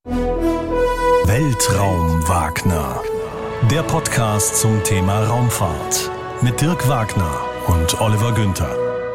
Weltraum Wagner. Der Podcast zum Thema Raumfahrt mit Dirk Wagner und Oliver Günther.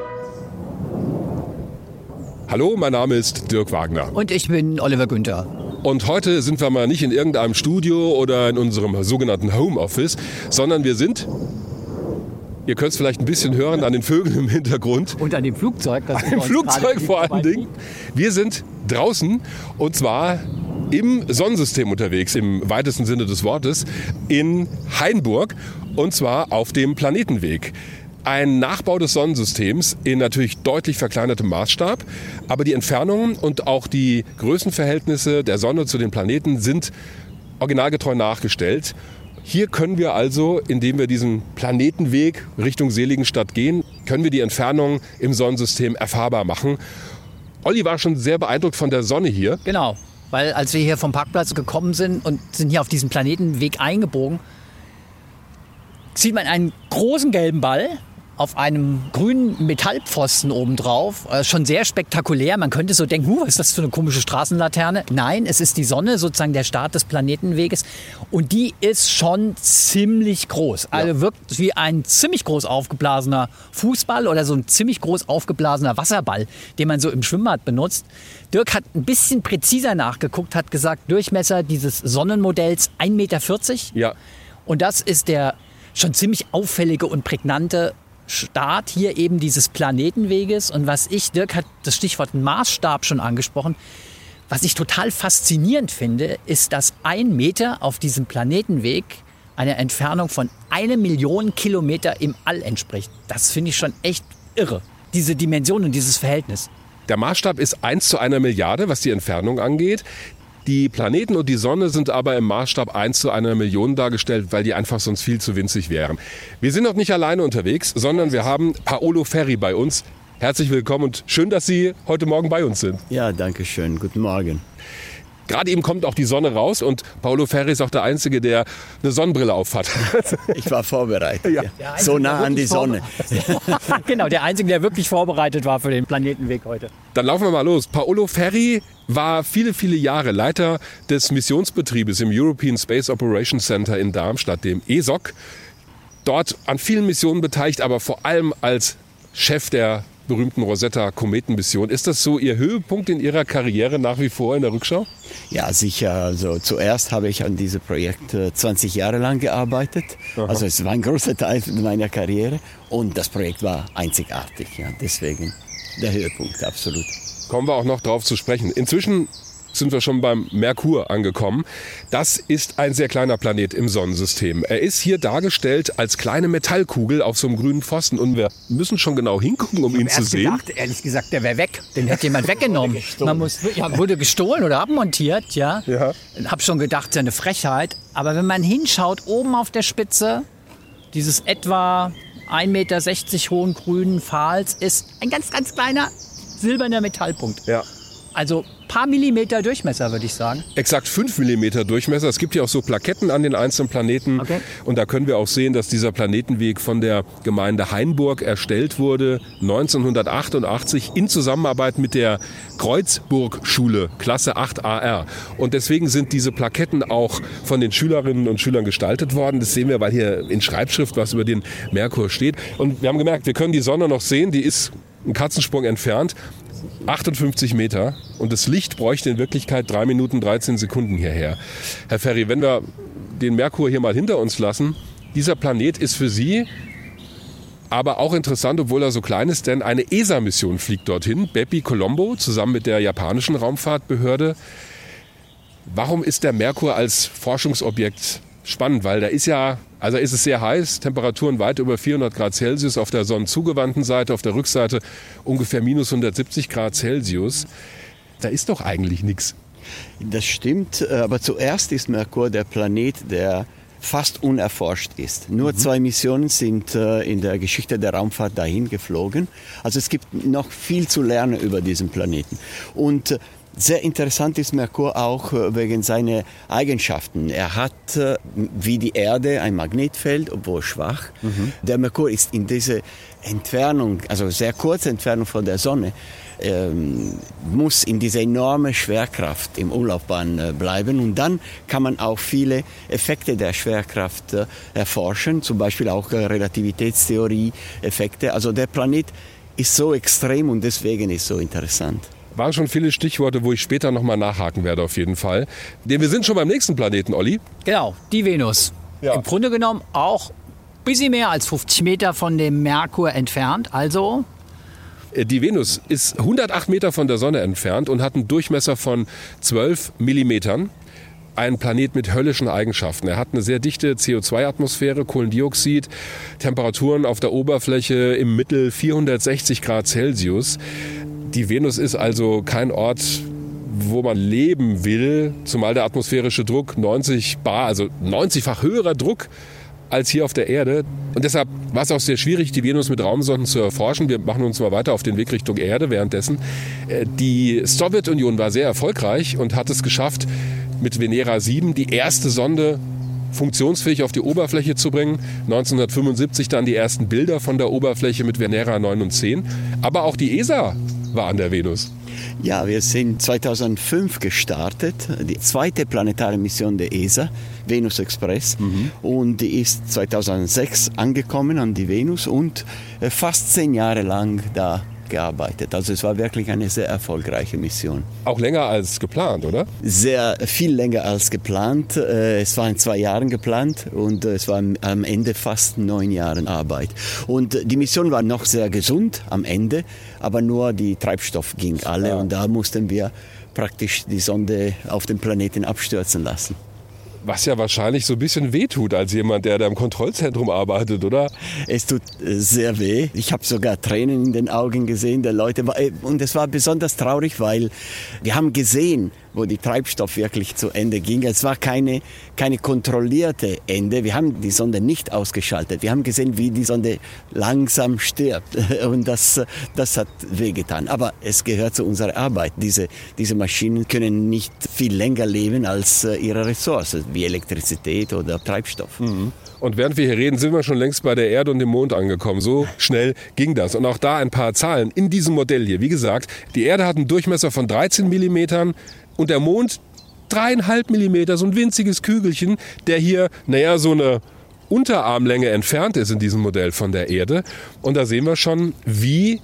Hallo, mein Name ist Dirk Wagner. Und ich bin Oliver Günther. Und heute sind wir mal nicht in irgendeinem Studio oder in unserem sogenannten Homeoffice, sondern wir sind, ihr könnt es vielleicht ein bisschen hören, an den Vögeln im Hintergrund. Und an dem Flugzeug. An dem Flugzeug vor allen Dingen. Wir sind draußen und zwar im Sonnensystem unterwegs, im weitesten Sinne des Wortes, in Hainburg und zwar auf dem Planetenweg. Ein Nachbau des Sonnensystems in natürlich deutlich verkleinertem Maßstab, aber die Entfernungen und auch die Größenverhältnisse der Sonne zu den Planeten sind originalgetreu nachgestellt. Hier können wir also, indem wir diesen Planetenweg Richtung Seligenstadt gehen, können wir die Entfernungen im Sonnensystem erfahrbar machen. Olli war schon sehr beeindruckt von der Sonne hier. Genau, weil als wir hier vom Parkplatz gekommen sind und sind hier auf diesen Planetenweg eingebogen, sieht man einen großen gelben Ball auf einem grünen Metallpfosten obendrauf. Schon sehr spektakulär. Man könnte so denken, was ist das für eine komische Straßenlaterne? Nein, es ist die Sonne, sozusagen der Start des Planetenweges. Und die ist schon ziemlich groß. Also wirkt wie ein ziemlich groß aufgeblasener Fußball oder so ein ziemlich groß aufgeblasener Wasserball, den man so im Schwimmbad benutzt. Dirk hat ein bisschen präziser nachgeguckt, hat gesagt, Durchmesser dieses Sonnenmodells 1,40 Meter. Ja. Und das ist der schon ziemlich auffällige und prägnante Start hier eben dieses Planetenweges. Und Dirk hat das Stichwort Maßstab schon angesprochen, was ich total faszinierend finde, ist, dass 1 Meter auf diesem Planetenweg einer Entfernung von 1 Million Kilometer im All entspricht. Das finde ich schon echt irre, diese Dimension und dieses Verhältnis. Der Maßstab ist 1 zu 1 Milliarde, was die Entfernung angeht. Die Planeten und die Sonne sind aber im Maßstab 1 zu 1 Million dargestellt, weil die einfach sonst viel zu winzig wären. Wir sind auch nicht alleine unterwegs, sondern wir haben Paolo Ferri bei uns. Herzlich willkommen und schön, dass Sie heute Morgen bei uns sind. Ja, danke schön. Guten Morgen. Gerade eben kommt auch die Sonne raus und Paolo Ferri ist auch der Einzige, der eine Sonnenbrille aufhat. Ich war vorbereitet. Ja. Ja. So nah an die Sonne. Genau, der Einzige, der wirklich vorbereitet war für den Planetenweg heute. Dann laufen wir mal los. Paolo Ferri war viele, viele Jahre Leiter des Missionsbetriebes im European Space Operations Center in Darmstadt, dem ESOC. Dort an vielen Missionen beteiligt, aber vor allem als Chef der berühmten Rosetta-Kometenmission. Ist das so Ihr Höhepunkt in Ihrer Karriere nach wie vor in der Rückschau? Ja, sicher. Also zuerst habe ich an diesem Projekt 20 Jahre lang gearbeitet. Aha. Also es war ein großer Teil meiner Karriere und das Projekt war einzigartig. Ja, deswegen der Höhepunkt, absolut. Kommen wir auch noch drauf zu sprechen. Inzwischen sind wir schon beim Merkur angekommen. Das ist ein sehr kleiner Planet im Sonnensystem. Er ist hier dargestellt als kleine Metallkugel auf so einem grünen Pfosten und wir müssen schon genau hingucken, um ihn zu sehen. Ehrlich gesagt, der wäre weg. Den hätte jemand weggenommen. Wurde gestohlen oder abmontiert, ja. Hab schon gedacht, das ist eine Frechheit. Aber wenn man hinschaut, oben auf der Spitze dieses etwa 1,60 Meter hohen grünen Pfahls ist ein ganz, ganz kleiner silberner Metallpunkt. Ja. Also ein paar Millimeter Durchmesser, würde ich sagen. Exakt 5 Millimeter Durchmesser. Es gibt ja auch so Plaketten an den einzelnen Planeten. Okay. Und da können wir auch sehen, dass dieser Planetenweg von der Gemeinde Hainburg erstellt wurde, 1988 in Zusammenarbeit mit der Kreuzburg-Schule, Klasse 8 AR. Und deswegen sind diese Plaketten auch von den Schülerinnen und Schülern gestaltet worden. Das sehen wir, weil hier in Schreibschrift was über den Merkur steht. Und wir haben gemerkt, wir können die Sonne noch sehen. Die ist einen Katzensprung entfernt. 58 Meter und das Licht bräuchte in Wirklichkeit 3 Minuten 13 Sekunden hierher. Herr Ferri, wenn wir den Merkur hier mal hinter uns lassen, dieser Planet ist für Sie aber auch interessant, obwohl er so klein ist, denn eine ESA-Mission fliegt dorthin, Bepi Colombo, zusammen mit der japanischen Raumfahrtbehörde. Warum ist der Merkur als Forschungsobjekt spannend? Weil da ist es sehr heiß, Temperaturen weit über 400 Grad Celsius auf der sonnenzugewandten Seite, auf der Rückseite ungefähr minus 170 Grad Celsius. Da ist doch eigentlich nichts. Das stimmt, aber zuerst ist Merkur der Planet, der fast unerforscht ist. Nur 2 Missionen sind in der Geschichte der Raumfahrt dahin geflogen. Also es gibt noch viel zu lernen über diesen Planeten. Und sehr interessant ist Merkur auch wegen seiner Eigenschaften. Er hat wie die Erde ein Magnetfeld, obwohl schwach. Der Merkur ist in dieser Entfernung, also sehr kurze Entfernung von der Sonne, muss in dieser enormen Schwerkraft im Umlaufbahn bleiben. Und dann kann man auch viele Effekte der Schwerkraft erforschen, zum Beispiel auch Relativitätstheorie-Effekte. Also der Planet ist so extrem und deswegen ist so interessant. Waren schon viele Stichworte, wo ich später nochmal nachhaken werde auf jeden Fall. Denn wir sind schon beim nächsten Planeten, Olli. Genau, die Venus. Ja. Im Grunde genommen auch ein bisschen mehr als 50 Meter von dem Merkur entfernt. Also die Venus ist 108 Meter von der Sonne entfernt und hat einen Durchmesser von 12 Millimetern. Ein Planet mit höllischen Eigenschaften. Er hat eine sehr dichte CO2-Atmosphäre, Kohlendioxid, Temperaturen auf der Oberfläche im Mittel 460 Grad Celsius. Die Venus ist also kein Ort, wo man leben will, zumal der atmosphärische Druck 90 bar, also 90-fach höherer Druck als hier auf der Erde. Und deshalb war es auch sehr schwierig, die Venus mit Raumsonden zu erforschen. Wir machen uns mal weiter auf den Weg Richtung Erde währenddessen. Die Sowjetunion war sehr erfolgreich und hat es geschafft, mit Venera 7 die erste Sonde funktionsfähig auf die Oberfläche zu bringen. 1975 dann die ersten Bilder von der Oberfläche mit Venera 9 und 10. Aber auch die ESA war an der Venus. Ja, wir sind 2005 gestartet, die zweite planetare Mission der ESA, Venus Express. Und die ist 2006 angekommen an die Venus und fast 10 Jahre lang da gearbeitet. Also es war wirklich eine sehr erfolgreiche Mission. Auch länger als geplant, oder? Sehr viel länger als geplant. Es war in 2 Jahren geplant und es war am Ende fast 9 Jahren Arbeit. Und die Mission war noch sehr gesund am Ende, aber nur die Treibstoff ging alle. Ja. Und da mussten wir praktisch die Sonde auf den Planeten abstürzen lassen. Was ja wahrscheinlich so ein bisschen wehtut als jemand, der da im Kontrollzentrum arbeitet, oder? Es tut sehr weh. Ich habe sogar Tränen in den Augen gesehen der Leute. Und es war besonders traurig, weil wir haben gesehen, wo die Treibstoff wirklich zu Ende ging. Es war keine kontrollierte Ende. Wir haben die Sonde nicht ausgeschaltet. Wir haben gesehen, wie die Sonde langsam stirbt. Und das hat wehgetan. Aber es gehört zu unserer Arbeit. Diese Maschinen können nicht viel länger leben als ihre Ressourcen, wie Elektrizität oder Treibstoff. Und während wir hier reden, sind wir schon längst bei der Erde und dem Mond angekommen. So schnell ging das. Und auch da ein paar Zahlen in diesem Modell hier. Wie gesagt, die Erde hat einen Durchmesser von 13 Millimetern. Und der Mond 3,5 Millimeter, so ein winziges Kügelchen, der hier, so eine Unterarmlänge entfernt ist in diesem Modell von der Erde. Und da sehen wir schon, wie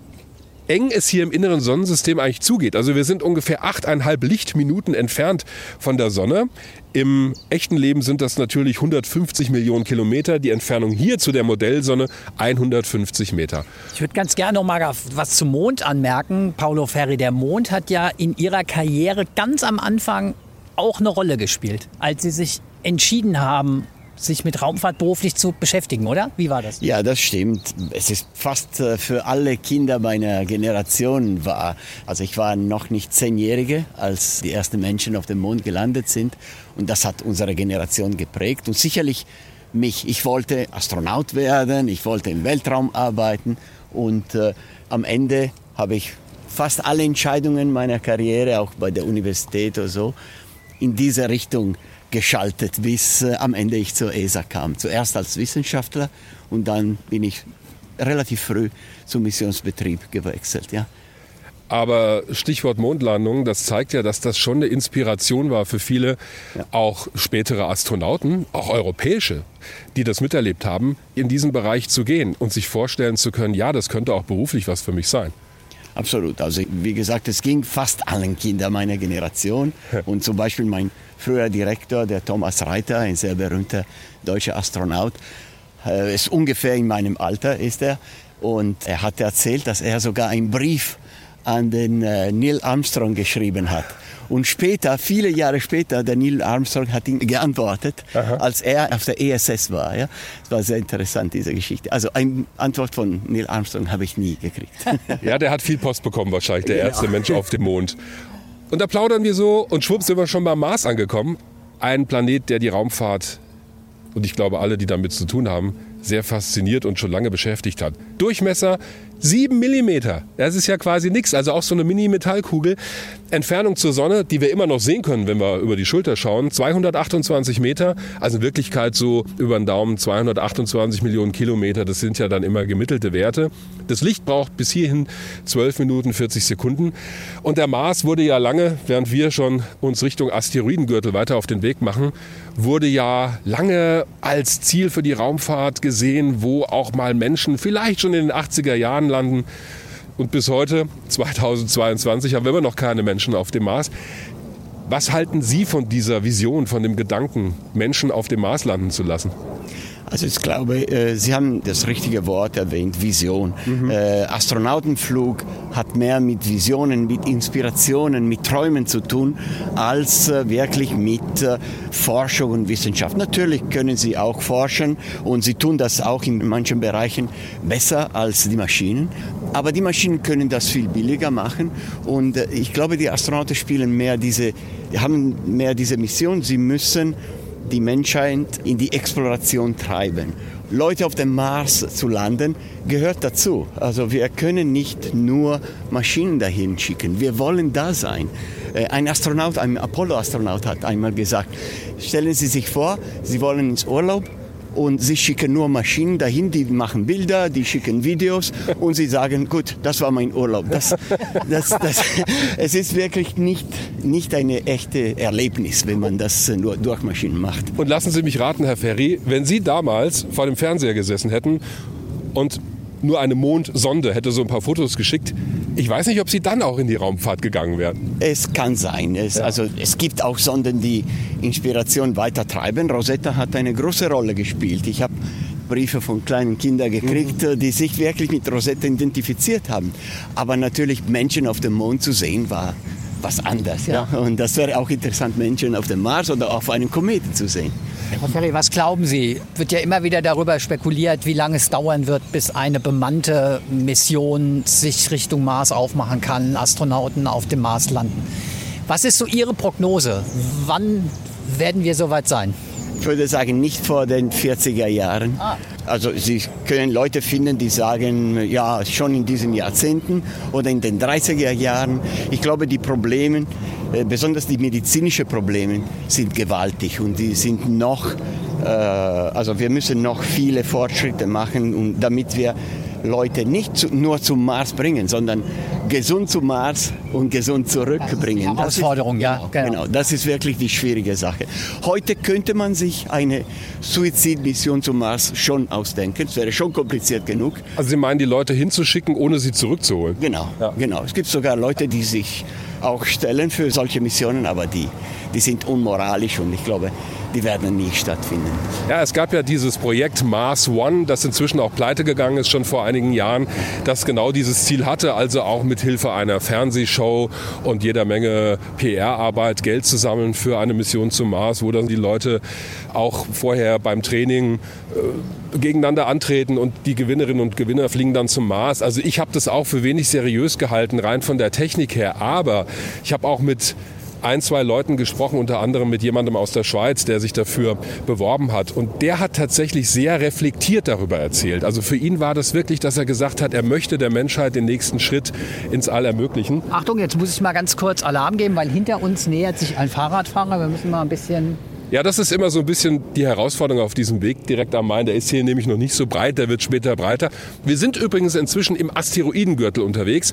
eng es hier im inneren Sonnensystem eigentlich zugeht. Also wir sind ungefähr 8,5 Lichtminuten entfernt von der Sonne. Im echten Leben sind das natürlich 150 Millionen Kilometer. Die Entfernung hier zu der Modellsonne 150 Meter. Ich würde ganz gerne noch mal was zum Mond anmerken. Paulo Ferri, der Mond hat ja in Ihrer Karriere ganz am Anfang auch eine Rolle gespielt, als Sie sich entschieden haben, sich mit Raumfahrt beruflich zu beschäftigen, oder? Wie war das? Ja, das stimmt. Es ist fast für alle Kinder meiner Generation wahr. Also ich war noch nicht 10-Jährige, als die ersten Menschen auf dem Mond gelandet sind. Und das hat unsere Generation geprägt. Und sicherlich mich. Ich wollte Astronaut werden, ich wollte im Weltraum arbeiten. Und am Ende habe ich fast alle Entscheidungen meiner Karriere, auch bei der Universität oder so, in diese Richtung geschaltet, bis am Ende ich zur ESA kam. Zuerst als Wissenschaftler und dann bin ich relativ früh zum Missionsbetrieb gewechselt. Ja. Aber Stichwort Mondlandung, das zeigt ja, dass das schon eine Inspiration war für viele, auch spätere Astronauten, auch europäische, die das miterlebt haben, in diesen Bereich zu gehen und sich vorstellen zu können, ja, das könnte auch beruflich was für mich sein. Absolut. Also wie gesagt, es ging fast allen Kindern meiner Generation. Und zum Beispiel mein früherer Direktor, der Thomas Reiter, ein sehr berühmter deutscher Astronaut, ist ungefähr in meinem Alter, ist er. Und er hat erzählt, dass er sogar einen Brief an den Neil Armstrong geschrieben hat. Und später, viele Jahre später, der Neil Armstrong hat ihm geantwortet, als er auf der ISS war. Ja? Das war sehr interessant, diese Geschichte. Also eine Antwort von Neil Armstrong habe ich nie gekriegt. Ja, der hat viel Post bekommen wahrscheinlich, der erste Mensch auf dem Mond. Und da plaudern wir so und schwupps sind wir schon beim Mars angekommen. Ein Planet, der die Raumfahrt, und ich glaube alle, die damit zu tun haben, sehr fasziniert und schon lange beschäftigt hat. Durchmesser 7 Millimeter. Das ist ja quasi nichts. Also auch so eine Mini-Metallkugel. Entfernung zur Sonne, die wir immer noch sehen können, wenn wir über die Schulter schauen, 228 Meter. Also in Wirklichkeit so über den Daumen 228 Millionen Kilometer. Das sind ja dann immer gemittelte Werte. Das Licht braucht bis hierhin 12 Minuten 40 Sekunden. Und der Mars wurde ja lange, während wir schon uns Richtung Asteroidengürtel weiter auf den Weg machen, wurde ja lange als Ziel für die Raumfahrt gesehen, wo auch mal Menschen vielleicht schon in den 80er Jahren landen. Und bis heute, 2022, haben wir immer noch keine Menschen auf dem Mars. Was halten Sie von dieser Vision, von dem Gedanken, Menschen auf dem Mars landen zu lassen? Also ich glaube, Sie haben das richtige Wort erwähnt, Vision. Astronautenflug hat mehr mit Visionen, mit Inspirationen, mit Träumen zu tun, als wirklich mit Forschung und Wissenschaft. Natürlich können Sie auch forschen und Sie tun das auch in manchen Bereichen besser als die Maschinen. Aber die Maschinen können das viel billiger machen und ich glaube, die Astronauten haben mehr diese Mission. Sie müssen die Menschheit in die Exploration treiben. Leute auf dem Mars zu landen, gehört dazu. Also wir können nicht nur Maschinen dahin schicken. Wir wollen da sein. Ein Apollo-Astronaut hat einmal gesagt, stellen Sie sich vor, Sie wollen ins Urlaub und Sie schicken nur Maschinen dahin, die machen Bilder, die schicken Videos und Sie sagen, gut, das war mein Urlaub. Es ist wirklich nicht eine echte Erlebnis, wenn man das nur durch Maschinen macht. Und lassen Sie mich raten, Herr Ferri, wenn Sie damals vor dem Fernseher gesessen hätten und nur eine Mondsonde hätte so ein paar Fotos geschickt, ich weiß nicht, ob Sie dann auch in die Raumfahrt gegangen wären. Es kann sein. Also es gibt auch Sonden, die Inspiration weiter treiben. Rosetta hat eine große Rolle gespielt. Ich habe Briefe von kleinen Kindern gekriegt, die sich wirklich mit Rosetta identifiziert haben. Aber natürlich Menschen auf dem Mond zu sehen, war was anderes. Ja. Und das wäre auch interessant, Menschen auf dem Mars oder auf einem Kometen zu sehen. Herr Ferri, was glauben Sie? Wird ja immer wieder darüber spekuliert, wie lange es dauern wird, bis eine bemannte Mission sich Richtung Mars aufmachen kann, Astronauten auf dem Mars landen. Was ist so Ihre Prognose? Wann werden wir soweit sein? Ich würde sagen, nicht vor den 40er Jahren. Also Sie können Leute finden, die sagen, ja, schon in diesen Jahrzehnten oder in den 30er Jahren. Ich glaube, die Probleme, besonders die medizinischen Probleme, sind gewaltig und die sind noch, also wir müssen noch viele Fortschritte machen, damit wir Leute nicht nur zum Mars bringen, sondern gesund zum Mars und gesund zurückbringen. Das ist die Herausforderung, Genau, das ist wirklich die schwierige Sache. Heute könnte man sich eine Suizidmission zum Mars schon ausdenken. Es wäre schon kompliziert genug. Also Sie meinen, die Leute hinzuschicken, ohne sie zurückzuholen? Genau, genau. Es gibt sogar Leute, die sich auch stellen für solche Missionen, aber die sind unmoralisch und ich glaube, die werden nie stattfinden. Ja, es gab ja dieses Projekt Mars One, das inzwischen auch pleite gegangen ist, schon vor einigen Jahren, das genau dieses Ziel hatte, also auch mit Hilfe einer Fernsehshow und jeder Menge PR-Arbeit Geld zu sammeln für eine Mission zum Mars, wo dann die Leute auch vorher beim Training gegeneinander antreten und die Gewinnerinnen und Gewinner fliegen dann zum Mars. Also ich habe das auch für wenig seriös gehalten, rein von der Technik her, aber ich habe auch mit 1-2 Leuten gesprochen, unter anderem mit jemandem aus der Schweiz, der sich dafür beworben hat. Und der hat tatsächlich sehr reflektiert darüber erzählt. Also für ihn war das wirklich, dass er gesagt hat, er möchte der Menschheit den nächsten Schritt ins All ermöglichen. Achtung, jetzt muss ich mal ganz kurz Alarm geben, weil hinter uns nähert sich ein Fahrradfahrer. Wir müssen mal ein bisschen... Ja, das ist immer so ein bisschen die Herausforderung auf diesem Weg direkt am Main. Der ist hier nämlich noch nicht so breit, der wird später breiter. Wir sind übrigens inzwischen im Asteroidengürtel unterwegs.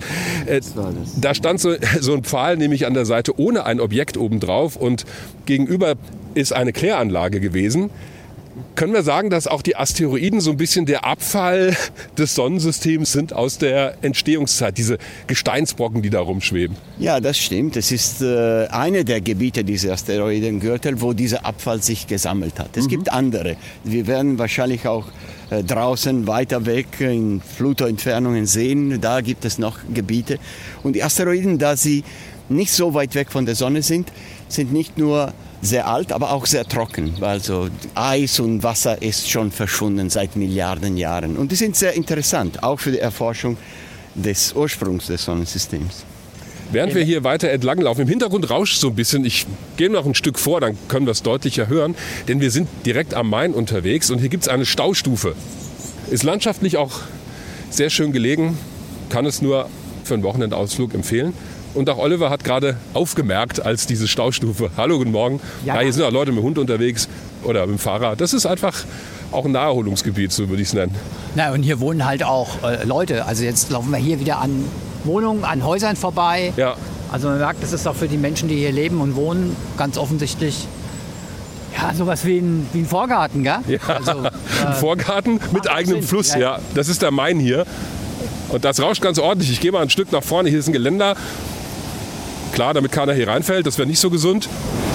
Da stand so ein Pfahl nämlich an der Seite ohne ein Objekt obendrauf und gegenüber ist eine Kläranlage gewesen. Können wir sagen, dass auch die Asteroiden so ein bisschen der Abfall des Sonnensystems sind aus der Entstehungszeit, diese Gesteinsbrocken, die da rumschweben? Ja, das stimmt. Es ist eine der Gebiete dieses Asteroidengürtel, wo dieser Abfall sich gesammelt hat. Es gibt andere. Wir werden wahrscheinlich auch draußen weiter weg in Pluto-Entfernungen sehen. Da gibt es noch Gebiete. Und die Asteroiden, da sie nicht so weit weg von der Sonne sind nicht nur sehr alt, aber auch sehr trocken. Also Eis und Wasser ist schon verschwunden seit Milliarden Jahren. Und die sind sehr interessant, auch für die Erforschung des Ursprungs des Sonnensystems. Während wir hier weiter entlang laufen, im Hintergrund rauscht so ein bisschen, ich gehe noch ein Stück vor, dann können wir es deutlicher hören, denn wir sind direkt am Main unterwegs und hier gibt es eine Staustufe. Ist landschaftlich auch sehr schön gelegen. kann es nur für einen Wochenendausflug empfehlen. Und auch Oliver hat gerade aufgemerkt als diese Staustufe. Hallo, guten Morgen. Ja, hier sind auch Leute mit dem Hund unterwegs oder mit dem Fahrrad. Das ist einfach auch ein Naherholungsgebiet, so würde ich es nennen. Na, und hier wohnen halt auch Leute. Also jetzt laufen wir hier wieder an Wohnungen, an Häusern vorbei. Ja. Also man merkt, das ist auch für die Menschen, die hier leben und wohnen, ganz offensichtlich ja, sowas wie ein Vorgarten, gell? Ja, also, ein Vorgarten mit eigenem Sinn. Fluss, ja. Das ist der Main hier. Und das rauscht ganz ordentlich. Ich gehe mal ein Stück nach vorne. Hier ist ein Geländer. Klar, damit keiner hier reinfällt. Das wäre nicht so gesund.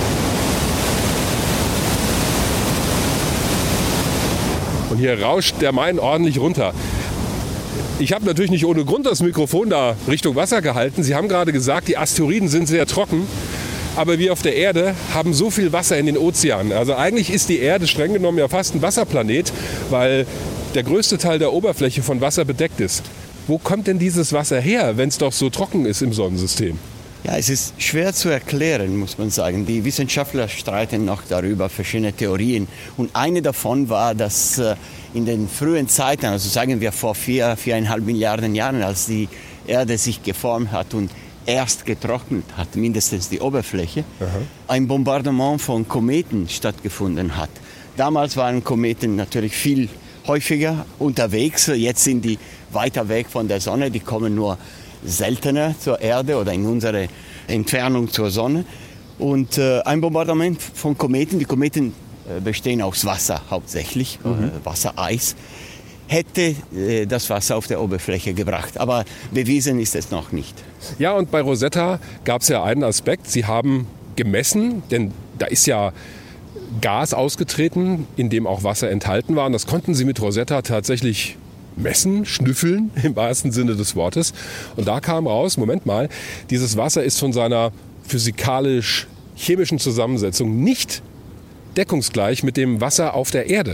Und hier rauscht der Main ordentlich runter. Ich habe natürlich nicht ohne Grund das Mikrofon da Richtung Wasser gehalten. Sie haben gerade gesagt, die Asteroiden sind sehr trocken. Aber wir auf der Erde haben so viel Wasser in den Ozeanen. Also eigentlich ist die Erde streng genommen ja fast ein Wasserplanet, weil der größte Teil der Oberfläche von Wasser bedeckt ist. Wo kommt denn dieses Wasser her, wenn es doch so trocken ist im Sonnensystem? Ja, es ist schwer zu erklären, muss man sagen. Die Wissenschaftler streiten noch darüber, verschiedene Theorien. Und eine davon war, dass in den frühen Zeiten, also sagen wir vor 4,5 Milliarden Jahren, als die Erde sich geformt hat und erst getrocknet hat, mindestens die Oberfläche, ein Bombardement von Kometen stattgefunden hat. Damals waren Kometen natürlich viel häufiger unterwegs. Jetzt sind die weiter weg von der Sonne. Die kommen nur seltener zur Erde oder in unsere Entfernung zur Sonne. Und ein Bombardement von Kometen, die Kometen bestehen aus Wasser hauptsächlich, Wassereis, hätte das Wasser auf der Oberfläche gebracht. Aber bewiesen ist es noch nicht. Ja, und bei Rosetta gab es ja einen Aspekt. Sie haben gemessen, denn da ist ja Gas ausgetreten, in dem auch Wasser enthalten war. Und das konnten sie mit Rosetta tatsächlich messen, schnüffeln im wahrsten Sinne des Wortes. Und da kam raus, Moment mal, dieses Wasser ist von seiner physikalisch-chemischen Zusammensetzung nicht deckungsgleich mit dem Wasser auf der Erde.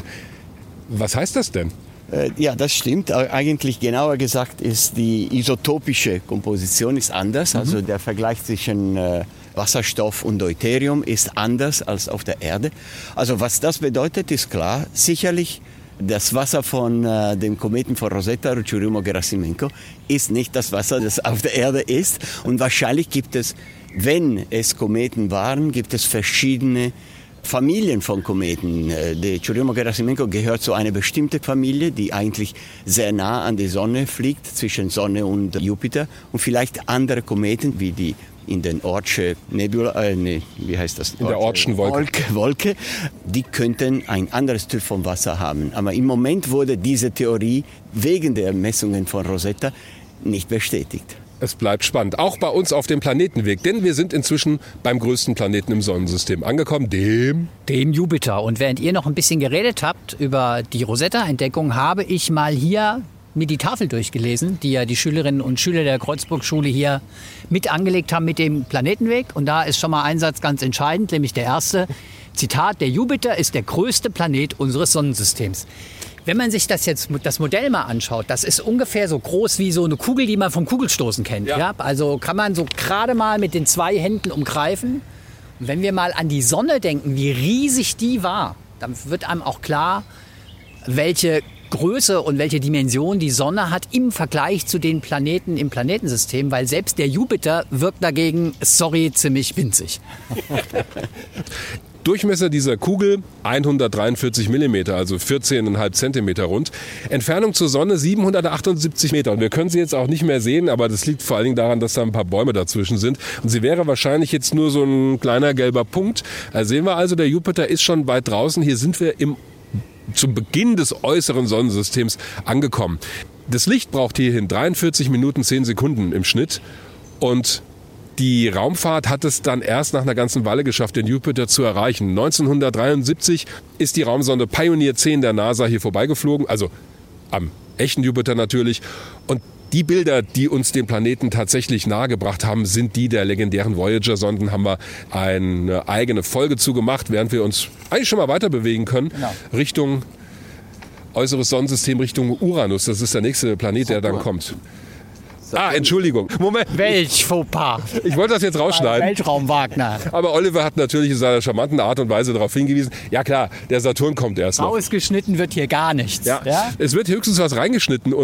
Was heißt das denn? Ja, das stimmt. Eigentlich genauer gesagt ist die isotopische Komposition ist anders. Also der Vergleich zwischen Wasserstoff und Deuterium ist anders als auf der Erde. Also was das bedeutet, ist klar. Sicherlich das Wasser von dem Kometen von Rosetta, Churyumov-Gerasimenko, ist nicht das Wasser, das auf der Erde ist. Und wahrscheinlich gibt es, wenn es Kometen waren, gibt es verschiedene Familien von Kometen. Der Churyumov-Gerasimenko gehört zu einer bestimmten Familie, die eigentlich sehr nah an die Sonne fliegt, zwischen Sonne und Jupiter. Und vielleicht andere Kometen, wie die in den Oort'sche Nebula, wie heißt das? In der Oort'schen Wolke, die könnten ein anderes Typ von Wasser haben. Aber im Moment wurde diese Theorie wegen der Messungen von Rosetta nicht bestätigt. Es bleibt spannend, auch bei uns auf dem Planetenweg, denn wir sind inzwischen beim größten Planeten im Sonnensystem angekommen, dem Jupiter. Und während ihr noch ein bisschen geredet habt über die Rosetta-Entdeckung, habe ich mal hier mir die Tafel durchgelesen, die ja die Schülerinnen und Schüler der Kreuzburg-Schule hier mit angelegt haben mit dem Planetenweg. Und da ist schon mal ein Satz ganz entscheidend, nämlich der erste. Zitat, der Jupiter ist der größte Planet unseres Sonnensystems. Wenn man sich das Modell mal anschaut, das ist ungefähr so groß wie so eine Kugel, die man vom Kugelstoßen kennt. Ja. Ja? Also kann man so gerade mal mit den 2 Händen umgreifen. Und wenn wir mal an die Sonne denken, wie riesig die war, dann wird einem auch klar, welche Größe und welche Dimension die Sonne hat im Vergleich zu den Planeten im Planetensystem, weil selbst der Jupiter wirkt dagegen, ziemlich winzig. Durchmesser dieser Kugel 143 mm, also 14,5 cm rund. Entfernung zur Sonne 778 Meter. Und wir können sie jetzt auch nicht mehr sehen, aber das liegt vor allen Dingen daran, dass da ein paar Bäume dazwischen sind. Und sie wäre wahrscheinlich jetzt nur so ein kleiner gelber Punkt. Da sehen wir also, der Jupiter ist schon weit draußen. Hier sind wir zum Beginn des äußeren Sonnensystems angekommen. Das Licht braucht hierhin 43 Minuten 10 Sekunden im Schnitt. Und die Raumfahrt hat es dann erst nach einer ganzen Weile geschafft, den Jupiter zu erreichen. 1973 ist die Raumsonde Pioneer 10 der NASA hier vorbeigeflogen, also am echten Jupiter natürlich. Und die Bilder, die uns den Planeten tatsächlich nahegebracht haben, sind die der legendären Voyager-Sonden. Haben wir eine eigene Folge zugemacht, während wir uns eigentlich schon mal weiter bewegen können, Richtung äußeres Sonnensystem, Richtung Uranus. Das ist der nächste Planet, der dann kommt. Entschuldigung. Moment. Welch Fauxpas. Ich wollte das jetzt rausschneiden. Weltraum Wagner. Aber Oliver hat natürlich in seiner charmanten Art und Weise darauf hingewiesen. Ja klar, der Saturn kommt erst noch. Ausgeschnitten wird hier gar nichts. Ja. Es wird höchstens was reingeschnitten und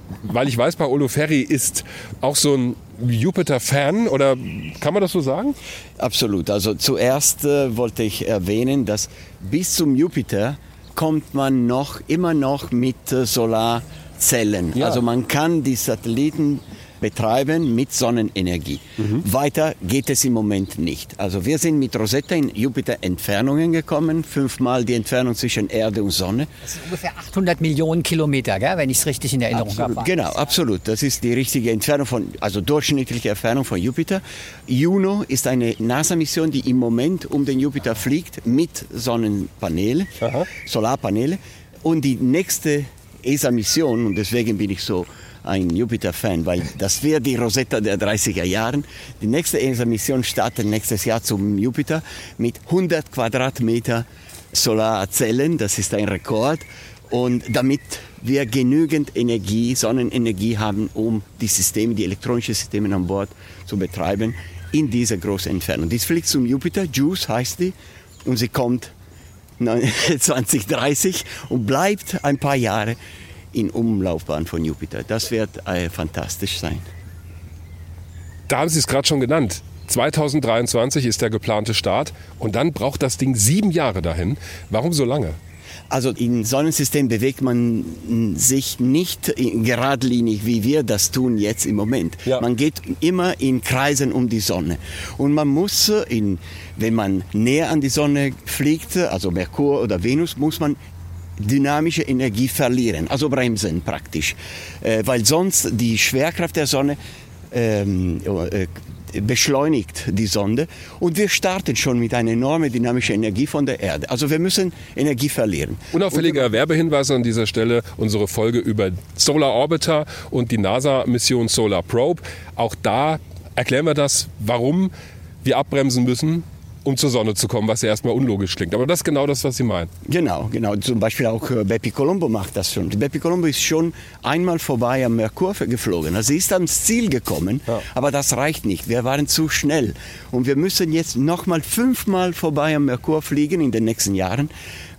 weil ich weiß, Paolo Ferri ist auch so ein Jupiter-Fan, oder kann man das so sagen? Absolut. Also zuerst wollte ich erwähnen, dass bis zum Jupiter kommt man immer noch mit Solarzellen. Ja. Also man kann die Satelliten betreiben mit Sonnenenergie. Weiter geht es im Moment nicht. Also wir sind mit Rosetta in Jupiter-Entfernungen gekommen, 5-mal die Entfernung zwischen Erde und Sonne. Das sind ungefähr 800 Millionen Kilometer, gell? Wenn ich es richtig in Erinnerung habe. Genau, absolut. Das ist die richtige Entfernung also durchschnittliche Entfernung von Jupiter. Juno ist eine NASA-Mission, die im Moment um den Jupiter fliegt mit Sonnenpaneelen, Solarpaneele. Und die nächste ESA-Mission, und deswegen bin ich so ein Jupiter-Fan, weil das wäre die Rosetta der 30er Jahren. Die nächste ESA-Mission startet nächstes Jahr zum Jupiter mit 100 Quadratmeter Solarzellen. Das ist ein Rekord. Und damit wir genügend Energie, Sonnenenergie haben, um die elektronischen Systeme an Bord zu betreiben in dieser großen Entfernung. Dies fliegt zum Jupiter, JUICE heißt die, und sie kommt 2030 und bleibt ein paar Jahre in Umlaufbahn von Jupiter. Das wird fantastisch sein. Da haben Sie es gerade schon genannt. 2023 ist der geplante Start und dann braucht das Ding 7 Jahre dahin. Warum so lange? Also im Sonnensystem bewegt man sich nicht geradlinig, wie wir das tun jetzt im Moment. Ja. Man geht immer in Kreisen um die Sonne. Und man muss, wenn man näher an die Sonne fliegt, also Merkur oder Venus, muss man dynamische Energie verlieren, also bremsen praktisch, weil sonst die Schwerkraft der Sonne beschleunigt die Sonde und wir starten schon mit einer enormen dynamischen Energie von der Erde. Also wir müssen Energie verlieren. Unauffälliger Werbehinweis an dieser Stelle, unsere Folge über Solar Orbiter und die NASA-Mission Solar Probe. Auch da erklären wir das, warum wir abbremsen müssen, um zur Sonne zu kommen, was ja erstmal unlogisch klingt. Aber das ist genau das, was Sie meinen. Genau. Zum Beispiel auch Bepi Colombo macht das schon. Bepi Colombo ist schon einmal vorbei am Merkur geflogen. Also sie ist ans Ziel gekommen, aber das reicht nicht. Wir waren zu schnell. Und wir müssen jetzt nochmal 5-mal vorbei am Merkur fliegen in den nächsten Jahren.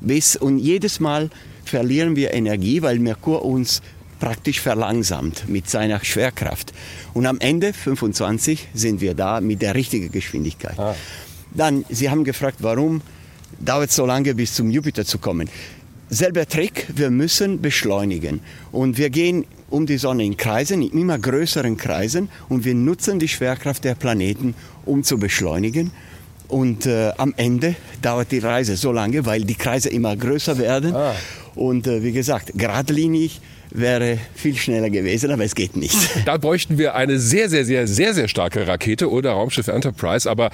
Und jedes Mal verlieren wir Energie, weil Merkur uns praktisch verlangsamt mit seiner Schwerkraft. Und am Ende, 25, sind wir da mit der richtigen Geschwindigkeit. Dann, Sie haben gefragt, warum dauert es so lange, bis zum Jupiter zu kommen. Selber Trick, wir müssen beschleunigen. Und wir gehen um die Sonne in Kreisen, in immer größeren Kreisen. Und wir nutzen die Schwerkraft der Planeten, um zu beschleunigen. Und am Ende dauert die Reise so lange, weil die Kreise immer größer werden. Und wie gesagt, geradlinig wäre viel schneller gewesen, aber es geht nicht. Da bräuchten wir eine sehr, sehr, sehr, sehr, sehr starke Rakete oder Raumschiff Enterprise. Aber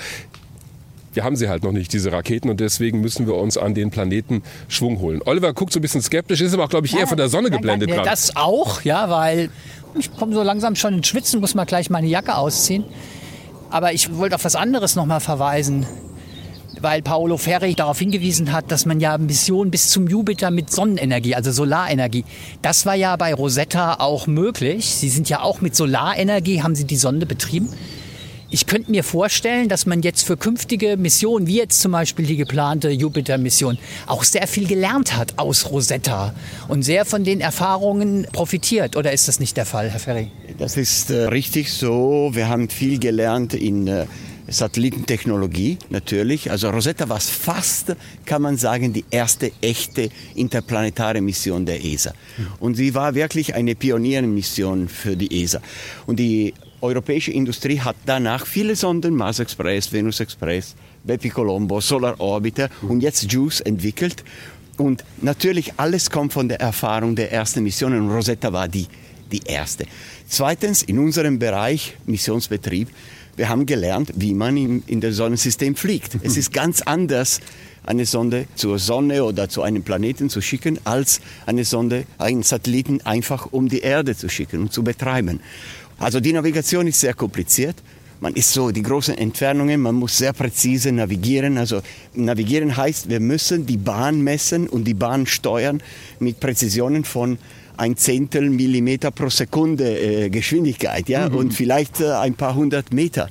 wir haben sie halt noch nicht, diese Raketen, und deswegen müssen wir uns an den Planeten Schwung holen. Oliver guckt so ein bisschen skeptisch, ist aber auch, glaube ich, eher von der Sonne geblendet gerade. Das auch, ja, weil ich komme so langsam schon ins Schwitzen, muss mal gleich meine Jacke ausziehen. Aber ich wollte auf was anderes nochmal verweisen, weil Paolo Ferri darauf hingewiesen hat, dass man ja Missionen bis zum Jupiter mit Sonnenenergie, also Solarenergie, das war ja bei Rosetta auch möglich. Sie sind ja auch mit Solarenergie, haben sie die Sonde betrieben. Ich könnte mir vorstellen, dass man jetzt für künftige Missionen, wie jetzt zum Beispiel die geplante Jupiter-Mission, auch sehr viel gelernt hat aus Rosetta und sehr von den Erfahrungen profitiert. Oder ist das nicht der Fall, Herr Ferri? Das ist richtig so. Wir haben viel gelernt in Satellitentechnologie natürlich. Also Rosetta war fast, kann man sagen, die erste echte interplanetare Mission der ESA. Und sie war wirklich eine Pioniermission für die ESA. Und die europäische Industrie hat danach viele Sonden, Mars Express, Venus Express, Bepi Colombo, Solar Orbiter und jetzt JUICE entwickelt. Und natürlich alles kommt von der Erfahrung der ersten Missionen und Rosetta war die erste. Zweitens, in unserem Bereich Missionsbetrieb, wir haben gelernt, wie man in das Sonnensystem fliegt. Es ist ganz anders, eine Sonde zur Sonne oder zu einem Planeten zu schicken, als eine Sonde, einen Satelliten einfach um die Erde zu schicken und zu betreiben. Also die Navigation ist sehr kompliziert. Man ist so die großen Entfernungen, man muss sehr präzise navigieren. Also navigieren heißt, wir müssen die Bahn messen und die Bahn steuern mit Präzisionen von 1/10 Millimeter pro Sekunde Geschwindigkeit, ja, und vielleicht ein paar 100 Meter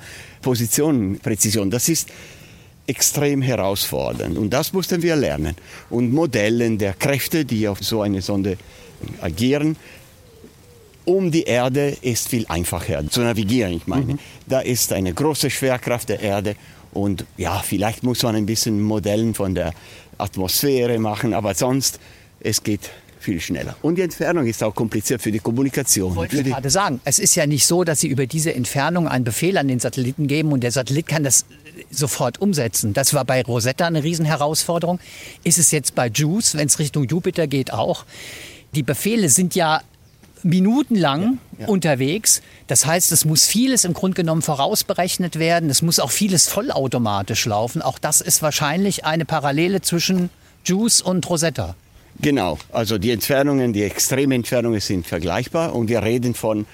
Präzision. Das ist extrem herausfordernd und das mussten wir lernen. Und Modellen der Kräfte, die auf so eine Sonde agieren. um die Erde ist viel einfacher zu navigieren, ich meine. Da ist eine große Schwerkraft der Erde und ja, vielleicht muss man ein bisschen Modellen von der Atmosphäre machen, aber sonst, es geht viel schneller. Und die Entfernung ist auch kompliziert für die Kommunikation. Wollte ich gerade sagen, es ist ja nicht so, dass Sie über diese Entfernung einen Befehl an den Satelliten geben und der Satellit kann das sofort umsetzen. Das war bei Rosetta eine Riesenherausforderung. Ist es jetzt bei JUICE, wenn es Richtung Jupiter geht, auch. Die Befehle sind ja minutenlang unterwegs. Das heißt, es muss vieles im Grunde genommen vorausberechnet werden. Es muss auch vieles vollautomatisch laufen. Auch das ist wahrscheinlich eine Parallele zwischen JUICE und Rosetta. Genau, also die Entfernungen, die extremen Entfernungen sind vergleichbar und wir reden von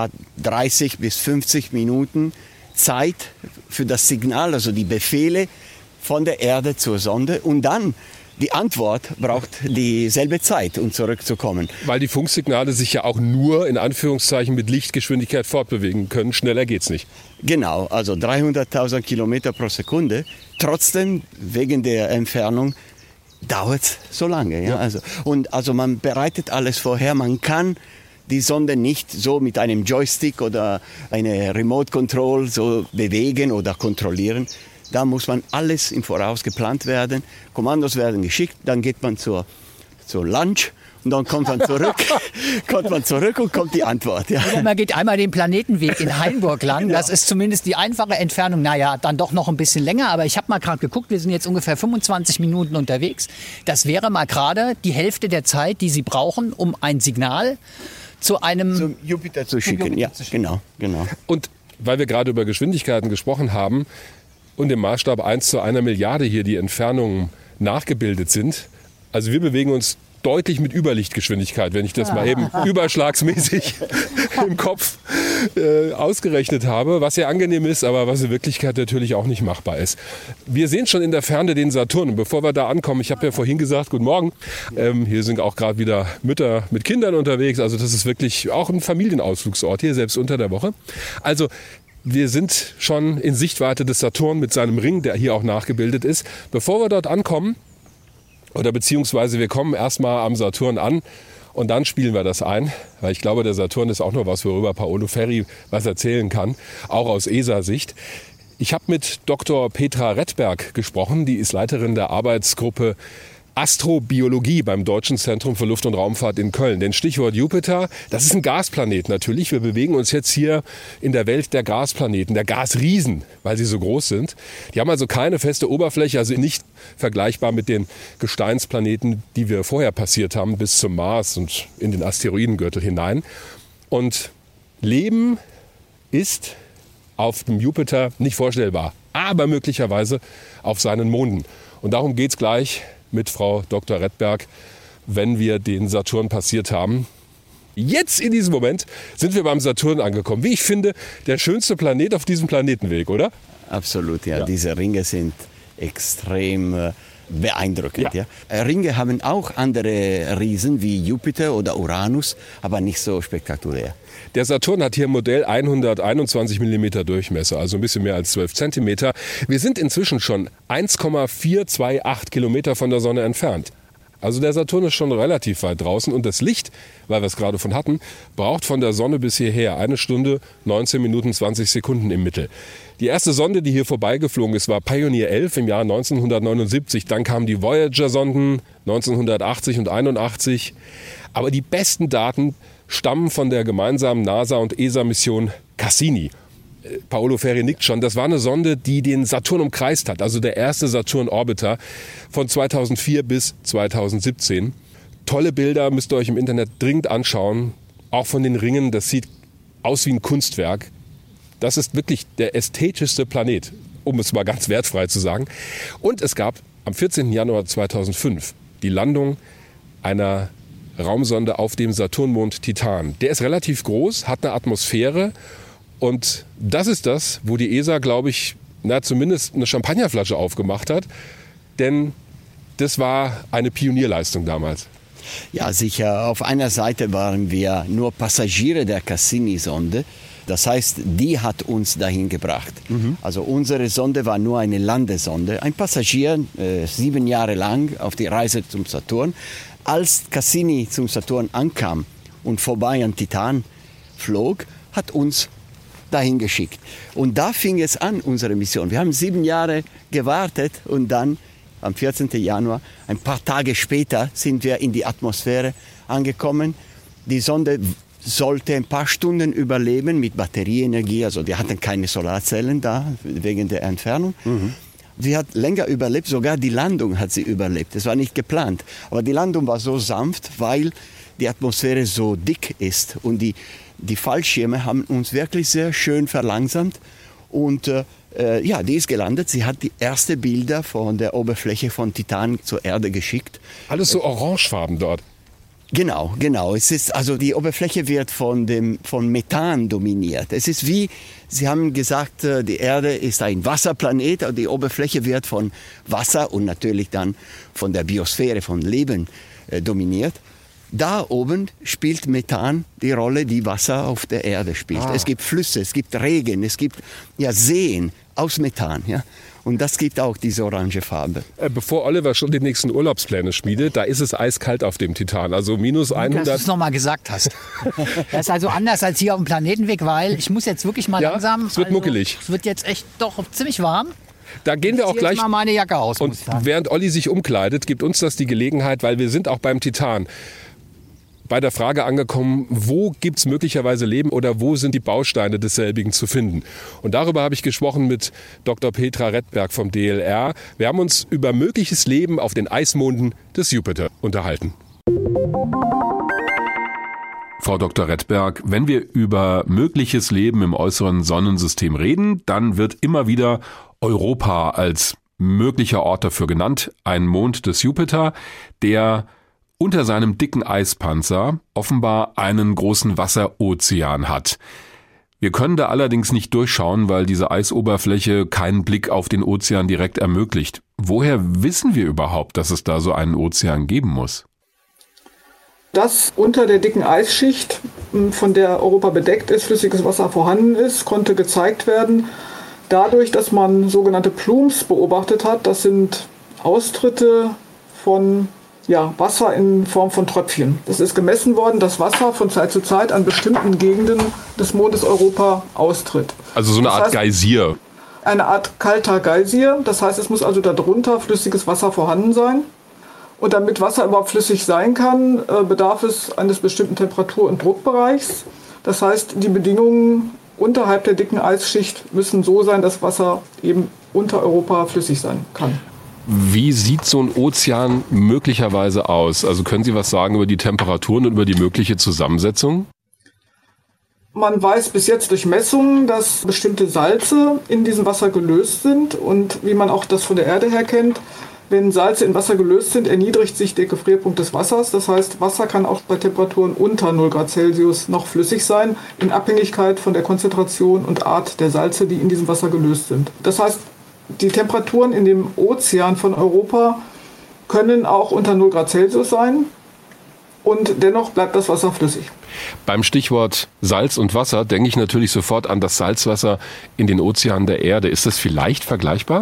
30 bis 50 Minuten Zeit für das Signal, also die Befehle von der Erde zur Sonde und dann die Antwort braucht dieselbe Zeit, um zurückzukommen. Weil die Funksignale sich ja auch nur in Anführungszeichen mit Lichtgeschwindigkeit fortbewegen können. Schneller geht's nicht. Genau, also 300.000 Kilometer pro Sekunde. Trotzdem, wegen der Entfernung, dauert es so lange. Ja? Also man bereitet alles vorher. Man kann die Sonde nicht so mit einem Joystick oder einer Remote Control so bewegen oder kontrollieren. Da muss man alles im Voraus geplant werden. Kommandos werden geschickt, dann geht man zur Lunch und dann kommt man zurück und kommt die Antwort. Ja. Man geht einmal den Planetenweg in Hainburg lang. Genau. Das ist zumindest die einfache Entfernung. Naja, dann doch noch ein bisschen länger. Aber ich habe mal gerade geguckt, wir sind jetzt ungefähr 25 Minuten unterwegs. Das wäre mal gerade die Hälfte der Zeit, die Sie brauchen, um ein Signal zum Jupiter zu schicken. Ja, genau. Und weil wir gerade über Geschwindigkeiten gesprochen haben und im Maßstab 1:1 Milliarde hier die Entfernungen nachgebildet sind, also wir bewegen uns deutlich mit Überlichtgeschwindigkeit, wenn ich das mal eben überschlagsmäßig im Kopf ausgerechnet habe, was sehr angenehm ist, aber was in Wirklichkeit natürlich auch nicht machbar ist. Wir sehen schon in der Ferne den Saturn. Und bevor wir da ankommen, ich habe ja vorhin gesagt, guten Morgen, hier sind auch gerade wieder Mütter mit Kindern unterwegs. Also das ist wirklich auch ein Familienausflugsort hier, selbst unter der Woche. Also wir sind schon in Sichtweite des Saturn mit seinem Ring, der hier auch nachgebildet ist. Bevor wir dort ankommen, oder beziehungsweise wir kommen erstmal am Saturn an und dann spielen wir das ein, weil ich glaube, der Saturn ist auch noch was, worüber Paolo Ferri was erzählen kann, auch aus ESA-Sicht. Ich habe mit Dr. Petra Redberg gesprochen, die ist Leiterin der Arbeitsgruppe Astrobiologie beim Deutschen Zentrum für Luft- und Raumfahrt in Köln. Denn Stichwort Jupiter, das ist ein Gasplanet natürlich. Wir bewegen uns jetzt hier in der Welt der Gasplaneten, der Gasriesen, weil sie so groß sind. Die haben also keine feste Oberfläche, also nicht vergleichbar mit den Gesteinsplaneten, die wir vorher passiert haben, bis zum Mars und in den Asteroidengürtel hinein. Und Leben ist auf dem Jupiter nicht vorstellbar, aber möglicherweise auf seinen Monden. Und darum geht es gleich mit Frau Dr. Redberg, wenn wir den Saturn passiert haben. Jetzt in diesem Moment sind wir beim Saturn angekommen. Wie ich finde, der schönste Planet auf diesem Planetenweg, oder? Absolut, ja. Diese Ringe sind extrem beeindruckend. Ja. Ringe haben auch andere Riesen wie Jupiter oder Uranus, aber nicht so spektakulär. Der Saturn hat hier im Modell 121 mm Durchmesser, also ein bisschen mehr als 12 cm. Wir sind inzwischen schon 1,428 Kilometer von der Sonne entfernt. Also der Saturn ist schon relativ weit draußen und das Licht, weil wir es gerade von hatten, braucht von der Sonne bis hierher 1 Stunde, 19 Minuten, 20 Sekunden im Mittel. Die erste Sonde, die hier vorbeigeflogen ist, war Pioneer 11 im Jahr 1979. Dann kamen die Voyager-Sonden 1980 und 81. Aber die besten Daten stammen von der gemeinsamen NASA- und ESA-Mission Cassini. Paolo Ferri nickt schon. Das war eine Sonde, die den Saturn umkreist hat, also der erste Saturn-Orbiter von 2004 bis 2017. Tolle Bilder, müsst ihr euch im Internet dringend anschauen. Auch von den Ringen, das sieht aus wie ein Kunstwerk. Das ist wirklich der ästhetischste Planet, um es mal ganz wertfrei zu sagen. Und es gab am 14. Januar 2005 die Landung einer Raumsonde auf dem Saturnmond Titan. Der ist relativ groß, hat eine Atmosphäre und das ist das, wo die ESA, glaube ich, zumindest eine Champagnerflasche aufgemacht hat, denn das war eine Pionierleistung damals. Ja, sicher. Auf einer Seite waren wir nur Passagiere der Cassini-Sonde. Das heißt, die hat uns dahin gebracht. Also unsere Sonde war nur eine Landesonde. Ein Passagier, 7 Jahre lang auf die Reise zum Saturn. Als Cassini zum Saturn ankam und vorbei an Titan, flog, hat uns dahin geschickt. Und da fing es an, unsere Mission. Wir haben 7 Jahre gewartet und dann am 14. Januar, ein paar Tage später, sind wir in die Atmosphäre angekommen. Die Sonde sollte ein paar Stunden überleben mit Batterieenergie. Also wir hatten keine Solarzellen da wegen der Entfernung. Sie hat länger überlebt, sogar die Landung hat sie überlebt. Das war nicht geplant. Aber die Landung war so sanft, weil die Atmosphäre so dick ist. Und die Fallschirme haben uns wirklich sehr schön verlangsamt. Und die ist gelandet. Sie hat die ersten Bilder von der Oberfläche von Titan zur Erde geschickt. Alles so orangefarben dort. Genau. Es ist, also die Oberfläche wird von Methan dominiert. Es ist wie, Sie haben gesagt, die Erde ist ein Wasserplanet, und die Oberfläche wird von Wasser und natürlich dann von der Biosphäre, von Leben dominiert. Da oben spielt Methan die Rolle, die Wasser auf der Erde spielt. Es gibt Flüsse, es gibt Regen, es gibt Seen aus Methan. Ja? Und das gibt auch diese orange Farbe. Bevor Oliver schon die nächsten Urlaubspläne schmiedet, da ist es eiskalt auf dem Titan. Also minus 100. Dass du es nochmal gesagt hast. Das ist also anders als hier auf dem Planetenweg, weil ich muss jetzt wirklich mal langsam. Es wird muckelig. Es wird jetzt echt doch ziemlich warm. Da gehen wir auch gleich. Mal meine Jacke aus. Und während Olli sich umkleidet, gibt uns das die Gelegenheit, weil wir sind auch beim Titan bei der Frage angekommen, wo gibt es möglicherweise Leben oder wo sind die Bausteine desselbigen zu finden. Und darüber habe ich gesprochen mit Dr. Petra Redberg vom DLR. Wir haben uns über mögliches Leben auf den Eismonden des Jupiter unterhalten. Frau Dr. Redberg, wenn wir über mögliches Leben im äußeren Sonnensystem reden, dann wird immer wieder Europa als möglicher Ort dafür genannt. Ein Mond des Jupiter, der unter seinem dicken Eispanzer offenbar einen großen Wasserozean hat. Wir können da allerdings nicht durchschauen, weil diese Eisoberfläche keinen Blick auf den Ozean direkt ermöglicht. Woher wissen wir überhaupt, dass es da so einen Ozean geben muss? Dass unter der dicken Eisschicht, von der Europa bedeckt ist, flüssiges Wasser vorhanden ist, konnte gezeigt werden, dadurch, dass man sogenannte Plumes beobachtet hat. Das sind Austritte von Wasser in Form von Tröpfchen. Es ist gemessen worden, dass Wasser von Zeit zu Zeit an bestimmten Gegenden des Mondes Europa austritt. Also so eine Art Geysir. Eine Art kalter Geysir. Das heißt, es muss also darunter flüssiges Wasser vorhanden sein. Und damit Wasser überhaupt flüssig sein kann, bedarf es eines bestimmten Temperatur- und Druckbereichs. Das heißt, die Bedingungen unterhalb der dicken Eisschicht müssen so sein, dass Wasser eben unter Europa flüssig sein kann. Wie sieht so ein Ozean möglicherweise aus? Also können Sie was sagen über die Temperaturen und über die mögliche Zusammensetzung? Man weiß bis jetzt durch Messungen, dass bestimmte Salze in diesem Wasser gelöst sind. Und wie man auch das von der Erde her kennt, wenn Salze in Wasser gelöst sind, erniedrigt sich der Gefrierpunkt des Wassers. Das heißt, Wasser kann auch bei Temperaturen unter 0 Grad Celsius noch flüssig sein, in Abhängigkeit von der Konzentration und Art der Salze, die in diesem Wasser gelöst sind. Das heißt, die Temperaturen in dem Ozean von Europa können auch unter 0 Grad Celsius sein und dennoch bleibt das Wasser flüssig. Beim Stichwort Salz und Wasser denke ich natürlich sofort an das Salzwasser in den Ozeanen der Erde. Ist das vielleicht vergleichbar?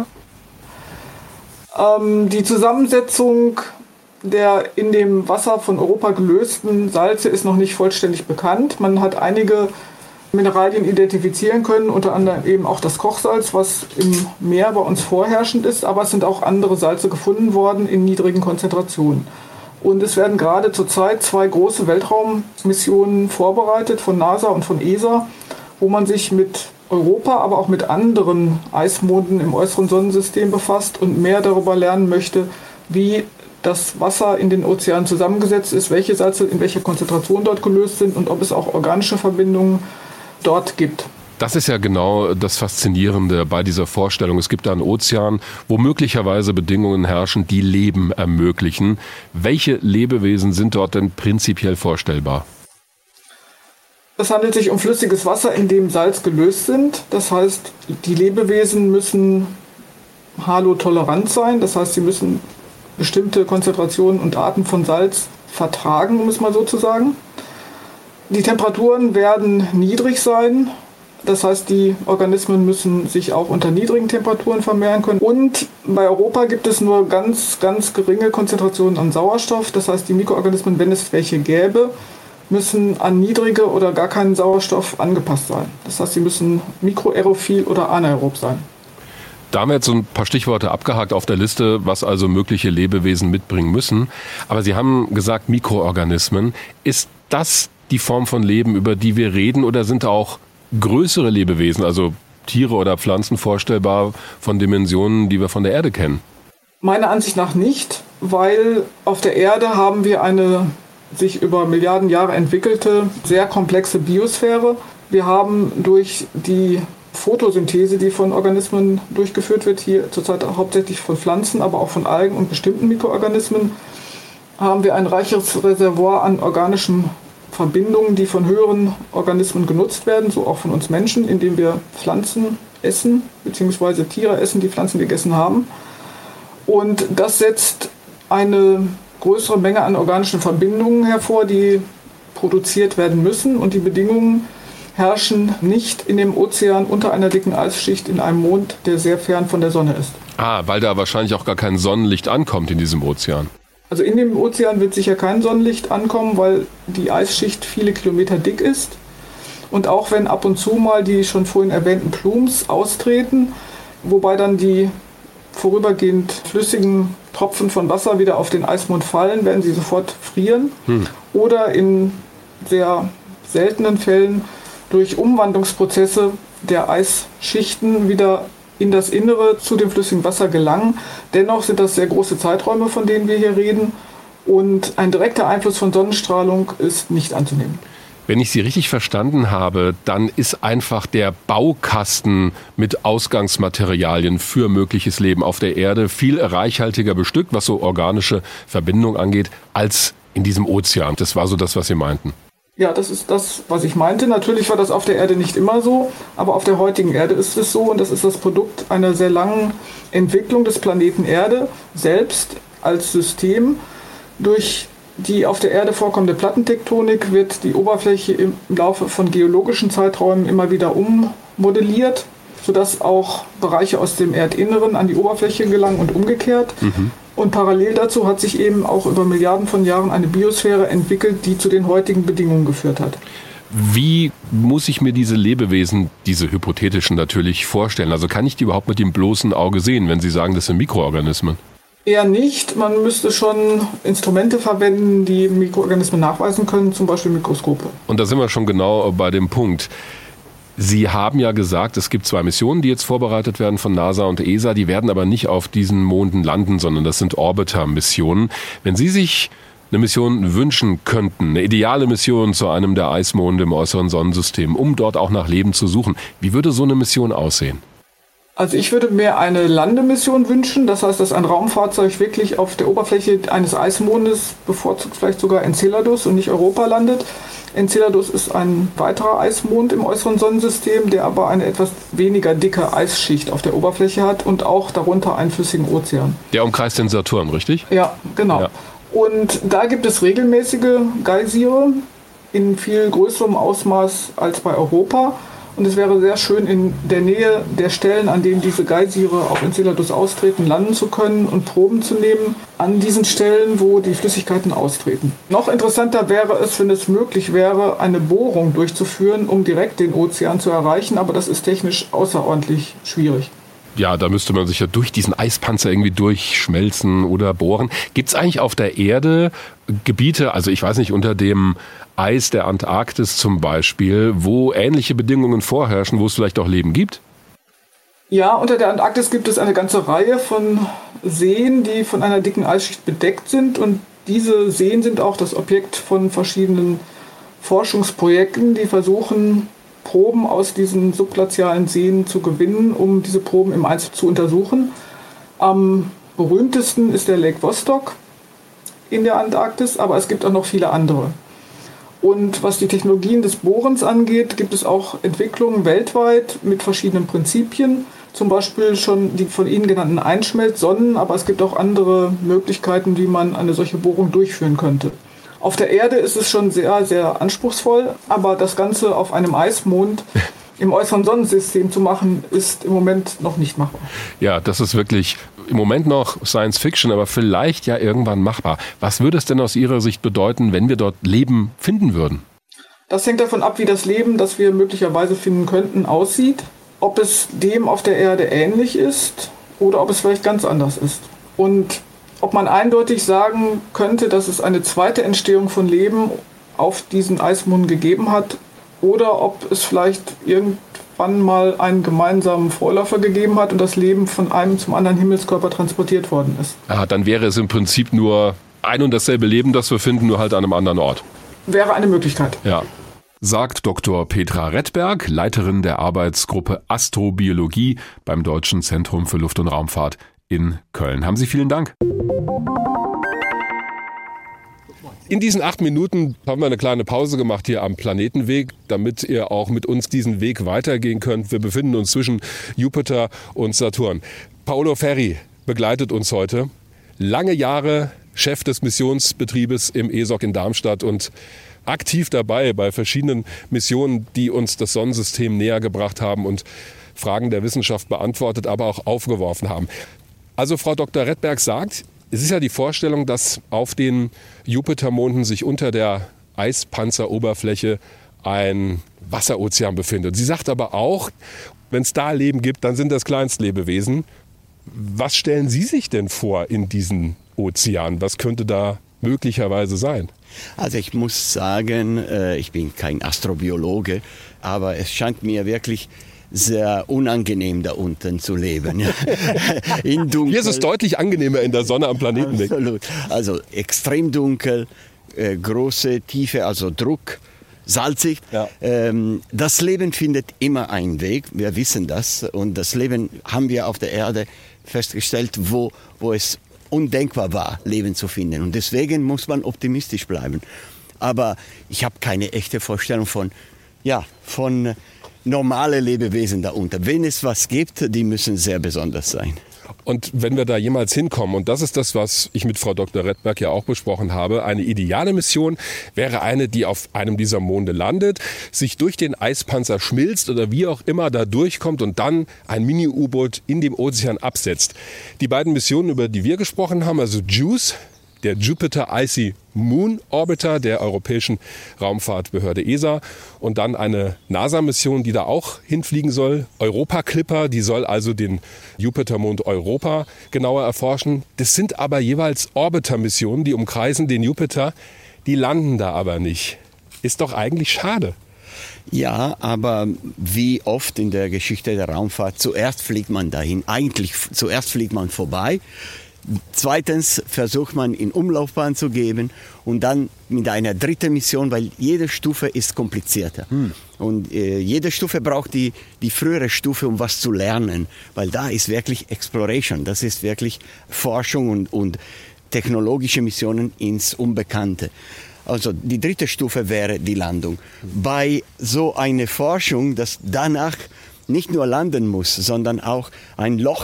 Die Zusammensetzung der in dem Wasser von Europa gelösten Salze ist noch nicht vollständig bekannt. Man hat einige Mineralien identifizieren können, unter anderem eben auch das Kochsalz, was im Meer bei uns vorherrschend ist, aber es sind auch andere Salze gefunden worden in niedrigen Konzentrationen. Und es werden gerade zurzeit 2 große Weltraummissionen vorbereitet von NASA und von ESA, wo man sich mit Europa, aber auch mit anderen Eismonden im äußeren Sonnensystem befasst und mehr darüber lernen möchte, wie das Wasser in den Ozeanen zusammengesetzt ist, welche Salze in welcher Konzentration dort gelöst sind und ob es auch organische Verbindungen dort gibt. Das ist ja genau das Faszinierende bei dieser Vorstellung. Es gibt da einen Ozean, wo möglicherweise Bedingungen herrschen, die Leben ermöglichen. Welche Lebewesen sind dort denn prinzipiell vorstellbar? Es handelt sich um flüssiges Wasser, in dem Salz gelöst sind. Das heißt, die Lebewesen müssen halotolerant sein. Das heißt, sie müssen bestimmte Konzentrationen und Arten von Salz vertragen, um es mal so zu sagen. Die Temperaturen werden niedrig sein. Das heißt, die Organismen müssen sich auch unter niedrigen Temperaturen vermehren können. Und bei Europa gibt es nur ganz, ganz geringe Konzentrationen an Sauerstoff. Das heißt, die Mikroorganismen, wenn es welche gäbe, müssen an niedrige oder gar keinen Sauerstoff angepasst sein. Das heißt, sie müssen mikroaerophil oder anaerob sein. Da haben wir jetzt so ein paar Stichworte abgehakt auf der Liste, was also mögliche Lebewesen mitbringen müssen. Aber Sie haben gesagt Mikroorganismen. Ist das die Form von Leben, über die wir reden, oder sind auch größere Lebewesen, also Tiere oder Pflanzen, vorstellbar von Dimensionen, die wir von der Erde kennen? Meiner Ansicht nach nicht, weil auf der Erde haben wir eine sich über Milliarden Jahre entwickelte, sehr komplexe Biosphäre. Wir haben durch die Photosynthese, die von Organismen durchgeführt wird, hier zurzeit hauptsächlich von Pflanzen, aber auch von Algen und bestimmten Mikroorganismen, haben wir ein reiches Reservoir an organischen Verbindungen, die von höheren Organismen genutzt werden, so auch von uns Menschen, indem wir Pflanzen essen, beziehungsweise Tiere essen, die Pflanzen gegessen haben. Und das setzt eine größere Menge an organischen Verbindungen hervor, die produziert werden müssen, und die Bedingungen herrschen nicht in dem Ozean unter einer dicken Eisschicht in einem Mond, der sehr fern von der Sonne ist. Weil da wahrscheinlich auch gar kein Sonnenlicht ankommt in diesem Ozean. Also in dem Ozean wird sicher kein Sonnenlicht ankommen, weil die Eisschicht viele Kilometer dick ist. Und auch wenn ab und zu mal die schon vorhin erwähnten Plumes austreten, wobei dann die vorübergehend flüssigen Tropfen von Wasser wieder auf den Eismond fallen, werden sie sofort frieren. Oder in sehr seltenen Fällen durch Umwandlungsprozesse der Eisschichten wieder in das Innere zu dem flüssigen Wasser gelangen. Dennoch sind das sehr große Zeiträume, von denen wir hier reden. Und ein direkter Einfluss von Sonnenstrahlung ist nicht anzunehmen. Wenn ich Sie richtig verstanden habe, dann ist einfach der Baukasten mit Ausgangsmaterialien für mögliches Leben auf der Erde viel reichhaltiger bestückt, was so organische Verbindung angeht, als in diesem Ozean. Das war so das, was Sie meinten. Ja, das ist das, was ich meinte. Natürlich war das auf der Erde nicht immer so, aber auf der heutigen Erde ist es so, und das ist das Produkt einer sehr langen Entwicklung des Planeten Erde selbst als System. Durch die auf der Erde vorkommende Plattentektonik wird die Oberfläche im Laufe von geologischen Zeiträumen immer wieder ummodelliert, sodass auch Bereiche aus dem Erdinneren an die Oberfläche gelangen und umgekehrt. Und parallel dazu hat sich eben auch über Milliarden von Jahren eine Biosphäre entwickelt, die zu den heutigen Bedingungen geführt hat. Wie muss ich mir diese Lebewesen, diese hypothetischen natürlich, vorstellen? Also kann ich die überhaupt mit dem bloßen Auge sehen, wenn Sie sagen, das sind Mikroorganismen? Eher nicht. Man müsste schon Instrumente verwenden, die Mikroorganismen nachweisen können, zum Beispiel Mikroskope. Und da sind wir schon genau bei dem Punkt. Sie haben ja gesagt, es gibt 2 Missionen, die jetzt vorbereitet werden von NASA und ESA. Die werden aber nicht auf diesen Monden landen, sondern das sind Orbiter-Missionen. Wenn Sie sich eine Mission wünschen könnten, eine ideale Mission zu einem der Eismonde im äußeren Sonnensystem, um dort auch nach Leben zu suchen, wie würde so eine Mission aussehen? Also ich würde mir eine Landemission wünschen. Das heißt, dass ein Raumfahrzeug wirklich auf der Oberfläche eines Eismondes, bevorzugt vielleicht sogar Enceladus und nicht Europa, landet. Enceladus ist ein weiterer Eismond im äußeren Sonnensystem, der aber eine etwas weniger dicke Eisschicht auf der Oberfläche hat und auch darunter einen flüssigen Ozean. Der umkreist den Saturn, richtig? Ja, genau. Ja. Und da gibt es regelmäßige Geysire in viel größerem Ausmaß als bei Europa. Und es wäre sehr schön, in der Nähe der Stellen, an denen diese Geysire auf Enceladus austreten, landen zu können und Proben zu nehmen an diesen Stellen, wo die Flüssigkeiten austreten. Noch interessanter wäre es, wenn es möglich wäre, eine Bohrung durchzuführen, um direkt den Ozean zu erreichen, aber das ist technisch außerordentlich schwierig. Ja, da müsste man sich ja durch diesen Eispanzer irgendwie durchschmelzen oder bohren. Gibt es eigentlich auf der Erde Gebiete, also ich weiß nicht, unter dem Eis der Antarktis zum Beispiel, wo ähnliche Bedingungen vorherrschen, wo es vielleicht auch Leben gibt? Ja, unter der Antarktis gibt es eine ganze Reihe von Seen, die von einer dicken Eisschicht bedeckt sind. Und diese Seen sind auch das Objekt von verschiedenen Forschungsprojekten, die versuchen, Proben aus diesen subglazialen Seen zu gewinnen, um diese Proben im Eis zu untersuchen. Am berühmtesten ist der Lake Vostok in der Antarktis, aber es gibt auch noch viele andere. Und was die Technologien des Bohrens angeht, gibt es auch Entwicklungen weltweit mit verschiedenen Prinzipien. Zum Beispiel schon die von Ihnen genannten Einschmelzsonnen, aber es gibt auch andere Möglichkeiten, wie man eine solche Bohrung durchführen könnte. Auf der Erde ist es schon sehr, sehr anspruchsvoll, aber das Ganze auf einem Eismond im äußeren Sonnensystem zu machen, ist im Moment noch nicht machbar. Ja, das ist wirklich im Moment noch Science Fiction, aber vielleicht ja irgendwann machbar. Was würde es denn aus Ihrer Sicht bedeuten, wenn wir dort Leben finden würden? Das hängt davon ab, wie das Leben, das wir möglicherweise finden könnten, aussieht. Ob es dem auf der Erde ähnlich ist oder ob es vielleicht ganz anders ist. Und ob man eindeutig sagen könnte, dass es eine zweite Entstehung von Leben auf diesen Eismonden gegeben hat oder ob es vielleicht irgendwann mal einen gemeinsamen Vorläufer gegeben hat und das Leben von einem zum anderen Himmelskörper transportiert worden ist. Ja, dann wäre es im Prinzip nur ein und dasselbe Leben, das wir finden, nur halt an einem anderen Ort. Wäre eine Möglichkeit. Ja. Sagt Dr. Petra Redberg, Leiterin der Arbeitsgruppe Astrobiologie beim Deutschen Zentrum für Luft- und Raumfahrt in Köln. Haben Sie vielen Dank. In diesen 8 Minuten haben wir eine kleine Pause gemacht hier am Planetenweg, damit ihr auch mit uns diesen Weg weitergehen könnt. Wir befinden uns zwischen Jupiter und Saturn. Paolo Ferri begleitet uns heute. Lange Jahre Chef des Missionsbetriebes im ESOC in Darmstadt und aktiv dabei bei verschiedenen Missionen, die uns das Sonnensystem näher gebracht haben und Fragen der Wissenschaft beantwortet, aber auch aufgeworfen haben. Also Frau Dr. Redberg sagt, es ist ja die Vorstellung, dass auf den Jupitermonden sich unter der Eispanzeroberfläche ein Wasserozean befindet. Sie sagt aber auch, wenn es da Leben gibt, dann sind das Kleinstlebewesen. Was stellen Sie sich denn vor in diesen Ozean? Was könnte da möglicherweise sein? Also ich muss sagen, ich bin kein Astrobiologe, aber es scheint mir wirklich sehr unangenehm da unten zu leben. In dunkel. Hier ist es deutlich angenehmer in der Sonne am Planetenweg. Absolut. Also extrem dunkel, große Tiefe, also Druck, salzig. Ja. Das Leben findet immer einen Weg, wir wissen das. Und das Leben haben wir auf der Erde festgestellt, wo es undenkbar war, Leben zu finden. Und deswegen muss man optimistisch bleiben. Aber ich habe keine echte Vorstellung von normale Lebewesen da unten. Wenn es was gibt, die müssen sehr besonders sein. Und wenn wir da jemals hinkommen, und das ist das, was ich mit Frau Dr. Redberg ja auch besprochen habe, eine ideale Mission wäre eine, die auf einem dieser Monde landet, sich durch den Eispanzer schmilzt oder wie auch immer da durchkommt und dann ein Mini-U-Boot in dem Ozean absetzt. Die beiden Missionen, über die wir gesprochen haben, also JUICE, der Jupiter Icy Moon Orbiter der Europäischen Raumfahrtbehörde ESA und dann eine NASA-Mission, die da auch hinfliegen soll, Europa Clipper, die soll also den Jupitermond Europa genauer erforschen. Das sind aber jeweils Orbiter-Missionen, die umkreisen den Jupiter, die landen da aber nicht. Ist doch eigentlich schade. Ja, aber wie oft in der Geschichte der Raumfahrt, zuerst fliegt man dahin, zuerst fliegt man vorbei. Zweitens versucht man in Umlaufbahn zu geben und dann mit einer dritten Mission, weil jede Stufe ist komplizierter. Und jede Stufe braucht die frühere Stufe, um was zu lernen, weil da ist wirklich Exploration, das ist wirklich Forschung und technologische Missionen ins Unbekannte. Also die dritte Stufe wäre die Landung. Bei so einer Forschung, das danach nicht nur landen muss, sondern auch ein Loch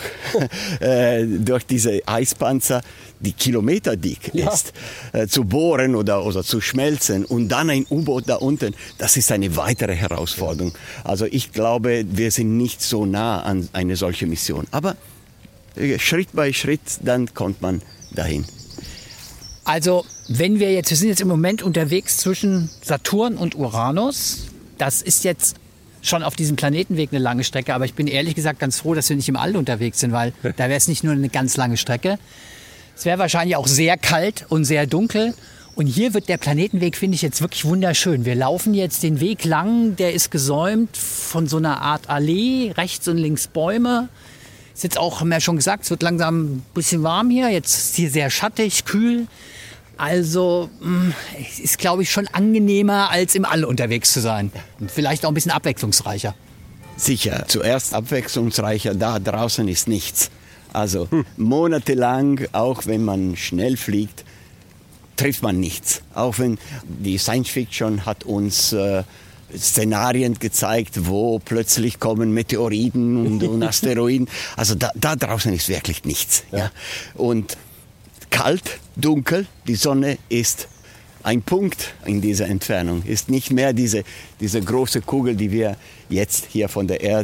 durch diese Eispanzer, die kilometerdick ist, zu bohren oder zu schmelzen und dann ein U-Boot da unten, das ist eine weitere Herausforderung. Also ich glaube, wir sind nicht so nah an eine solche Mission. Aber Schritt bei Schritt, dann kommt man dahin. Also wir sind jetzt im Moment unterwegs zwischen Saturn und Uranus. Das ist jetzt schon auf diesem Planetenweg eine lange Strecke, aber ich bin ehrlich gesagt ganz froh, dass wir nicht im All unterwegs sind, weil da wäre es nicht nur eine ganz lange Strecke. Es wäre wahrscheinlich auch sehr kalt und sehr dunkel. Und hier wird der Planetenweg, finde ich, jetzt wirklich wunderschön. Wir laufen jetzt den Weg lang, der ist gesäumt von so einer Art Allee, rechts und links Bäume. Ist jetzt auch, haben wir ja schon gesagt, es wird langsam ein bisschen warm hier. Jetzt ist hier sehr schattig, kühl. Also es ist, glaube ich, schon angenehmer, als im All unterwegs zu sein. Und vielleicht auch ein bisschen abwechslungsreicher. Sicher, zuerst abwechslungsreicher, da draußen ist nichts. Also monatelang, auch wenn man schnell fliegt, trifft man nichts. Auch wenn die Science Fiction hat uns Szenarien gezeigt, wo plötzlich kommen Meteoriten und Asteroiden. Also da draußen ist wirklich nichts. Ja. Und kalt, dunkel, die Sonne ist ein Punkt in dieser Entfernung. Ist nicht mehr diese große Kugel, die wir jetzt hier von der Erde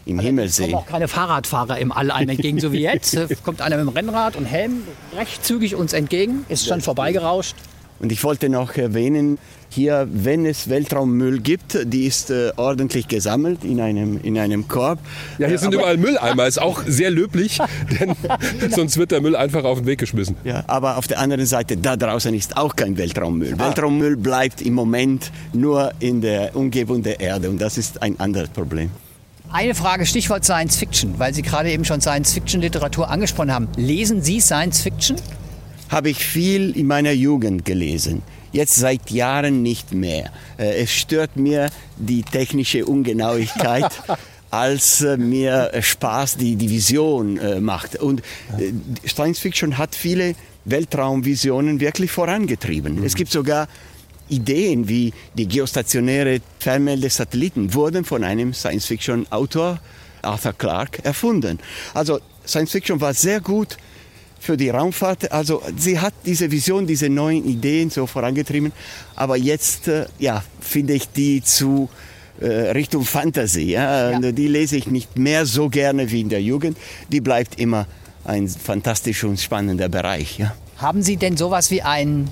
im Himmel Es kommen sehen. auch keine Fahrradfahrer im All einem entgegen, so wie jetzt. Kommt einer mit dem Rennrad und Helm recht zügig uns entgegen, ist schon vorbeigerauscht. Und ich wollte noch erwähnen, hier, wenn es Weltraummüll gibt, die ist ordentlich gesammelt in einem Korb. Ja, hier sind überall Mülleimer, ist auch sehr löblich, denn sonst wird der Müll einfach auf den Weg geschmissen. Ja, aber auf der anderen Seite, da draußen ist auch kein Weltraummüll. Weltraummüll bleibt im Moment nur in der Umgebung der Erde und das ist ein anderes Problem. Eine Frage, Stichwort Science Fiction, weil Sie gerade eben schon Science Fiction Literatur angesprochen haben. Lesen Sie Science Fiction? Habe ich viel in meiner Jugend gelesen. Jetzt seit Jahren nicht mehr. Es stört mir die technische Ungenauigkeit, als mir Spaß die Vision macht. Und Science Fiction hat viele Weltraumvisionen wirklich vorangetrieben. Es gibt sogar Ideen wie die geostationäre Fernmeldesatelliten wurden von einem Science-Fiction-Autor, Arthur Clarke, erfunden. Also Science-Fiction war sehr gut für die Raumfahrt. Also sie hat diese Vision, diese neuen Ideen so vorangetrieben. Aber jetzt finde ich die zu Richtung Fantasy. Ja? Die lese ich nicht mehr so gerne wie in der Jugend. Die bleibt immer ein fantastischer und spannender Bereich. Ja? Haben Sie denn sowas wie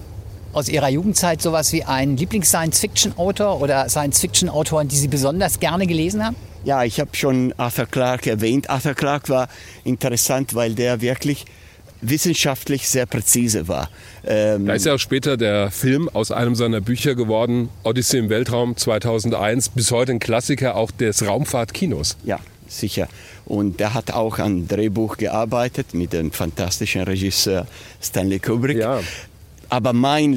aus Ihrer Jugendzeit sowas wie einen Lieblings-Science-Fiction-Autor oder Science-Fiction-Autoren, die Sie besonders gerne gelesen haben? Ja, ich habe schon Arthur Clarke erwähnt. Arthur Clarke war interessant, weil der wirklich wissenschaftlich sehr präzise war. Da ist ja auch später der Film aus einem seiner Bücher geworden, Odyssee im Weltraum 2001, bis heute ein Klassiker auch des Raumfahrtkinos. Ja, sicher. Und der hat auch an Drehbuch gearbeitet mit dem fantastischen Regisseur Stanley Kubrick. Ja. Aber mein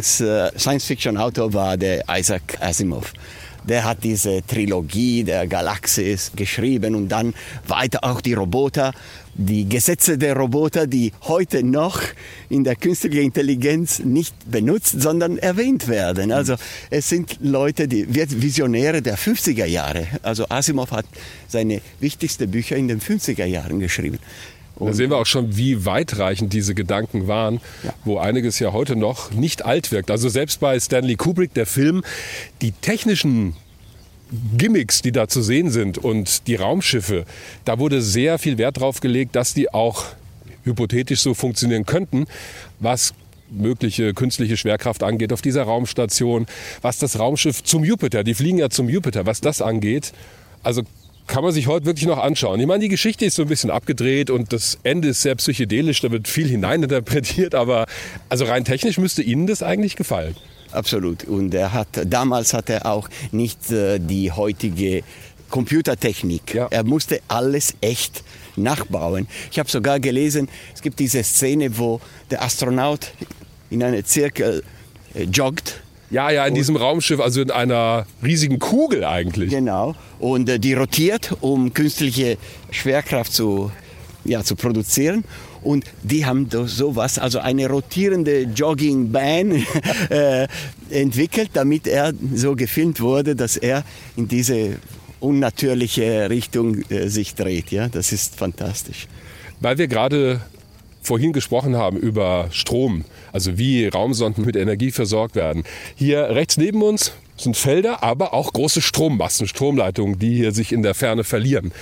Lieblings-Science-Fiction-Autor war der Isaac Asimov. Der hat diese Trilogie der Galaxis geschrieben und dann weiter auch die Roboter, die Gesetze der Roboter, die heute noch in der künstlichen Intelligenz nicht benutzt, sondern erwähnt werden. Also es sind Leute, Visionäre der 50er Jahre. Also Asimov hat seine wichtigsten Bücher in den 50er Jahren geschrieben. Da sehen wir auch schon, wie weitreichend diese Gedanken waren, wo einiges ja heute noch nicht alt wirkt. Also selbst bei Stanley Kubrick, der Film, die technischen Gimmicks, die da zu sehen sind und die Raumschiffe, da wurde sehr viel Wert drauf gelegt, dass die auch hypothetisch so funktionieren könnten, was mögliche künstliche Schwerkraft angeht auf dieser Raumstation, was das Raumschiff zum Jupiter, die fliegen ja zum Jupiter, was das angeht. Also kann man sich heute wirklich noch anschauen. Ich meine, die Geschichte ist so ein bisschen abgedreht und das Ende ist sehr psychedelisch, da wird viel hineininterpretiert, aber also rein technisch müsste Ihnen das eigentlich gefallen. Absolut. Und damals hat er auch nicht die heutige Computertechnik. Ja. Er musste alles echt nachbauen. Ich habe sogar gelesen, es gibt diese Szene, wo der Astronaut in einem Zirkel joggt. Ja, in diesem Raumschiff, also in einer riesigen Kugel eigentlich. Genau. Und die rotiert, um künstliche Schwerkraft zu produzieren. Und die haben sowas, also eine rotierende Joggingbahn entwickelt, damit er so gefilmt wurde, dass er in diese unnatürliche Richtung sich dreht. Ja, das ist fantastisch. Weil wir gerade vorhin gesprochen haben über Strom, also wie Raumsonden mit Energie versorgt werden. Hier rechts neben uns sind Felder, aber auch große Strommassen, Stromleitungen, die hier sich in der Ferne verlieren.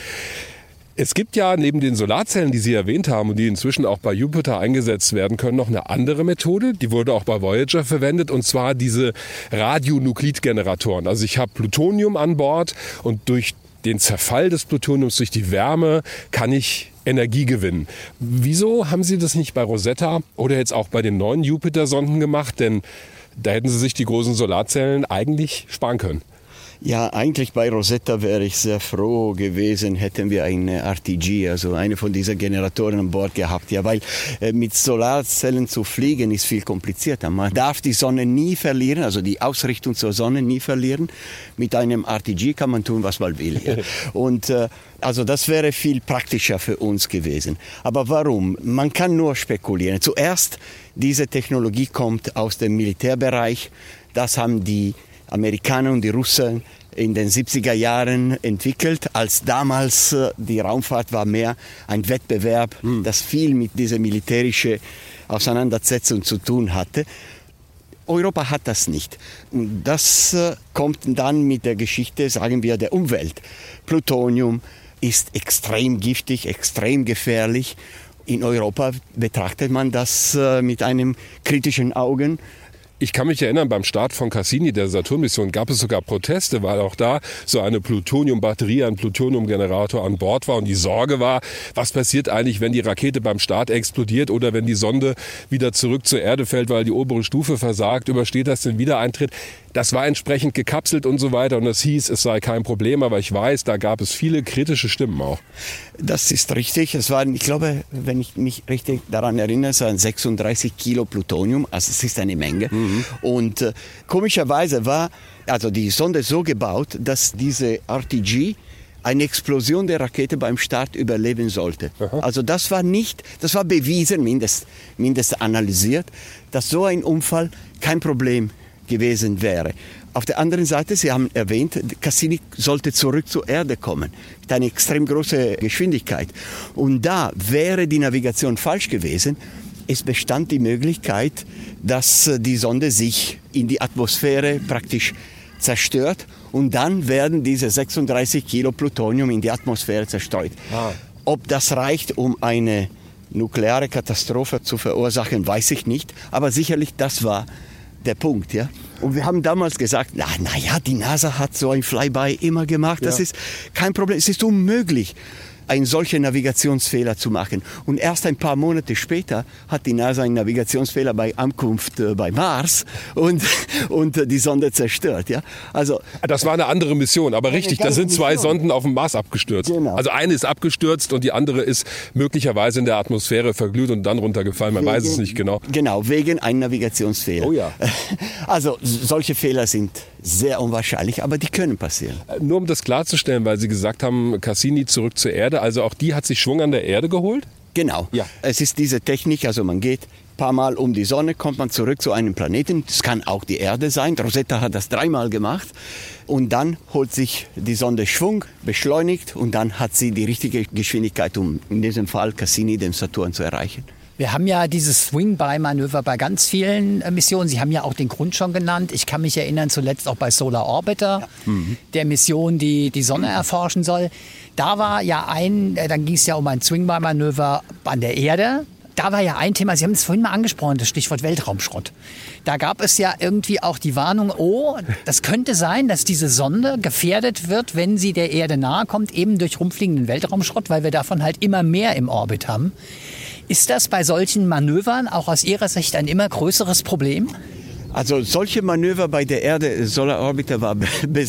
Es gibt ja neben den Solarzellen, die Sie erwähnt haben und die inzwischen auch bei Jupiter eingesetzt werden können, noch eine andere Methode. Die wurde auch bei Voyager verwendet, und zwar diese Radionuklidgeneratoren. Also ich habe Plutonium an Bord und durch den Zerfall des Plutoniums, durch die Wärme, kann ich Energie gewinnen. Wieso haben Sie das nicht bei Rosetta oder jetzt auch bei den neuen Jupiter-Sonden gemacht? Denn da hätten Sie sich die großen Solarzellen eigentlich sparen können. Ja, eigentlich bei Rosetta wäre ich sehr froh gewesen, hätten wir eine RTG, also eine von diesen Generatoren an Bord gehabt. Ja, weil mit Solarzellen zu fliegen ist viel komplizierter. Man darf die Sonne nie verlieren, also die Ausrichtung zur Sonne nie verlieren. Mit einem RTG kann man tun, was man will. Ja. Und also das wäre viel praktischer für uns gewesen. Aber warum? Man kann nur spekulieren. Zuerst, diese Technologie kommt aus dem Militärbereich. Das haben die Amerikaner und die Russen in den 70er Jahren entwickelt, als damals die Raumfahrt war mehr ein Wettbewerb, das viel mit dieser militärischen Auseinandersetzung zu tun hatte. Europa hat das nicht. Und das kommt dann mit der Geschichte, sagen wir, der Umwelt. Plutonium, ist extrem giftig, extrem gefährlich. In Europa betrachtet man das mit einem kritischen Auge. Ich kann mich erinnern, beim Start von Cassini, der Saturn-Mission, gab es sogar Proteste, weil auch da so eine Plutoniumbatterie, ein Plutoniumgenerator an Bord war und die Sorge war, was passiert eigentlich, wenn die Rakete beim Start explodiert oder wenn die Sonde wieder zurück zur Erde fällt, weil die obere Stufe versagt, übersteht das den Wiedereintritt? Das war entsprechend gekapselt und so weiter und es hieß, es sei kein Problem, aber ich weiß, da gab es viele kritische Stimmen auch. Das ist richtig. Es waren, ich glaube, wenn ich mich richtig daran erinnere, es waren 36 Kilo Plutonium, also es ist eine Menge. Und komischerweise war also die Sonde so gebaut, dass diese RTG eine Explosion der Rakete beim Start überleben sollte. Aha. Also das war bewiesen, mindestens analysiert, dass so ein Unfall kein Problem gewesen wäre. Auf der anderen Seite, Sie haben erwähnt, Cassini sollte zurück zur Erde kommen, mit einer extrem großen Geschwindigkeit. Und da wäre die Navigation falsch gewesen. Es bestand die Möglichkeit, dass die Sonde sich in die Atmosphäre praktisch zerstört und dann werden diese 36 Kilo Plutonium in die Atmosphäre zerstreut. Ob das reicht, um eine nukleare Katastrophe zu verursachen, weiß ich nicht, aber sicherlich das war der Punkt, ja. Und wir haben damals gesagt, na ja, die NASA hat so ein Flyby immer gemacht, das ist kein Problem, es ist unmöglich, einen solchen Navigationsfehler zu machen. Und erst ein paar Monate später hat die NASA einen Navigationsfehler bei Ankunft bei Mars und die Sonde zerstört. Ja? Also, das war eine andere Mission, aber richtig, da sind zwei Sonden auf dem Mars abgestürzt. Genau. Also eine ist abgestürzt und die andere ist möglicherweise in der Atmosphäre verglüht und dann runtergefallen, man weiß es nicht genau. Genau, wegen einem Navigationsfehler. Oh ja. Also solche Fehler sind sehr unwahrscheinlich, aber die können passieren. Nur um das klarzustellen, weil Sie gesagt haben, Cassini zurück zur Erde, also auch die hat sich Schwung an der Erde geholt? Genau. Ja. Es ist diese Technik, also man geht ein paar Mal um die Sonne, kommt man zurück zu einem Planeten. Das kann auch die Erde sein. Rosetta hat das 3-mal gemacht. Und dann holt sich die Sonde Schwung, beschleunigt und dann hat sie die richtige Geschwindigkeit, um in diesem Fall Cassini, den Saturn, zu erreichen. Wir haben ja dieses Swing-By-Manöver bei ganz vielen Missionen. Sie haben ja auch den Grund schon genannt. Ich kann mich erinnern, zuletzt auch bei Solar Orbiter, der Mission, die die Sonne erforschen soll. Da war ja dann ging es ja um ein Swing-By-Manöver an der Erde. Da war ja ein Thema, Sie haben es vorhin mal angesprochen, das Stichwort Weltraumschrott. Da gab es ja irgendwie auch die Warnung, das könnte sein, dass diese Sonde gefährdet wird, wenn sie der Erde nahe kommt, eben durch rumfliegenden Weltraumschrott, weil wir davon halt immer mehr im Orbit haben. Ist das bei solchen Manövern auch aus Ihrer Sicht ein immer größeres Problem? Also solche Manöver bei der Erde, Solar Orbiter hatte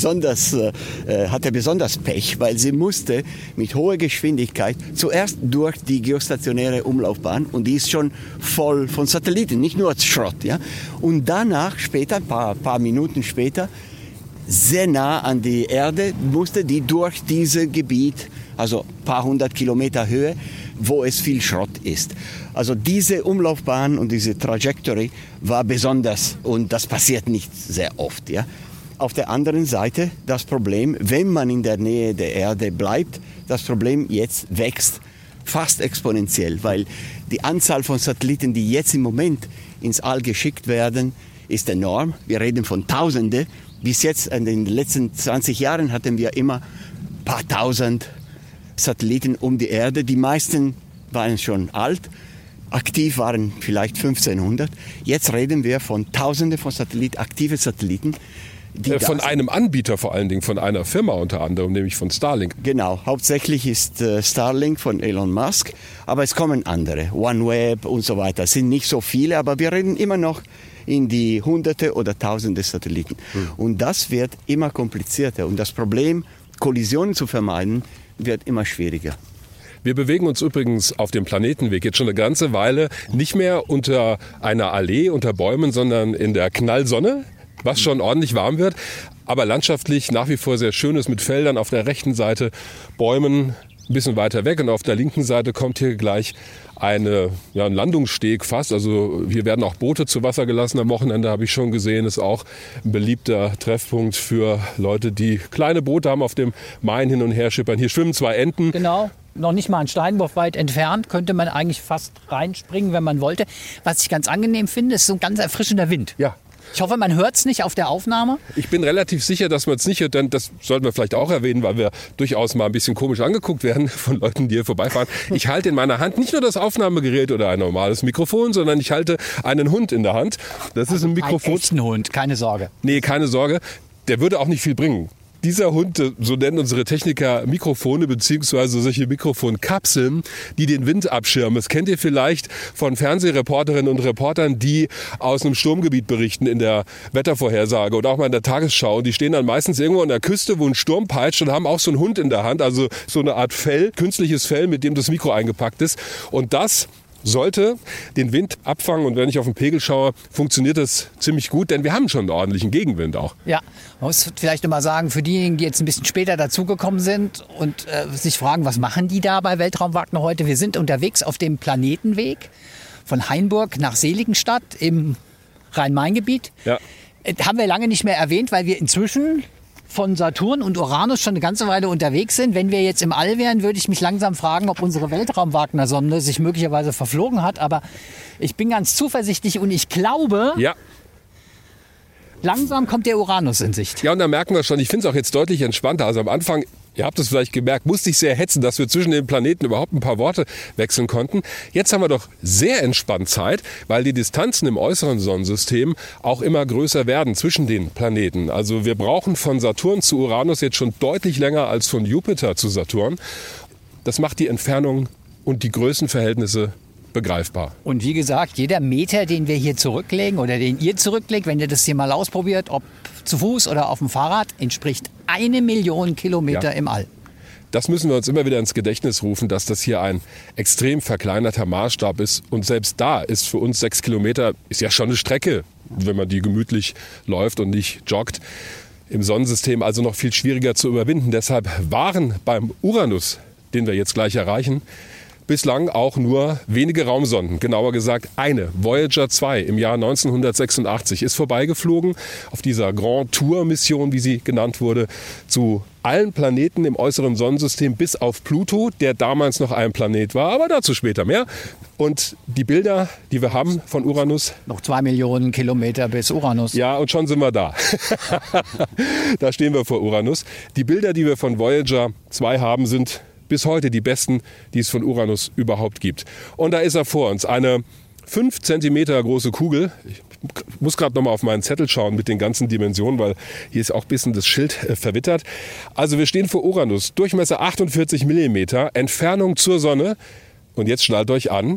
besonders Pech, weil sie musste mit hoher Geschwindigkeit zuerst durch die geostationäre Umlaufbahn und die ist schon voll von Satelliten, nicht nur als Schrott. Ja? Und danach später, ein paar Minuten später, sehr nah an die Erde, musste die durch dieses Gebiet, also ein paar 100 Kilometer Höhe, wo es viel Schrott ist. Also diese Umlaufbahn und diese Trajectory war besonders und das passiert nicht sehr oft. Ja. Auf der anderen Seite das Problem, wenn man in der Nähe der Erde bleibt, das Problem jetzt wächst fast exponentiell, weil die Anzahl von Satelliten, die jetzt im Moment ins All geschickt werden, ist enorm. Wir reden von Tausende. Bis jetzt in den letzten 20 Jahren hatten wir immer ein paar tausend Satelliten um die Erde. Die meisten waren schon alt. Aktiv waren vielleicht 1500. Jetzt reden wir von Tausenden von aktiven Satelliten. Von einem Anbieter vor allen Dingen, von einer Firma unter anderem, nämlich von Starlink. Genau, hauptsächlich ist Starlink von Elon Musk, aber es kommen andere, OneWeb und so weiter. Es sind nicht so viele, aber wir reden immer noch in die Hunderte oder Tausende Satelliten. Und das wird immer komplizierter und das Problem, Kollisionen zu vermeiden, wird immer schwieriger. Wir bewegen uns übrigens auf dem Planetenweg jetzt schon eine ganze Weile nicht mehr unter einer Allee, unter Bäumen, sondern in der Knallsonne, was schon ordentlich warm wird, aber landschaftlich nach wie vor sehr schön ist mit Feldern auf der rechten Seite, Bäumen ein bisschen weiter weg und auf der linken Seite kommt hier gleich ein Landungssteg fast. Also hier werden auch Boote zu Wasser gelassen am Wochenende, habe ich schon gesehen. Ist auch ein beliebter Treffpunkt für Leute, die kleine Boote haben, auf dem Main hin und her schippern. Hier schwimmen 2 Enten. Genau. Noch nicht mal ein Steinwurf weit entfernt, könnte man eigentlich fast reinspringen, wenn man wollte. Was ich ganz angenehm finde, ist so ein ganz erfrischender Wind. Ja. Ich hoffe, man hört es nicht auf der Aufnahme. Ich bin relativ sicher, dass man es nicht hört, denn das sollten wir vielleicht auch erwähnen, weil wir durchaus mal ein bisschen komisch angeguckt werden von Leuten, die hier vorbeifahren. Ich halte in meiner Hand nicht nur das Aufnahmegerät oder ein normales Mikrofon, sondern ich halte einen Hund in der Hand. Das ist ein Mikrofon. Einen echten Hund, keine Sorge. Nee, keine Sorge. Der würde auch nicht viel bringen. Dieser Hund, so nennen unsere Techniker Mikrofone beziehungsweise solche Mikrofonkapseln, die den Wind abschirmen. Das kennt ihr vielleicht von Fernsehreporterinnen und Reportern, die aus einem Sturmgebiet berichten in der Wettervorhersage oder auch mal in der Tagesschau. Die stehen dann meistens irgendwo an der Küste, wo ein Sturm peitscht und haben auch so einen Hund in der Hand, also so eine Art Fell, künstliches Fell, mit dem das Mikro eingepackt ist. Und das sollte den Wind abfangen, und wenn ich auf den Pegel schaue, funktioniert das ziemlich gut, denn wir haben schon einen ordentlichen Gegenwind auch. Ja, man muss vielleicht nochmal sagen, für diejenigen, die jetzt ein bisschen später dazugekommen sind und sich fragen, was machen die da bei Weltraum Wagner heute? Wir sind unterwegs auf dem Planetenweg von Hainburg nach Seligenstadt im Rhein-Main-Gebiet. Ja. Haben wir lange nicht mehr erwähnt, weil wir inzwischen von Saturn und Uranus schon eine ganze Weile unterwegs sind. Wenn wir jetzt im All wären, würde ich mich langsam fragen, ob unsere Weltraum-Wagner-Sonde sich möglicherweise verflogen hat. Aber ich bin ganz zuversichtlich und ich glaube, Ja. langsam kommt der Uranus in Sicht. Ja, und da merken wir schon, ich finde es auch jetzt deutlich entspannter. Also am Anfang, ihr habt es vielleicht gemerkt, musste ich sehr hetzen, dass wir zwischen den Planeten überhaupt ein paar Worte wechseln konnten. Jetzt haben wir doch sehr entspannt Zeit, weil die Distanzen im äußeren Sonnensystem auch immer größer werden zwischen den Planeten. Also wir brauchen von Saturn zu Uranus jetzt schon deutlich länger als von Jupiter zu Saturn. Das macht die Entfernung und die Größenverhältnisse begreifbar. Und wie gesagt, jeder Meter, den wir hier zurücklegen oder den ihr zurücklegt, wenn ihr das hier mal ausprobiert, ob zu Fuß oder auf dem Fahrrad, entspricht 1 Million Kilometer im All. Das müssen wir uns immer wieder ins Gedächtnis rufen, dass das hier ein extrem verkleinerter Maßstab ist. Und selbst da ist für uns 6 Kilometer ist ja schon eine Strecke, wenn man die gemütlich läuft und nicht joggt. Im Sonnensystem also noch viel schwieriger zu überwinden. Deshalb waren beim Uranus, den wir jetzt gleich erreichen, bislang auch nur wenige Raumsonden, genauer gesagt eine. Voyager 2 im Jahr 1986 ist vorbeigeflogen auf dieser Grand Tour Mission, wie sie genannt wurde, zu allen Planeten im äußeren Sonnensystem bis auf Pluto, der damals noch ein Planet war, aber dazu später mehr. Und die Bilder, die wir haben von Uranus. Noch 2 Millionen Kilometer bis Uranus. Ja, und schon sind wir da. Da stehen wir vor Uranus. Die Bilder, die wir von Voyager 2 haben, sind bis heute die besten, die es von Uranus überhaupt gibt. Und da ist er vor uns, eine 5 Zentimeter große Kugel. Ich muss gerade noch mal auf meinen Zettel schauen mit den ganzen Dimensionen, weil hier ist auch ein bisschen das Schild verwittert. Also wir stehen vor Uranus, Durchmesser 48 Millimeter, Entfernung zur Sonne, und jetzt schnallt euch an,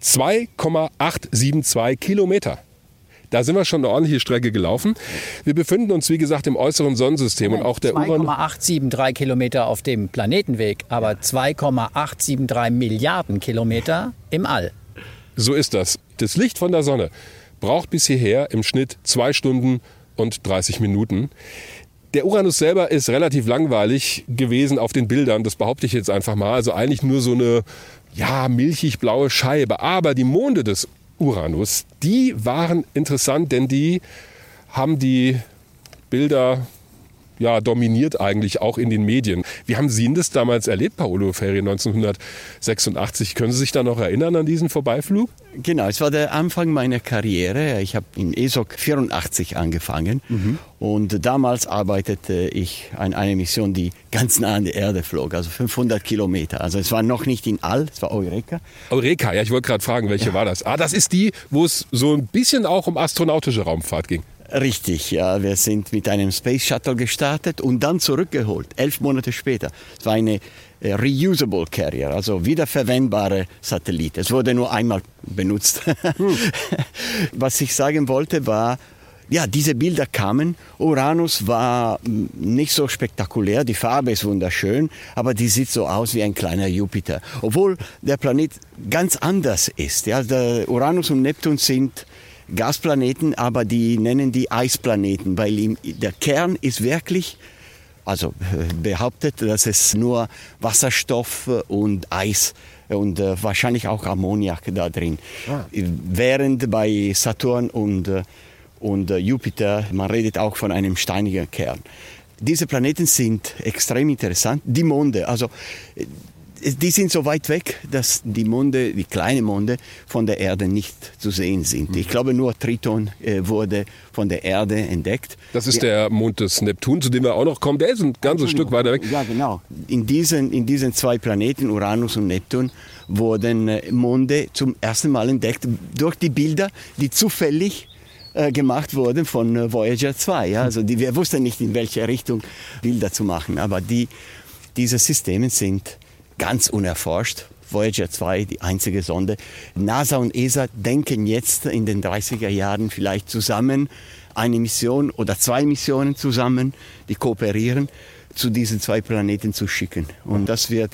2,872 Kilometer. Da sind wir schon eine ordentliche Strecke gelaufen. Wir befinden uns, wie gesagt, im äußeren Sonnensystem. Und auch der 2,873 Kilometer auf dem Planetenweg, aber 2,873 Milliarden Kilometer im All. So ist das. Das Licht von der Sonne braucht bis hierher im Schnitt 2 Stunden und 30 Minuten. Der Uranus selber ist relativ langweilig gewesen auf den Bildern, das behaupte ich jetzt einfach mal. Also eigentlich nur so eine milchig-blaue Scheibe. Aber die Monde des Uranus, die waren interessant, denn die haben die Bilder dominiert eigentlich auch in den Medien. Wie haben Sie das damals erlebt, Paolo Ferri, 1986? Können Sie sich da noch erinnern an diesen Vorbeiflug? Genau, es war der Anfang meiner Karriere. Ich habe in ESOC 84 angefangen und damals arbeitete ich an einer Mission, die ganz nah an der Erde flog, also 500 Kilometer. Also es war noch nicht in All, es war Eureka. Eureka, ja, ich wollte gerade fragen, welche war das? Das ist die, wo es so ein bisschen auch um astronautische Raumfahrt ging. Richtig, ja. Wir sind mit einem Space Shuttle gestartet und dann zurückgeholt, 11 Monate später. Es war eine reusable Carrier, also wiederverwendbare Satellit. Es wurde nur einmal benutzt. Was ich sagen wollte war, diese Bilder kamen. Uranus war nicht so spektakulär, die Farbe ist wunderschön, aber die sieht so aus wie ein kleiner Jupiter. Obwohl der Planet ganz anders ist. Ja, der Uranus und Neptun sind Gasplaneten, aber die nennen die Eisplaneten, weil der Kern ist wirklich, also behauptet, dass es nur Wasserstoff und Eis und wahrscheinlich auch Ammoniak da drin. Während bei Saturn und Jupiter, man redet auch von einem steinigen Kern. Diese Planeten sind extrem interessant. Die Monde, also Die sind so weit weg, dass die Monde, die kleinen Monde, von der Erde nicht zu sehen sind. Ich glaube, nur Triton wurde von der Erde entdeckt. Das ist der Mond des Neptun, zu dem wir auch noch kommen. Der ist ein ganzes Stück weiter weg. Ja, genau. In diesen zwei Planeten, Uranus und Neptun, wurden Monde zum ersten Mal entdeckt durch die Bilder, die zufällig gemacht wurden von Voyager 2. Ja? Also wir wussten nicht, in welche Richtung Bilder zu machen, aber diese Systeme sind ganz unerforscht. Voyager 2, die einzige Sonde. NASA und ESA denken jetzt in den 30er Jahren vielleicht zusammen eine Mission oder zwei Missionen zusammen, die kooperieren, zu diesen zwei Planeten zu schicken. Und das wird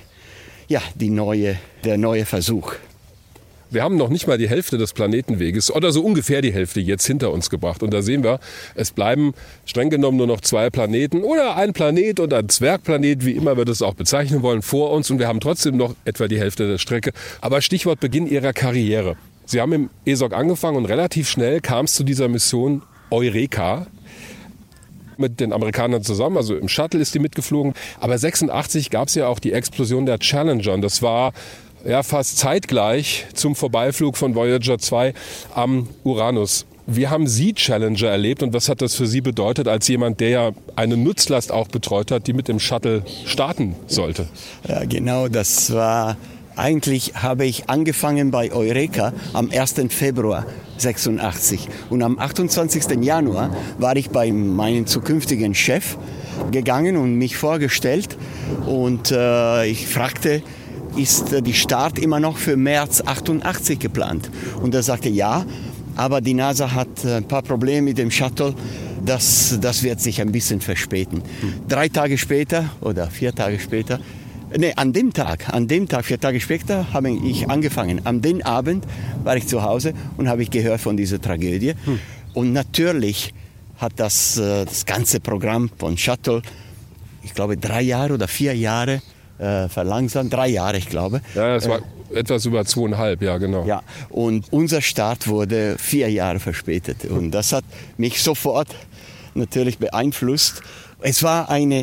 der neue Versuch. Wir haben noch nicht mal die Hälfte des Planetenweges oder so ungefähr die Hälfte jetzt hinter uns gebracht. Und da sehen wir, es bleiben streng genommen nur noch 2 Planeten oder ein Planet oder ein Zwergplanet, wie immer wir das auch bezeichnen wollen, vor uns. Und wir haben trotzdem noch etwa die Hälfte der Strecke. Aber Stichwort Beginn Ihrer Karriere. Sie haben im ESOC angefangen und relativ schnell kam es zu dieser Mission Eureka. Mit den Amerikanern zusammen, also im Shuttle ist die mitgeflogen. Aber 1986 gab es ja auch die Explosion der Challenger. Und das war fast zeitgleich zum Vorbeiflug von Voyager 2 am Uranus. Wie haben Sie Challenger erlebt und was hat das für Sie bedeutet als jemand, der ja eine Nutzlast auch betreut hat, die mit dem Shuttle starten sollte? Ja, genau, das war... Eigentlich habe ich angefangen bei Eureka am 1. Februar 1986 und am 28. Januar war ich bei meinem zukünftigen Chef gegangen und mich vorgestellt und ich fragte, ist die Start immer noch für März 88 geplant? Und er sagte, ja, aber die NASA hat ein paar Probleme mit dem Shuttle, das wird sich ein bisschen verspäten. 3 Tage später oder 4 Tage später, an dem Tag, 4 Tage später, habe ich angefangen. An dem Abend war ich zu Hause und habe ich gehört von dieser Tragödie. Und natürlich hat das ganze Programm von Shuttle, ich glaube 3 Jahre oder 4 Jahre verlangsamt. 3 Jahre, ich glaube. Ja, es war etwas über 2,5, ja genau. Ja, und unser Start wurde 4 Jahre verspätet. Und das hat mich sofort natürlich beeinflusst. Es war eine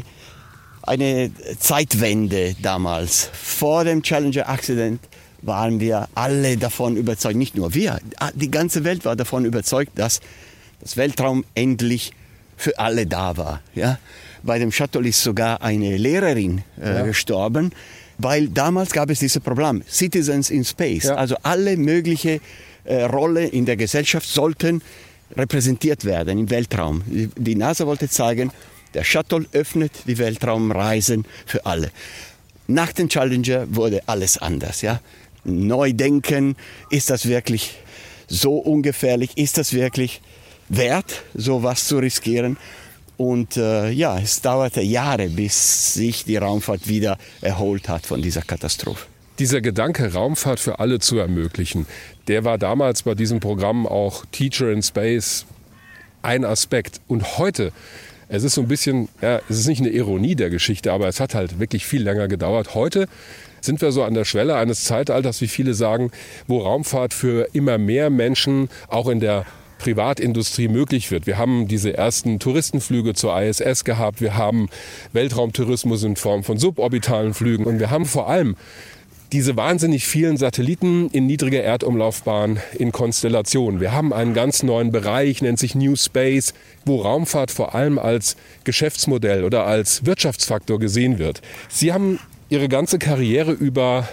Zeitwende damals. Vor dem Challenger-Accident waren wir alle davon überzeugt, nicht nur wir, die ganze Welt war davon überzeugt, dass das Weltraum endlich für alle da war. Ja? Bei dem Shuttle ist sogar eine Lehrerin gestorben, weil damals gab es dieses Problem, Citizens in Space. Ja. Also alle möglichen Rollen in der Gesellschaft sollten repräsentiert werden im Weltraum. Die NASA wollte zeigen, der Shuttle öffnet die Weltraumreisen für alle. Nach dem Challenger wurde alles anders. Ja? Neu denken, ist das wirklich so ungefährlich? Ist das wirklich wert, sowas zu riskieren? Und es dauerte Jahre, bis sich die Raumfahrt wieder erholt hat von dieser Katastrophe. Dieser Gedanke, Raumfahrt für alle zu ermöglichen, der war damals bei diesem Programm auch Teacher in Space ein Aspekt. Und heute, es ist so ein bisschen, es ist nicht eine Ironie der Geschichte, aber es hat halt wirklich viel länger gedauert. Heute sind wir so an der Schwelle eines Zeitalters, wie viele sagen, wo Raumfahrt für immer mehr Menschen auch in der Privatindustrie möglich wird. Wir haben diese ersten Touristenflüge zur ISS gehabt, wir haben Weltraumtourismus in Form von suborbitalen Flügen und wir haben vor allem diese wahnsinnig vielen Satelliten in niedriger Erdumlaufbahn in Konstellationen. Wir haben einen ganz neuen Bereich, nennt sich New Space, wo Raumfahrt vor allem als Geschäftsmodell oder als Wirtschaftsfaktor gesehen wird. Sie haben Ihre ganze Karriere über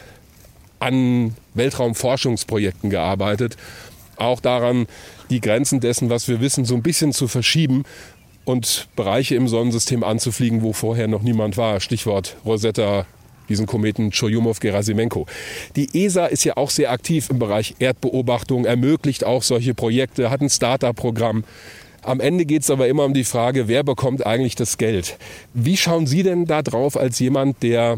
an Weltraumforschungsprojekten gearbeitet, auch daran, die Grenzen dessen, was wir wissen, so ein bisschen zu verschieben und Bereiche im Sonnensystem anzufliegen, wo vorher noch niemand war. Stichwort Rosetta, diesen Kometen Churyumov-Gerasimenko. Die ESA ist ja auch sehr aktiv im Bereich Erdbeobachtung, ermöglicht auch solche Projekte, hat ein Startup-Programm. Am Ende geht es aber immer um die Frage, wer bekommt eigentlich das Geld? Wie schauen Sie denn da drauf als jemand, der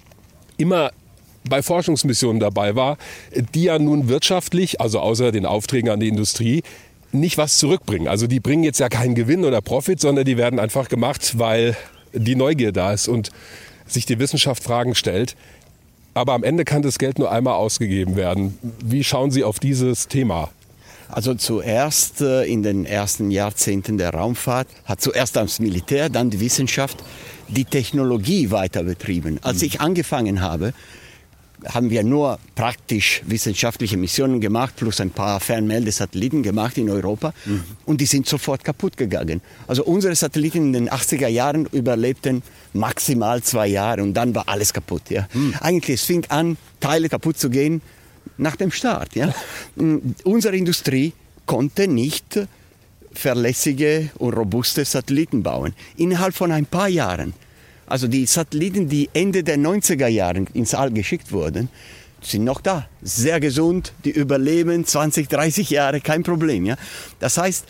immer bei Forschungsmissionen dabei war, die ja nun wirtschaftlich, also außer den Aufträgen an die Industrie, nicht was zurückbringen? Also die bringen jetzt ja keinen Gewinn oder Profit, sondern die werden einfach gemacht, weil die Neugier da ist und sich die Wissenschaft Fragen stellt. Aber am Ende kann das Geld nur einmal ausgegeben werden. Wie schauen Sie auf dieses Thema? Also zuerst in den ersten Jahrzehnten der Raumfahrt hat zuerst das Militär, dann die Wissenschaft die Technologie weiter betrieben. Als ich angefangen habe, haben wir nur praktisch wissenschaftliche Missionen gemacht, plus ein paar Fernmeldesatelliten gemacht in Europa. Und die sind sofort kaputt gegangen. Also unsere Satelliten in den 80er Jahren überlebten maximal 2 Jahre und dann war alles kaputt. Ja. Eigentlich, es fing an, Teile kaputt zu gehen nach dem Start. Ja. Unsere Industrie konnte nicht verlässliche und robuste Satelliten bauen. Innerhalb von ein paar Jahren. Also die Satelliten, die Ende der 90er Jahre ins All geschickt wurden, sind noch da. Sehr gesund, die überleben 20, 30 Jahre, kein Problem. Ja? Das heißt,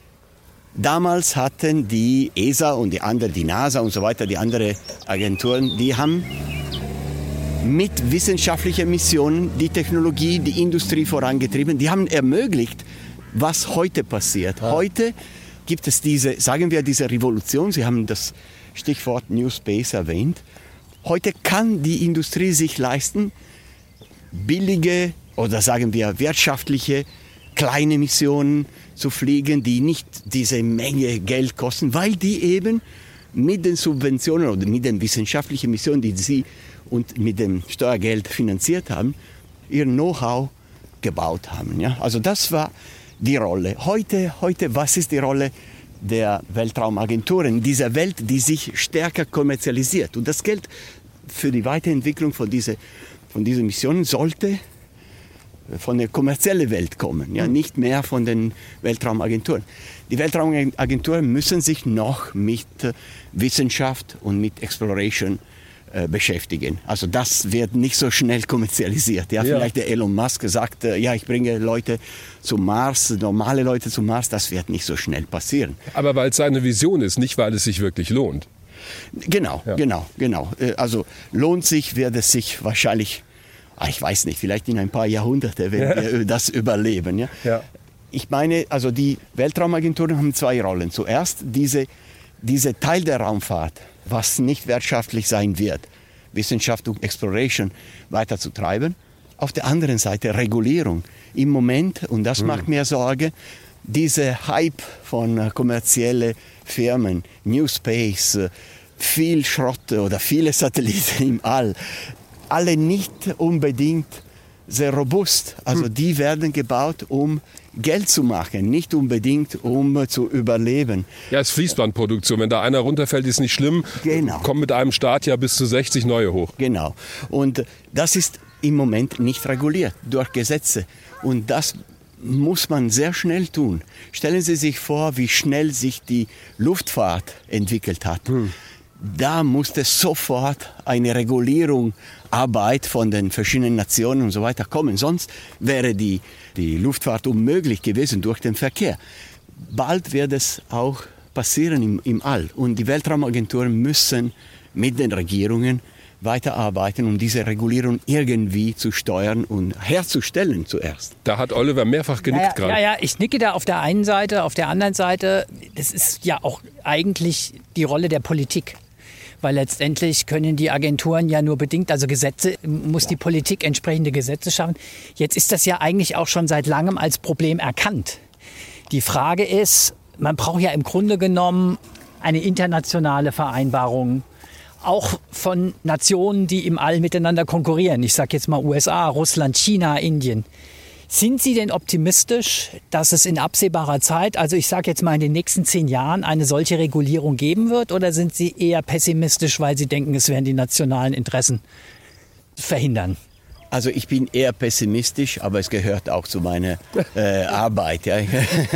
damals hatten die ESA und die NASA und so weiter, die anderen Agenturen, die haben mit wissenschaftlichen Missionen die Technologie, die Industrie vorangetrieben. Die haben ermöglicht, was heute passiert. Ja. Heute gibt es diese Revolution. Sie haben das Stichwort New Space erwähnt. Heute kann die Industrie sich leisten, billige oder sagen wir wirtschaftliche kleine Missionen zu fliegen, die nicht diese Menge Geld kosten, weil die eben mit den Subventionen oder mit den wissenschaftlichen Missionen, die sie und mit dem Steuergeld finanziert haben, ihr Know-how gebaut haben. Ja? Also das war die Rolle. Heute, was ist die Rolle der Weltraumagenturen in dieser Welt, die sich stärker kommerzialisiert? Und das Geld für die Weiterentwicklung von diesen Missionen sollte von der kommerziellen Welt kommen, ja, nicht mehr von den Weltraumagenturen. Die Weltraumagenturen müssen sich noch mit Wissenschaft und mit Exploration beschäftigen. Also das wird nicht so schnell kommerzialisiert. Ja, vielleicht der Elon Musk sagt, ich bringe Leute zum Mars, normale Leute zum Mars, das wird nicht so schnell passieren. Aber weil es seine Vision ist, nicht weil es sich wirklich lohnt. Genau. Also lohnt sich, wird es sich wahrscheinlich, ich weiß nicht, vielleicht in ein paar Jahrhunderte werden wir das überleben. Ja? Ja. Ich meine, also die Weltraumagenturen haben 2 Rollen. Zuerst diese Teil der Raumfahrt, was nicht wirtschaftlich sein wird, Wissenschaft und Exploration weiterzutreiben. Auf der anderen Seite Regulierung. Im Moment, und das macht mir Sorge, diese Hype von kommerziellen Firmen, New Space, viel Schrott oder viele Satelliten im All, alle nicht unbedingt sehr robust. Also die werden gebaut, um Geld zu machen, nicht unbedingt um zu überleben. Ja, es ist Fließbandproduktion. Wenn da einer runterfällt, ist nicht schlimm. Genau. Kommen mit einem Start ja bis zu 60 neue hoch. Genau. Und das ist im Moment nicht reguliert durch Gesetze. Und das muss man sehr schnell tun. Stellen Sie sich vor, wie schnell sich die Luftfahrt entwickelt hat. Da musste sofort eine Regulierung, Arbeit von den verschiedenen Nationen und so weiter kommen. Sonst wäre die Luftfahrt unmöglich gewesen durch den Verkehr. Bald wird es auch passieren im All. Und die Weltraumagenturen müssen mit den Regierungen weiterarbeiten, um diese Regulierung irgendwie zu steuern und herzustellen zuerst. Da hat Oliver mehrfach genickt gerade. Ja, ich nicke da auf der einen Seite, auf der anderen Seite, das ist ja auch eigentlich die Rolle der Politik. Weil letztendlich können die Agenturen ja nur bedingt, also Gesetze, muss die Politik entsprechende Gesetze schaffen. Jetzt ist das ja eigentlich auch schon seit langem als Problem erkannt. Die Frage ist, man braucht ja im Grunde genommen eine internationale Vereinbarung, auch von Nationen, die im All miteinander konkurrieren. Ich sage jetzt mal USA, Russland, China, Indien. Sind Sie denn optimistisch, dass es in absehbarer Zeit, also ich sage jetzt mal in den nächsten 10 Jahren, eine solche Regulierung geben wird? Oder sind Sie eher pessimistisch, weil Sie denken, es werden die nationalen Interessen verhindern? Also ich bin eher pessimistisch, aber es gehört auch zu meiner Arbeit. Ja.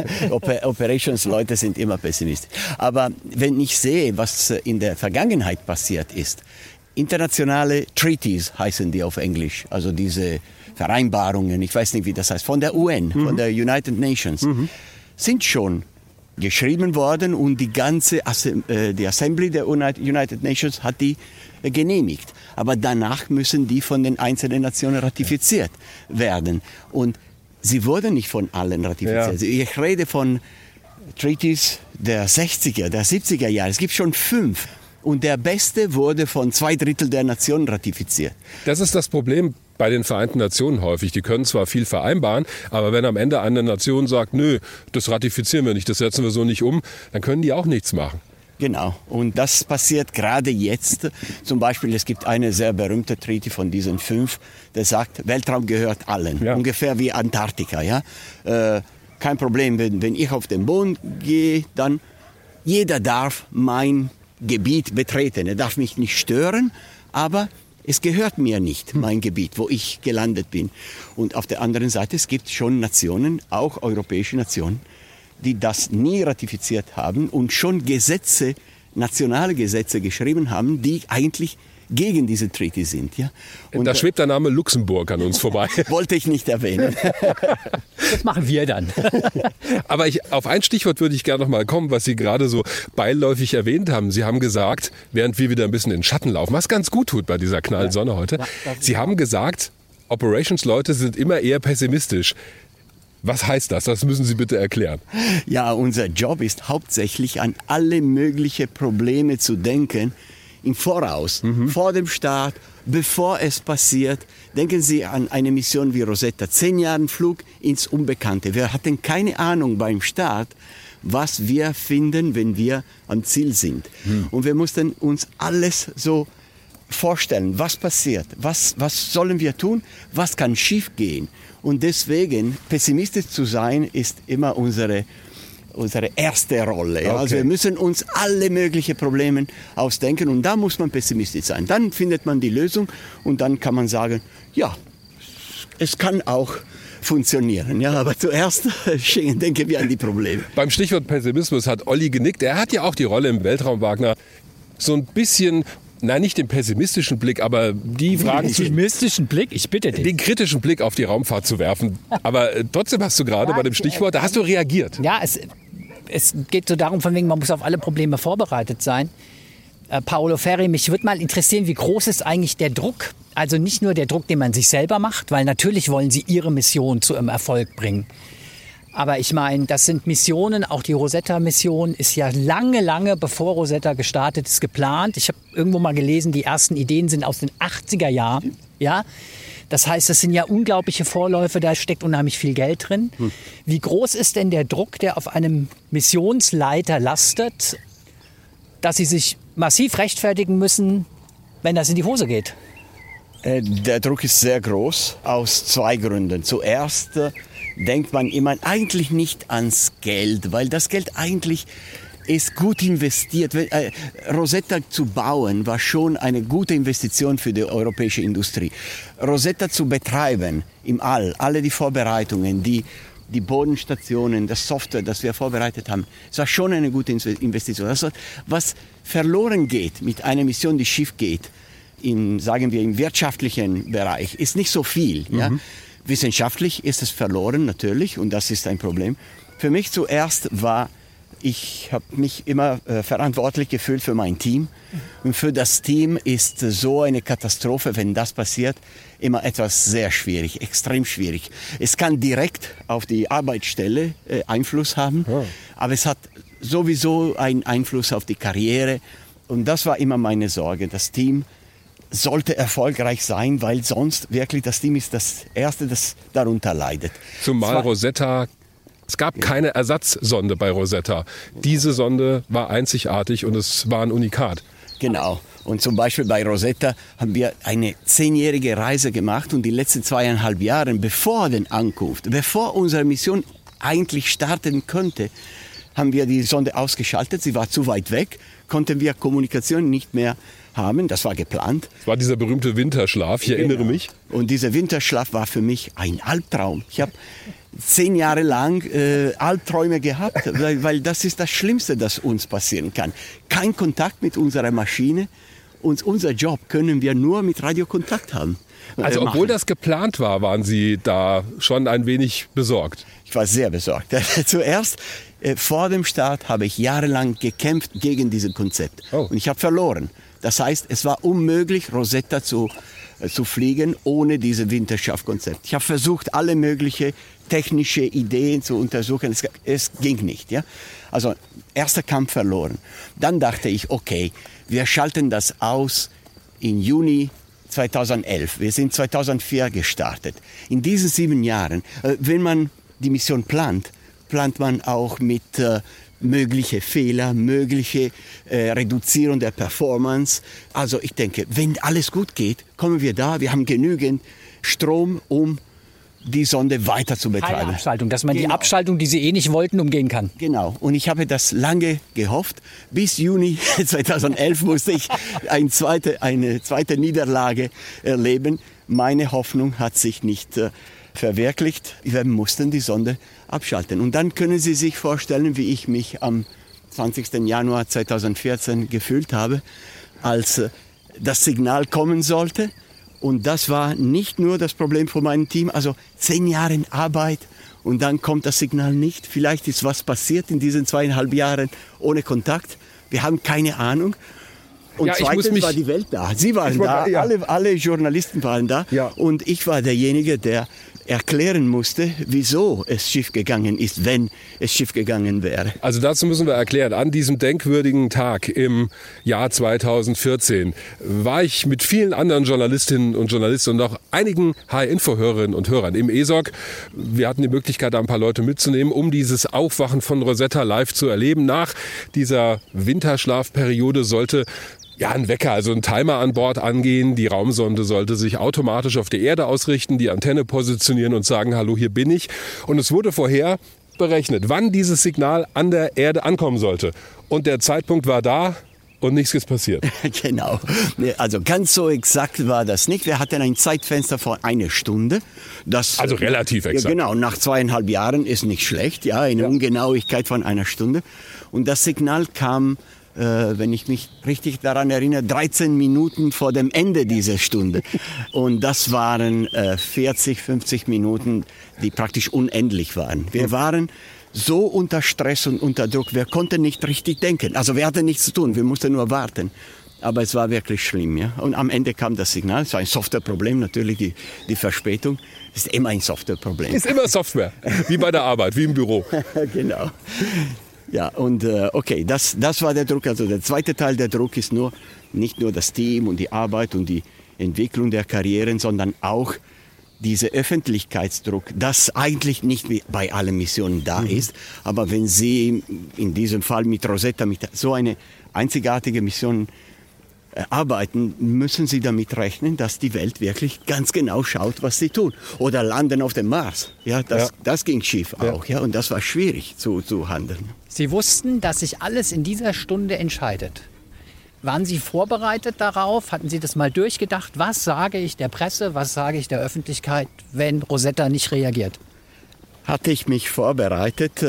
Operations-Leute sind immer pessimistisch. Aber wenn ich sehe, was in der Vergangenheit passiert ist, internationale Treaties heißen die auf Englisch, also diese Vereinbarungen, ich weiß nicht, wie das heißt, von der UN, von der United Nations, sind schon geschrieben worden und die ganze die Assembly der United Nations hat die genehmigt. Aber danach müssen die von den einzelnen Nationen ratifiziert werden. Und sie wurden nicht von allen ratifiziert. Ja. Ich rede von Treaties der 60er, der 70er Jahre. Es gibt schon 5. Und der beste wurde von 2/3 der Nationen ratifiziert. Das ist das Problem bei den Vereinten Nationen häufig. Die können zwar viel vereinbaren, aber wenn am Ende eine Nation sagt, nö, das ratifizieren wir nicht, das setzen wir so nicht um, dann können die auch nichts machen. Genau. Und das passiert gerade jetzt. Zum Beispiel, es gibt eine sehr berühmte Treaty von diesen 5, der sagt, Weltraum gehört allen. Ja. Ungefähr wie Antarktika. Ja? Kein Problem, wenn ich auf den Boden gehe, dann jeder darf mein Gebiet betreten. Er darf mich nicht stören, aber es gehört mir nicht, mein Gebiet, wo ich gelandet bin. Und auf der anderen Seite, es gibt schon Nationen, auch europäische Nationen, die das nie ratifiziert haben und schon Gesetze, nationale Gesetze geschrieben haben, die eigentlich gegen diese Treaty sind. Ja? Und da schwebt der Name Luxemburg an uns vorbei. Wollte ich nicht erwähnen. Das machen wir dann. Aber auf ein Stichwort würde ich gerne noch mal kommen, was Sie gerade so beiläufig erwähnt haben. Sie haben gesagt, während wir wieder ein bisschen in den Schatten laufen, was ganz gut tut bei dieser Knallsonne heute, Sie haben gesagt, Operations-Leute sind immer eher pessimistisch. Was heißt das? Das müssen Sie bitte erklären. Ja, unser Job ist hauptsächlich an alle möglichen Probleme zu denken, im Voraus, vor dem Start, bevor es passiert. Denken Sie an eine Mission wie Rosetta, 10 Jahre Flug ins Unbekannte. Wir hatten keine Ahnung beim Start, was wir finden, wenn wir am Ziel sind. Und wir mussten uns alles so vorstellen, was passiert, was sollen wir tun, was kann schief gehen. Und deswegen, pessimistisch zu sein, ist immer unsere erste Rolle. Ja? Okay. Also wir müssen uns alle möglichen Probleme ausdenken und da muss man pessimistisch sein. Dann findet man die Lösung und dann kann man sagen, ja, es kann auch funktionieren. Ja, aber zuerst denken wir an die Probleme. Beim Stichwort Pessimismus hat Olli genickt. Er hat ja auch die Rolle im Weltraum, Wagner, so ein bisschen... Nein, nicht den pessimistischen Blick, aber die Fragen... Den pessimistischen Blick? Ich bitte dich. Den kritischen Blick auf die Raumfahrt zu werfen. Aber trotzdem hast du gerade bei dem Stichwort, da hast du reagiert. Ja, es geht so darum, von wegen, man muss auf alle Probleme vorbereitet sein. Paolo Ferri, mich würde mal interessieren, wie groß ist eigentlich der Druck? Also nicht nur der Druck, den man sich selber macht, weil natürlich wollen sie ihre Mission zu einem Erfolg bringen. Aber ich meine, das sind Missionen, auch die Rosetta-Mission ist ja lange bevor Rosetta gestartet ist, geplant. Ich habe irgendwo mal gelesen, die ersten Ideen sind aus den 80er Jahren. Ja? Das heißt, das sind ja unglaubliche Vorläufe, da steckt unheimlich viel Geld drin. Wie groß ist denn der Druck, der auf einem Missionsleiter lastet, dass sie sich massiv rechtfertigen müssen, wenn das in die Hose geht? Der Druck ist sehr groß, aus 2 Gründen. Zuerst denkt man immer eigentlich nicht ans Geld, weil das Geld eigentlich ist gut investiert. Rosetta zu bauen war schon eine gute Investition für die europäische Industrie. Rosetta zu betreiben im All, alle die Vorbereitungen, die Bodenstationen, das Software, das wir vorbereitet haben, es war schon eine gute Investition. Also, was verloren geht mit einer Mission, die schief geht, sagen wir im wirtschaftlichen Bereich, ist nicht so viel. Ja? Wissenschaftlich ist es verloren natürlich und das ist ein Problem. Für mich zuerst ich habe mich immer verantwortlich gefühlt für mein Team. Und für das Team ist so eine Katastrophe, wenn das passiert, immer etwas sehr schwierig, extrem schwierig. Es kann direkt auf die Arbeitsstelle Einfluss haben, aber es hat sowieso einen Einfluss auf die Karriere. Und das war immer meine Sorge. Das Team sollte erfolgreich sein, weil sonst wirklich das Team ist das Erste, das darunter leidet. Zumal Rosetta, es gab keine Ersatzsonde bei Rosetta. Diese Sonde war einzigartig und es war ein Unikat. Genau. Und zum Beispiel bei Rosetta haben wir eine 10-jährige Reise gemacht und die letzten 2,5 Jahre, bevor den Ankunft, bevor unsere Mission eigentlich starten könnte, haben wir die Sonde ausgeschaltet. Sie war zu weit weg, konnten wir Kommunikation nicht mehr haben. Das war geplant. Das war dieser berühmte Winterschlaf, ich erinnere mich. Und dieser Winterschlaf war für mich ein Albtraum. Ich habe 10 Jahre lang Albträume gehabt, weil das ist das Schlimmste, das uns passieren kann. Kein Kontakt mit unserer Maschine und unser Job können wir nur mit Radiokontakt haben. Also obwohl das geplant war, waren Sie da schon ein wenig besorgt? Ich war sehr besorgt. Zuerst, vor dem Start, habe ich jahrelang gekämpft gegen dieses Konzept. Und ich habe verloren. Das heißt, es war unmöglich, Rosetta zu fliegen ohne dieses Winterschlafkonzept. Ich habe versucht, alle möglichen technische Ideen zu untersuchen. Es ging nicht. Ja? Also, erster Kampf verloren. Dann dachte ich, okay, wir schalten das aus im Juni 2011. Wir sind 2004 gestartet. In diesen 7 Jahren, wenn man die Mission plant man auch mit mögliche Fehler, mögliche Reduzierung der Performance. Also ich denke, wenn alles gut geht, kommen wir da. Wir haben genügend Strom, um die Sonde weiter zu betreiben. Keine Abschaltung, dass man die Abschaltung, die Sie nicht wollten, umgehen kann. Genau. Und ich habe das lange gehofft. Bis Juni 2011 musste ich eine zweite Niederlage erleben. Meine Hoffnung hat sich nicht verwirklicht. Wir mussten die Sonde abschalten. Und dann können Sie sich vorstellen, wie ich mich am 20. Januar 2014 gefühlt habe, als das Signal kommen sollte. Und das war nicht nur das Problem von meinem Team, also 10 Jahre Arbeit und dann kommt das Signal nicht. Vielleicht ist was passiert in diesen 2,5 Jahren ohne Kontakt. Wir haben keine Ahnung. Und zweitens war die Welt da. Sie waren da, alle Journalisten waren da. Ja. Und ich war derjenige, der erklären musste, wieso es schiefgegangen ist, wenn es schiefgegangen wäre. Also dazu müssen wir erklären, an diesem denkwürdigen Tag im Jahr 2014 war ich mit vielen anderen Journalistinnen und Journalisten und auch einigen H-Info-Hörerinnen und Hörern im ESOC. Wir hatten die Möglichkeit, da ein paar Leute mitzunehmen, um dieses Aufwachen von Rosetta live zu erleben. Nach dieser Winterschlafperiode sollte ein Wecker, also ein Timer an Bord angehen. Die Raumsonde sollte sich automatisch auf die Erde ausrichten, die Antenne positionieren und sagen, hallo, hier bin ich. Und es wurde vorher berechnet, wann dieses Signal an der Erde ankommen sollte. Und der Zeitpunkt war da und nichts ist passiert. Genau. Also ganz so exakt war das nicht. Wir hatten ein Zeitfenster von 1 Stunde. Also relativ exakt. Ja, genau, nach 2,5 Jahren ist nicht schlecht. Eine Ungenauigkeit von 1 Stunde. Und das Signal kam, wenn ich mich richtig daran erinnere, 13 Minuten vor dem Ende dieser Stunde. Und das waren 40, 50 Minuten, die praktisch unendlich waren. Wir waren so unter Stress und unter Druck, wir konnten nicht richtig denken. Also wir hatten nichts zu tun, wir mussten nur warten. Aber es war wirklich schlimm. Ja? Und am Ende kam das Signal. Es war ein Softwareproblem, natürlich die Verspätung. Es ist immer ein Softwareproblem. Ist immer Software, wie bei der Arbeit, wie im Büro. Genau. Ja, und okay, das war der Druck. Also der zweite Teil der Druck ist nicht nur das Team und die Arbeit und die Entwicklung der Karrieren, sondern auch dieser Öffentlichkeitsdruck, das eigentlich nicht bei allen Missionen da ist. Aber wenn Sie in diesem Fall mit Rosetta, mit so eine einzigartige Mission arbeiten, müssen Sie damit rechnen, dass die Welt wirklich ganz genau schaut, was sie tun. Oder landen auf dem Mars. Ja, das ging schief auch. Ja, und das war schwierig zu handeln. Sie wussten, dass sich alles in dieser Stunde entscheidet. Waren Sie vorbereitet darauf? Hatten Sie das mal durchgedacht? Was sage ich der Presse, was sage ich der Öffentlichkeit, wenn Rosetta nicht reagiert? Hatte ich mich vorbereitet.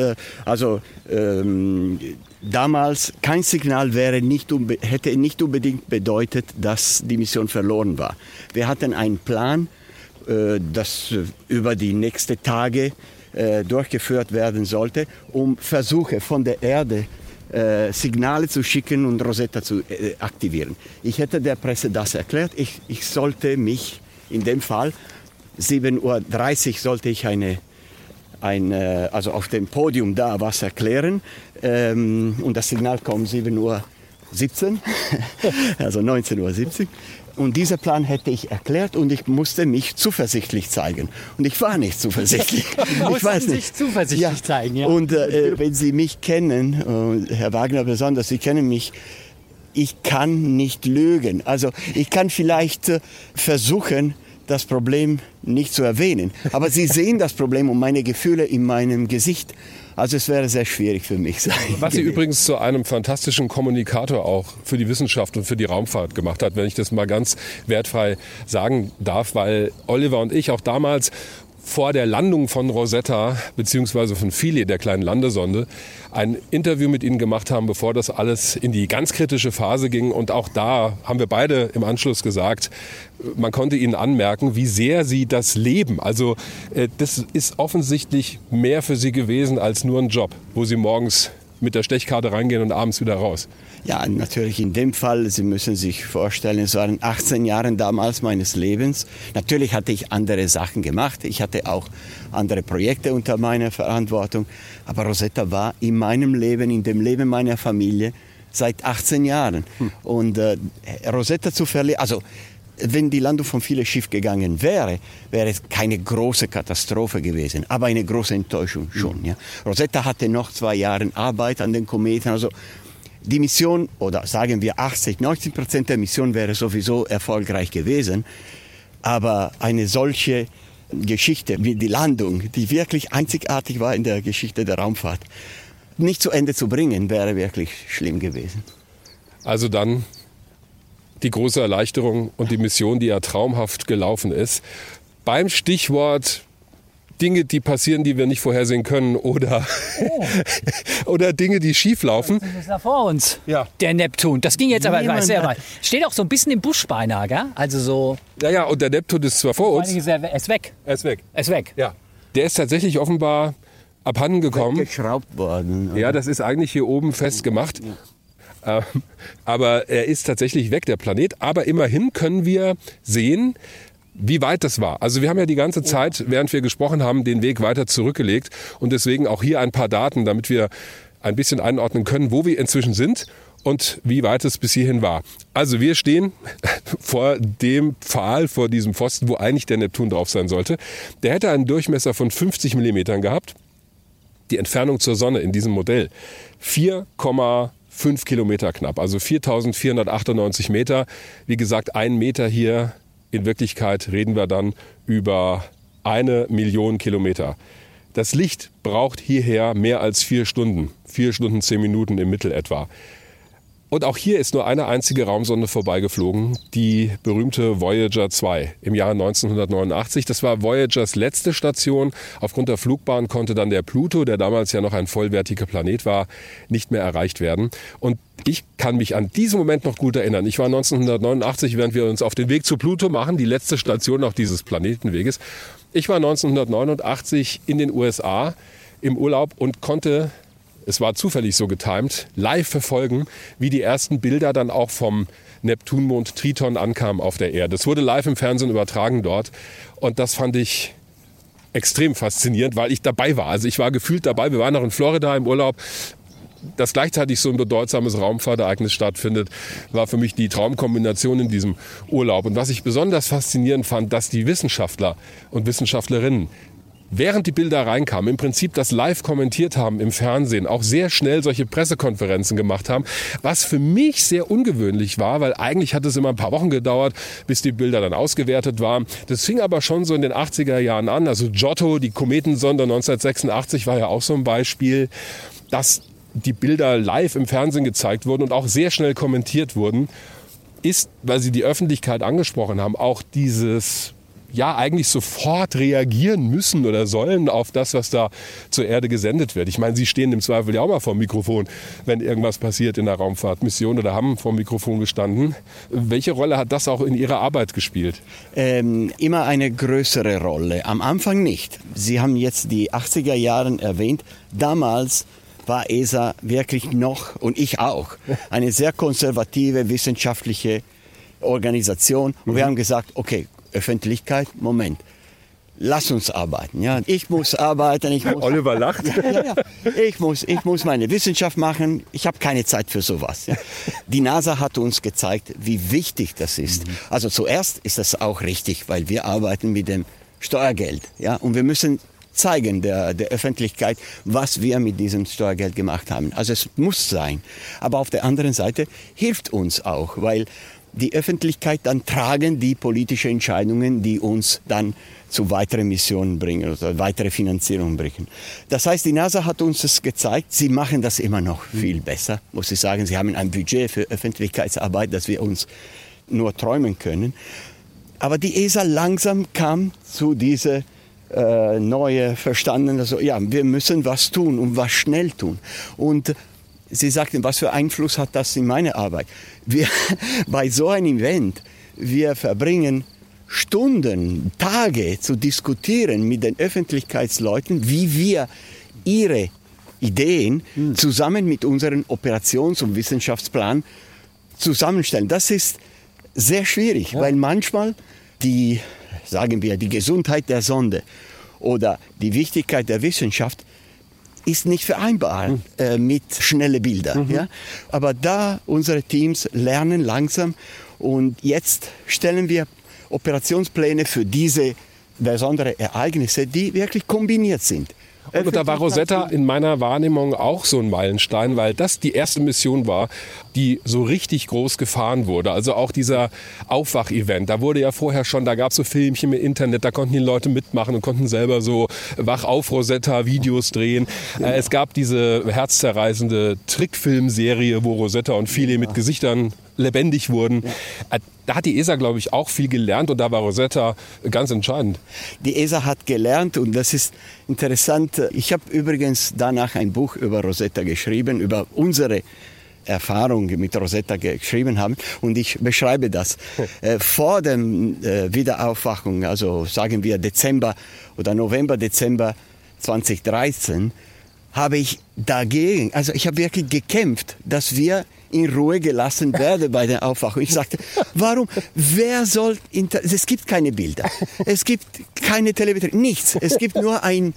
Damals kein Signal hätte nicht unbedingt bedeutet, dass die Mission verloren war. Wir hatten einen Plan, das über die nächsten Tage durchgeführt werden sollte, um Versuche von der Erde Signale zu schicken und Rosetta zu aktivieren. Ich hätte der Presse das erklärt. Ich sollte mich in dem Fall 7:30 Uhr sollte ich also auf dem Podium da was erklären und das Signal kommt 7:17 Uhr, also 19:17 Uhr. Und diesen Plan hätte ich erklärt und ich musste mich zuversichtlich zeigen. Und ich war nicht zuversichtlich. Ich weiß nicht. Sich zuversichtlich zeigen, ja. Und wenn Sie mich kennen, Herr Wagner besonders, Sie kennen mich, ich kann nicht lügen. Also ich kann vielleicht versuchen, das Problem nicht zu erwähnen. Aber Sie sehen das Problem und meine Gefühle in meinem Gesicht. Also es wäre sehr schwierig für mich sein. Was Sie übrigens zu einem fantastischen Kommunikator auch für die Wissenschaft und für die Raumfahrt gemacht hat, wenn ich das mal ganz wertfrei sagen darf, weil Oliver und ich auch damals vor der Landung von Rosetta bzw. von Philae, der kleinen Landesonde, ein Interview mit Ihnen gemacht haben, bevor das alles in die ganz kritische Phase ging. Und auch da haben wir beide im Anschluss gesagt, man konnte Ihnen anmerken, wie sehr Sie das leben. Also das ist offensichtlich mehr für Sie gewesen als nur ein Job, wo Sie morgens mit der Stechkarte reingehen und abends wieder raus. Ja, natürlich in dem Fall, Sie müssen sich vorstellen, es waren 18 Jahre damals meines Lebens. Natürlich hatte ich andere Sachen gemacht. Ich hatte auch andere Projekte unter meiner Verantwortung. Aber Rosetta war in meinem Leben, in dem Leben meiner Familie seit 18 Jahren. Und Rosetta zu verlieren, also wenn die Landung von vielen schief gegangen wäre, wäre es keine große Katastrophe gewesen, aber eine große Enttäuschung schon. Ja. Rosetta hatte noch 2 Jahre Arbeit an den Kometen, also die Mission, oder sagen wir 80-90% der Mission wäre sowieso erfolgreich gewesen, aber eine solche Geschichte wie die Landung, die wirklich einzigartig war in der Geschichte der Raumfahrt, nicht zu Ende zu bringen, wäre wirklich schlimm gewesen. Also dann die große Erleichterung und die Mission, die ja traumhaft gelaufen ist. Beim Stichwort Dinge, die passieren, die wir nicht vorhersehen können oder, oder Dinge, die schief laufen. Das ist da vor uns, ja. Der Neptun. Das ging jetzt aber sehr weit. Steht auch so ein bisschen im Busch beinahe, gell? Also so. Ja, und der Neptun ist zwar vor uns. Er ist weg. Er ist weg. Er ist weg. Ja. Der ist tatsächlich offenbar abhanden gekommen. Geschraubt worden. Ja, das ist eigentlich hier oben festgemacht. Aber er ist tatsächlich weg, der Planet. Aber immerhin können wir sehen, wie weit das war. Also wir haben ja die ganze Zeit, während wir gesprochen haben, den Weg weiter zurückgelegt. Und deswegen auch hier ein paar Daten, damit wir ein bisschen einordnen können, wo wir inzwischen sind und wie weit es bis hierhin war. Also wir stehen vor dem Pfahl, vor diesem Pfosten, wo eigentlich der Neptun drauf sein sollte. Der hätte einen Durchmesser von 50 Millimetern gehabt. Die Entfernung zur Sonne in diesem Modell 4,5 Kilometer knapp, also 4.498 Meter. Wie gesagt, 1 Meter hier. In Wirklichkeit reden wir dann über 1 Million Kilometer. Das Licht braucht hierher mehr als 4 Stunden. 4 Stunden, 10 Minuten im Mittel etwa. Und auch hier ist nur eine einzige Raumsonde vorbeigeflogen, die berühmte Voyager 2 im Jahr 1989. Das war Voyagers letzte Station. Aufgrund der Flugbahn konnte dann der Pluto, der damals ja noch ein vollwertiger Planet war, nicht mehr erreicht werden. Und ich kann mich an diesen Moment noch gut erinnern. Ich war 1989, während wir uns auf den Weg zu Pluto machen, die letzte Station auch dieses Planetenweges. Ich war 1989 in den USA im Urlaub und konnte, es war zufällig so getimt, live verfolgen, wie die ersten Bilder dann auch vom Neptunmond Triton ankamen auf der Erde. Es wurde live im Fernsehen übertragen dort und das fand ich extrem faszinierend, weil ich dabei war. Also ich war gefühlt dabei. Wir waren noch in Florida im Urlaub. Dass gleichzeitig so ein bedeutsames Raumfahrtereignis stattfindet, war für mich die Traumkombination in diesem Urlaub. Und was ich besonders faszinierend fand, dass die Wissenschaftler und Wissenschaftlerinnen, während die Bilder reinkamen, im Prinzip das live kommentiert haben im Fernsehen, auch sehr schnell solche Pressekonferenzen gemacht haben, was für mich sehr ungewöhnlich war, weil eigentlich hat es immer ein paar Wochen gedauert, bis die Bilder dann ausgewertet waren. Das fing aber schon so in den 80er Jahren an. Also Giotto, die Kometensonde 1986 war ja auch so ein Beispiel, dass die Bilder live im Fernsehen gezeigt wurden und auch sehr schnell kommentiert wurden, ist, weil Sie die Öffentlichkeit angesprochen haben, auch dieses, ja, eigentlich sofort reagieren müssen oder sollen auf das, was da zur Erde gesendet wird. Ich meine, Sie stehen im Zweifel ja auch mal vor dem Mikrofon, wenn irgendwas passiert in der Raumfahrtmission oder haben vor dem Mikrofon gestanden. Welche Rolle hat das auch in Ihrer Arbeit gespielt? Immer eine größere Rolle. Am Anfang nicht. Sie haben jetzt die 80er Jahre erwähnt. Damals war ESA wirklich noch, und ich auch, eine sehr konservative wissenschaftliche Organisation. Und wir haben gesagt, okay, Öffentlichkeit, Moment, lass uns arbeiten. Ja, ich muss arbeiten. Oliver lacht. Ja. Ich muss meine Wissenschaft machen. Ich habe keine Zeit für sowas. Ja. Die NASA hat uns gezeigt, wie wichtig das ist. Also zuerst ist das auch richtig, weil wir arbeiten mit dem Steuergeld. Ja, und wir müssen zeigen der Öffentlichkeit, was wir mit diesem Steuergeld gemacht haben. Also es muss sein. Aber auf der anderen Seite hilft uns auch, weil die Öffentlichkeit dann tragen die politischen Entscheidungen, die uns dann zu weiteren Missionen bringen oder weitere Finanzierung bringen. Das heißt, die NASA hat uns das gezeigt. Sie machen das immer noch viel besser, muss ich sagen. Sie haben ein Budget für Öffentlichkeitsarbeit, das wir uns nur träumen können. Aber die ESA langsam kam zu dieser neue Verstanden, also ja, wir müssen was tun und was schnell tun. Und Sie sagten, was für Einfluss hat das in meine Arbeit? Bei so einem Event, wir verbringen Stunden, Tage zu diskutieren mit den Öffentlichkeitsleuten, wie wir ihre Ideen zusammen mit unserem Operations- und Wissenschaftsplan zusammenstellen. Das ist sehr schwierig, weil manchmal die Gesundheit der Sonde oder die Wichtigkeit der Wissenschaft ist nicht vereinbar mit schnellen Bildern. Ja? Aber da unsere Teams lernen langsam Und jetzt stellen wir Operationspläne für diese besonderen Ereignisse, die wirklich kombiniert sind. Und da war Rosetta in meiner Wahrnehmung auch so ein Meilenstein, weil das die erste Mission war, die so richtig groß gefahren wurde. Also auch dieser Aufwach-Event, da wurde ja vorher schon, da gab es so Filmchen im Internet, da konnten die Leute mitmachen und konnten selber so Wach auf Rosetta-Videos drehen. Es gab diese herzzerreißende Trickfilmserie, wo Rosetta und Philae mit Gesichtern lebendig wurden. Da hat die ESA, glaube ich, auch viel gelernt und da war Rosetta ganz entscheidend. Die ESA hat gelernt und das ist interessant. Ich habe übrigens danach ein Buch über Rosetta geschrieben, über unsere Erfahrung mit Rosetta geschrieben haben und ich beschreibe das. Vor der Wiederaufwachung, also sagen wir Dezember oder November, Dezember 2013, habe ich dagegen, also ich habe wirklich gekämpft, dass wir in Ruhe gelassen werden bei der Aufwachung. Ich sagte, warum? Wer soll, es gibt keine Bilder, es gibt keine Television, nichts. Es gibt nur ein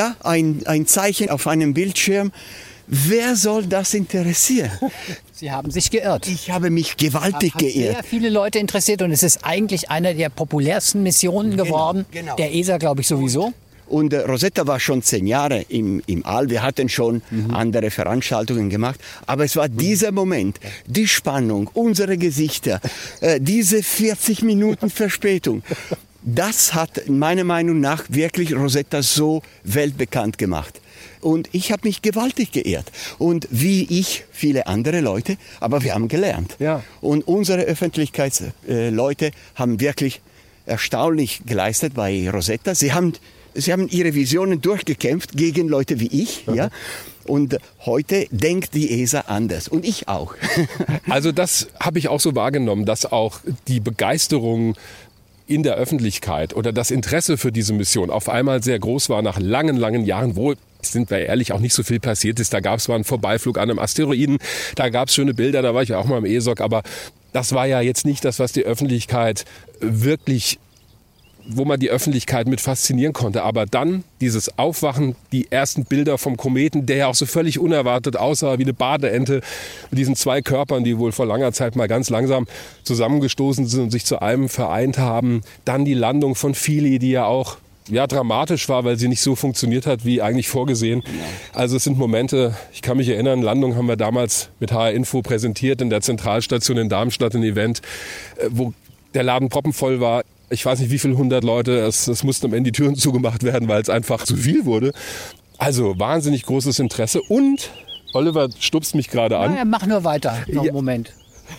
Zeichen auf einem Bildschirm. Wer soll das interessieren? Sie haben sich geirrt. Ich habe mich gewaltig geirrt. Sehr viele Leute interessiert und es ist eigentlich eine der populärsten Missionen geworden, genau. Der ESA, glaube ich, sowieso. Und Rosetta war schon 10 Jahre im All. Wir hatten schon andere Veranstaltungen gemacht. Aber es war dieser Moment, die Spannung, unsere Gesichter, diese 40 Minuten Verspätung. Das hat meiner Meinung nach wirklich Rosetta so weltbekannt gemacht. Und ich habe mich gewaltig geehrt. Und wie ich, viele andere Leute, aber wir haben gelernt. Ja. Und unsere Öffentlichkeitsleute haben wirklich erstaunlich geleistet bei Rosetta. Sie haben ihre Visionen durchgekämpft gegen Leute wie ich, ja. Und heute denkt die ESA anders. Und ich auch. Also das habe ich auch so wahrgenommen, dass auch die Begeisterung in der Öffentlichkeit oder das Interesse für diese Mission auf einmal sehr groß war nach langen, langen Jahren, wo, sind wir ehrlich, auch nicht so viel passiert ist. Da gab es mal einen Vorbeiflug an einem Asteroiden, da gab es schöne Bilder, da war ich auch mal im ESOC, aber das war ja jetzt nicht das, was die Öffentlichkeit wirklich, wo man die Öffentlichkeit mit faszinieren konnte. Aber dann dieses Aufwachen, die ersten Bilder vom Kometen, der ja auch so völlig unerwartet aussah wie eine Badeente, mit diesen 2 Körpern, die wohl vor langer Zeit mal ganz langsam zusammengestoßen sind und sich zu einem vereint haben. Dann die Landung von Philae, die ja auch dramatisch war, weil sie nicht so funktioniert hat, wie eigentlich vorgesehen. Also es sind Momente, ich kann mich erinnern, Landung haben wir damals mit HR Info präsentiert in der Zentralstation in Darmstadt, ein Event, wo der Laden proppenvoll war. Ich weiß nicht, wie viele 100 Leute, es mussten am Ende die Türen zugemacht werden, weil es einfach zu viel wurde. Also wahnsinnig großes Interesse und Oliver stupst mich gerade an. Ja, mach nur weiter, noch einen Moment.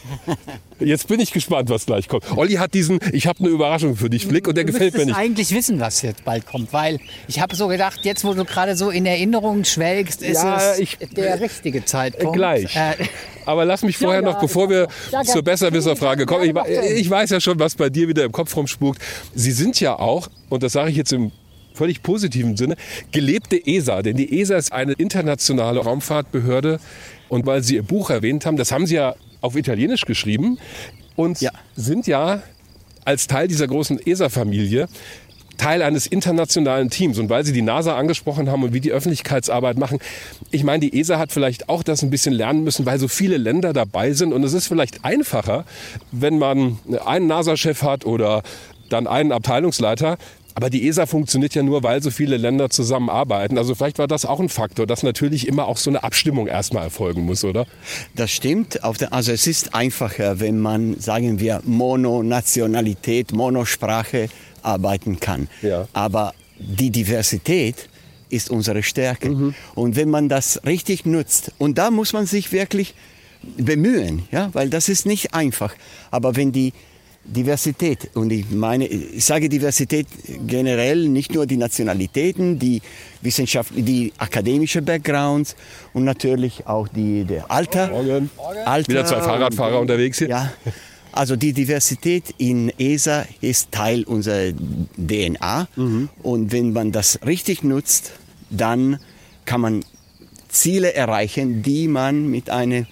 Jetzt bin ich gespannt, was gleich kommt. Olli hat diesen, ich habe eine Überraschung für dich, Blick und der gefällt mir nicht. Ich eigentlich wissen, was jetzt bald kommt, weil ich habe so gedacht, jetzt wo du gerade so in Erinnerung schwelgst, ist es der richtige Zeitpunkt. Gleich. Aber lass mich vorher noch, bevor wir zur Besserwisserfrage kommen, ich weiß ja schon, was bei dir wieder im Kopf rumspukt. Sie sind ja auch, und das sage ich jetzt im völlig positiven Sinne, gelebte ESA. Denn die ESA ist eine internationale Raumfahrtbehörde. Und weil Sie Ihr Buch erwähnt haben, das haben Sie ja auf Italienisch geschrieben und sind ja als Teil dieser großen ESA-Familie Teil eines internationalen Teams. Und weil Sie die NASA angesprochen haben und wie die Öffentlichkeitsarbeit machen, ich meine, die ESA hat vielleicht auch das ein bisschen lernen müssen, weil so viele Länder dabei sind. Und es ist vielleicht einfacher, wenn man einen NASA-Chef hat oder dann einen Abteilungsleiter. Aber die ESA funktioniert ja nur, weil so viele Länder zusammenarbeiten. Also vielleicht war das auch ein Faktor, dass natürlich immer auch so eine Abstimmung erstmal erfolgen muss, oder? Das stimmt. Also es ist einfacher, wenn man, sagen wir, Mononationalität, Monosprache arbeiten kann. Ja. Aber die Diversität ist unsere Stärke. Und wenn man das richtig nutzt, und da muss man sich wirklich bemühen, ja, weil das ist nicht einfach. Aber wenn die Diversität, und ich sage Diversität generell, nicht nur die Nationalitäten, die Wissenschaft, die akademische Backgrounds und natürlich auch der Alter. Wieder 2 Fahrradfahrer unterwegs hier. Ja, also die Diversität in ESA ist Teil unserer DNA und wenn man das richtig nutzt, dann kann man Ziele erreichen, die man mit einer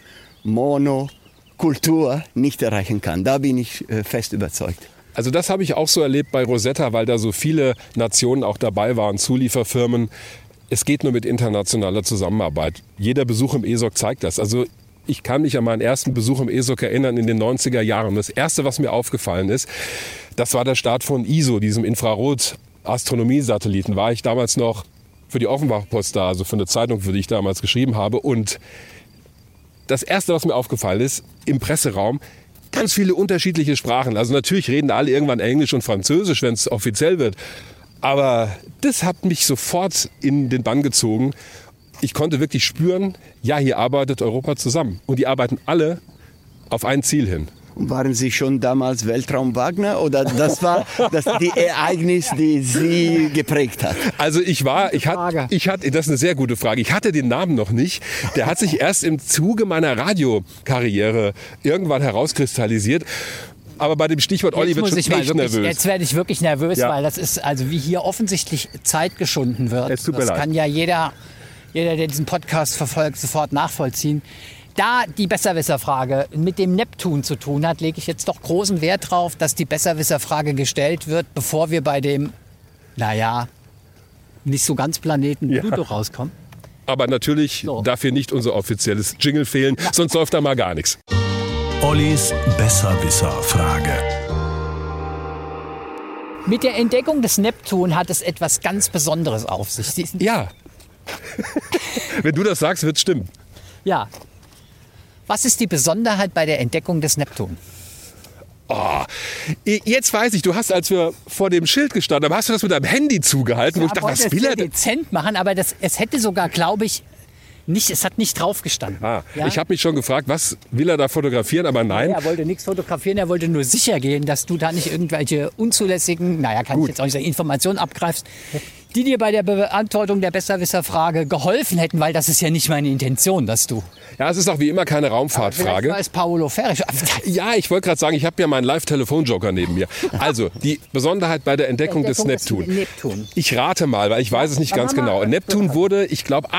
Monokultur nicht erreichen kann. Da bin ich fest überzeugt. Also das habe ich auch so erlebt bei Rosetta, weil da so viele Nationen auch dabei waren, Zulieferfirmen. Es geht nur mit internationaler Zusammenarbeit. Jeder Besuch im ESOC zeigt das. Also Ich kann mich an meinen ersten Besuch im ESOC erinnern in den 90er Jahren. Das Erste, was mir aufgefallen ist, das war der Start von ISO, diesem Infrarot-Astronomie-Satelliten. War ich damals noch für die Offenbach-Post da, also für eine Zeitung, für die ich damals geschrieben habe. Und das Erste, was mir aufgefallen ist, im Presseraum, ganz viele unterschiedliche Sprachen. Also natürlich reden alle irgendwann Englisch und Französisch, wenn es offiziell wird. Aber das hat mich sofort in den Bann gezogen. Ich konnte wirklich spüren, ja, hier arbeitet Europa zusammen. Und die arbeiten alle auf ein Ziel hin. Waren Sie schon damals Weltraum-Wagner oder das war die Ereignis, die Sie geprägt hat? Also ich hatte, das ist eine sehr gute Frage. Ich hatte den Namen noch nicht. Der hat sich erst im Zuge meiner Radiokarriere irgendwann herauskristallisiert. Aber bei dem Stichwort Olli wird schon echt nervös. Jetzt werde ich wirklich nervös, weil das ist, also wie hier offensichtlich Zeit geschunden wird. Es tut mir leid. Kann ja jeder, der diesen Podcast verfolgt, sofort nachvollziehen. Da die Besserwisserfrage mit dem Neptun zu tun hat, lege ich jetzt doch großen Wert drauf, dass die Besserwisserfrage gestellt wird, bevor wir bei dem, nicht so ganz Planeten Pluto rauskommen. Aber natürlich darf hier nicht unser offizielles Jingle fehlen, sonst läuft da mal gar nichts. Ollis Besserwisser-Frage. Mit der Entdeckung des Neptun hat es etwas ganz Besonderes auf sich. Ja. Wenn du das sagst, wird es stimmen. Ja. Was ist die Besonderheit bei der Entdeckung des Neptun? Oh, jetzt weiß ich, du hast, als wir vor dem Schild gestanden haben, hast du das mit deinem Handy zugehalten. Ja, wo ich dachte, was will er denn? Dezent machen, aber es hätte sogar, glaube ich, es hat nicht drauf gestanden. Ja? Ich habe mich schon gefragt, was will er da fotografieren, aber nein. Er wollte nichts fotografieren, er wollte nur sicher gehen, dass du da nicht irgendwelche unzulässigen, ich jetzt auch nicht sagen, Informationen abgreifst, die dir bei der Beantwortung der Besserwisserfrage geholfen hätten, weil das ist ja nicht meine Intention, dass du... Ja, es ist auch wie immer keine Raumfahrtfrage. Vielleicht war es Paolo Ferri. Ja, ich wollte gerade sagen, ich habe ja meinen Live-Telefonjoker neben mir. Also, die Besonderheit bei der Entdeckung des Neptun. Ich rate mal, weil ich weiß es nicht ganz genau. Neptun wurde, ich glaube,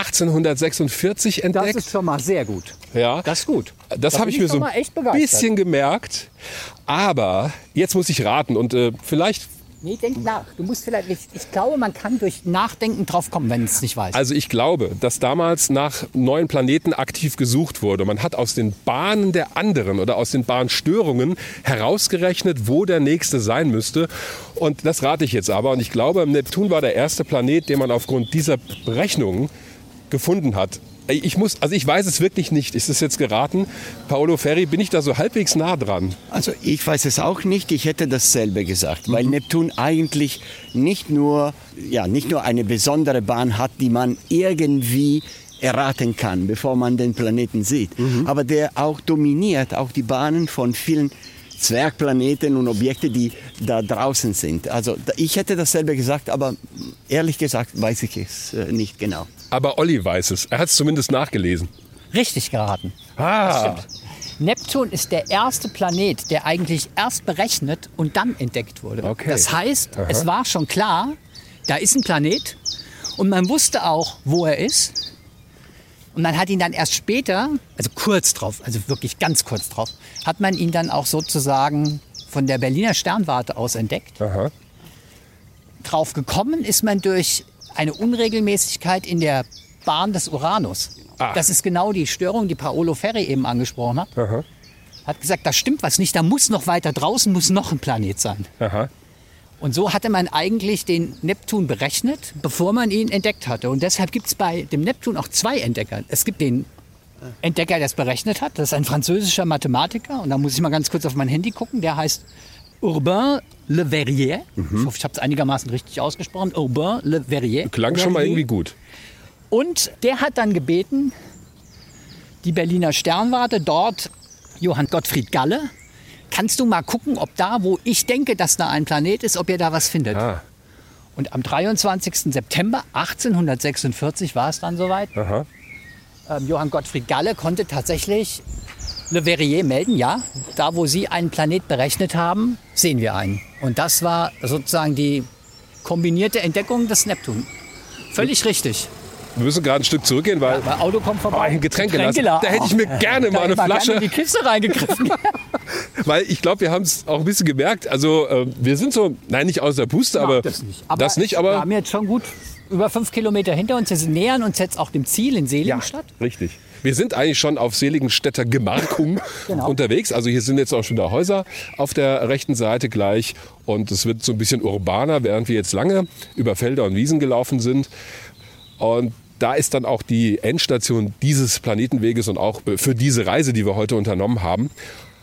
1846 entdeckt. Das ist schon mal sehr gut. Ja. Das ist gut. Das habe ich mir so ein bisschen gemerkt. Aber jetzt muss ich raten und vielleicht... Nee, denk nach. Du musst vielleicht, ich glaube, man kann durch Nachdenken drauf kommen, wenn es nicht weiß. Also ich glaube, dass damals nach neuen Planeten aktiv gesucht wurde. Man hat aus den Bahnen der anderen oder aus den Bahnstörungen herausgerechnet, wo der nächste sein müsste. Und das rate ich jetzt aber. Und ich glaube, Neptun war der erste Planet, den man aufgrund dieser Berechnungen gefunden hat. Ich weiß es wirklich nicht. Ist es jetzt geraten? Paolo Ferri, bin ich da so halbwegs nah dran? Also ich weiß es auch nicht. Ich hätte dasselbe gesagt, weil Neptun eigentlich nicht nur eine besondere Bahn hat, die man irgendwie erraten kann, bevor man den Planeten sieht. Aber der auch dominiert, auch die Bahnen von vielen Zwergplaneten und Objekte, die da draußen sind. Also ich hätte dasselbe gesagt, aber ehrlich gesagt weiß ich es nicht genau. Aber Olli weiß es. Er hat es zumindest nachgelesen. Richtig geraten. Ah. Das stimmt. Neptun ist der erste Planet, der eigentlich erst berechnet und dann entdeckt wurde. Okay. Das heißt, es war schon klar, da ist ein Planet und man wusste auch, wo er ist. Und man hat ihn dann erst später, also kurz drauf, also wirklich ganz kurz drauf, hat man ihn dann auch sozusagen von der Berliner Sternwarte aus entdeckt. Aha. Drauf gekommen ist man durch eine Unregelmäßigkeit in der Bahn des Uranus. Das ist genau die Störung, die Paolo Ferri eben angesprochen hat. Aha. Hat gesagt, da stimmt was nicht, da muss noch weiter draußen, muss noch ein Planet sein. Aha. Und so hatte man eigentlich den Neptun berechnet, bevor man ihn entdeckt hatte. Und deshalb gibt es bei dem Neptun auch zwei Entdecker. Es gibt den Entdecker, der es berechnet hat. Das ist ein französischer Mathematiker. Und da muss ich mal ganz kurz auf mein Handy gucken. Der heißt Urbain Le Verrier. Ich hoffe, ich habe es einigermaßen richtig ausgesprochen. Urbain Le Verrier. Klang schon mal irgendwie gut. Und der hat dann gebeten, die Berliner Sternwarte, dort Johann Gottfried Galle, kannst du mal gucken, ob da, wo ich denke, dass da ein Planet ist, ob ihr da was findet. Ah. Und am 23. September 1846 war es dann soweit. Johann Gottfried Galle konnte tatsächlich Le Verrier melden, ja, da wo sie einen Planet berechnet haben, sehen wir einen. Und das war sozusagen die kombinierte Entdeckung des Neptun. Völlig richtig. Wir müssen gerade ein Stück zurückgehen, weil Mein Auto kommt vorbei. ein Getränkeglas. Da hätte ich mir gerne mal eine Flasche. In die Kiste reingegriffen. Weil ich glaube, wir haben es auch ein bisschen gemerkt. Also wir sind so, nein, nicht aus der Puste, aber das nicht. das nicht, aber wir haben jetzt schon gut über 5 Kilometer hinter uns. Wir nähern uns jetzt auch dem Ziel in Seligenstadt. Ja, richtig. Wir sind eigentlich schon auf Seligenstädter Gemarkung unterwegs. Also hier sind jetzt auch schon wieder Häuser auf der rechten Seite gleich. Und es wird so ein bisschen urbaner, während wir jetzt lange über Felder und Wiesen gelaufen sind. Und da ist dann auch die Endstation dieses Planetenweges und auch für diese Reise, die wir heute unternommen haben.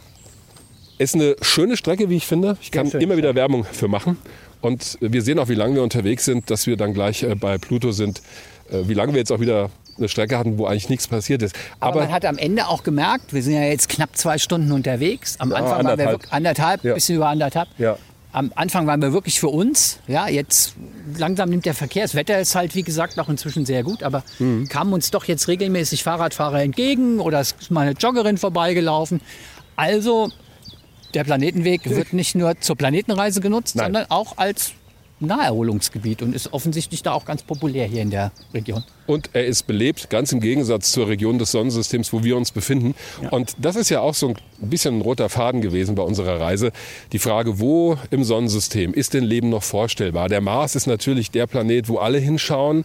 Ist eine schöne Strecke, wie ich finde. Ich kann immer wieder Werbung für machen. Und wir sehen auch, wie lange wir unterwegs sind, dass wir dann gleich bei Pluto sind. Wie lange wir jetzt auch wieder eine Strecke hatten, wo eigentlich nichts passiert ist. Aber man hat am Ende auch gemerkt, wir sind ja jetzt knapp 2 Stunden unterwegs. Am Anfang waren wir anderthalb, bisschen über anderthalb. Ja. Am Anfang waren wir wirklich für uns. Ja, jetzt langsam nimmt der Verkehr. Das Wetter ist halt, wie gesagt, noch inzwischen sehr gut. Aber kamen uns doch jetzt regelmäßig Fahrradfahrer entgegen oder es ist mal eine Joggerin vorbeigelaufen. Also der Planetenweg wird nicht nur zur Planetenreise genutzt, sondern auch als Naherholungsgebiet und ist offensichtlich da auch ganz populär hier in der Region. Und er ist belebt, ganz im Gegensatz zur Region des Sonnensystems, wo wir uns befinden. Ja. Und das ist ja auch so ein bisschen ein roter Faden gewesen bei unserer Reise. Die Frage, wo im Sonnensystem ist denn Leben noch vorstellbar? Der Mars ist natürlich der Planet, wo alle hinschauen.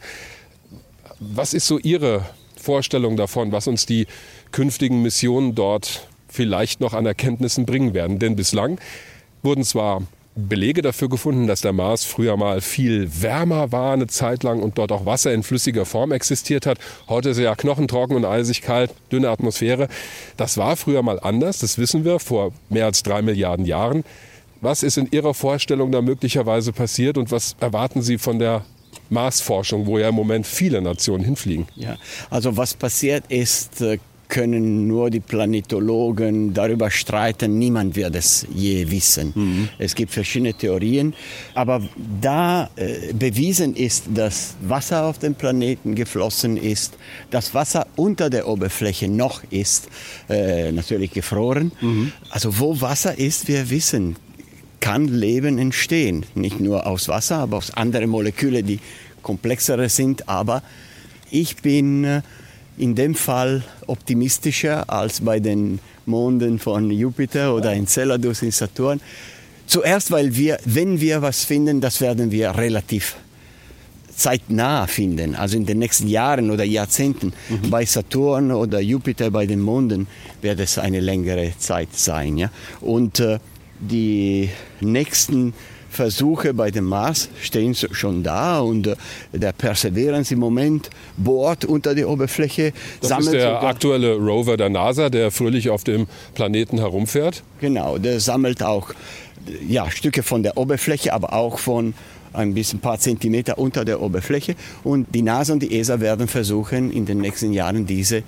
Was ist so Ihre Vorstellung davon, was uns die künftigen Missionen dort vielleicht noch an Erkenntnissen bringen werden? Denn bislang wurden zwar Belege dafür gefunden, dass der Mars früher mal viel wärmer war eine Zeit lang und dort auch Wasser in flüssiger Form existiert hat. Heute ist er ja knochentrocken und eisig kalt, dünne Atmosphäre. Das war früher mal anders, das wissen wir, vor mehr als 3 Milliarden Jahren. Was ist in Ihrer Vorstellung da möglicherweise passiert und was erwarten Sie von der Marsforschung, wo ja im Moment viele Nationen hinfliegen? Ja, also was passiert ist, können nur die Planetologen darüber streiten. Niemand wird es je wissen. Es gibt verschiedene Theorien. Aber da bewiesen ist, dass Wasser auf dem Planeten geflossen ist, das Wasser unter der Oberfläche noch ist, natürlich gefroren. Also wo Wasser ist, wir wissen, kann Leben entstehen. Nicht nur aus Wasser, aber aus anderen Molekülen, die komplexere sind. Aber ich bin in dem Fall optimistischer als bei den Monden von Jupiter oder Enceladus in Saturn. Zuerst, weil wenn wir was finden, das werden wir relativ zeitnah finden, also in den nächsten Jahren oder Jahrzehnten. Bei Saturn oder Jupiter, bei den Monden, wird es eine längere Zeit sein. Ja? Und die nächsten Versuche bei dem Mars stehen schon da und der Perseverance im Moment bohrt unter die Oberfläche. Das ist der aktuelle Rover der NASA, der fröhlich auf dem Planeten herumfährt. Genau, der sammelt auch Stücke von der Oberfläche, aber auch von ein paar Zentimeter unter der Oberfläche. Und die NASA und die ESA werden versuchen, in den nächsten Jahren diese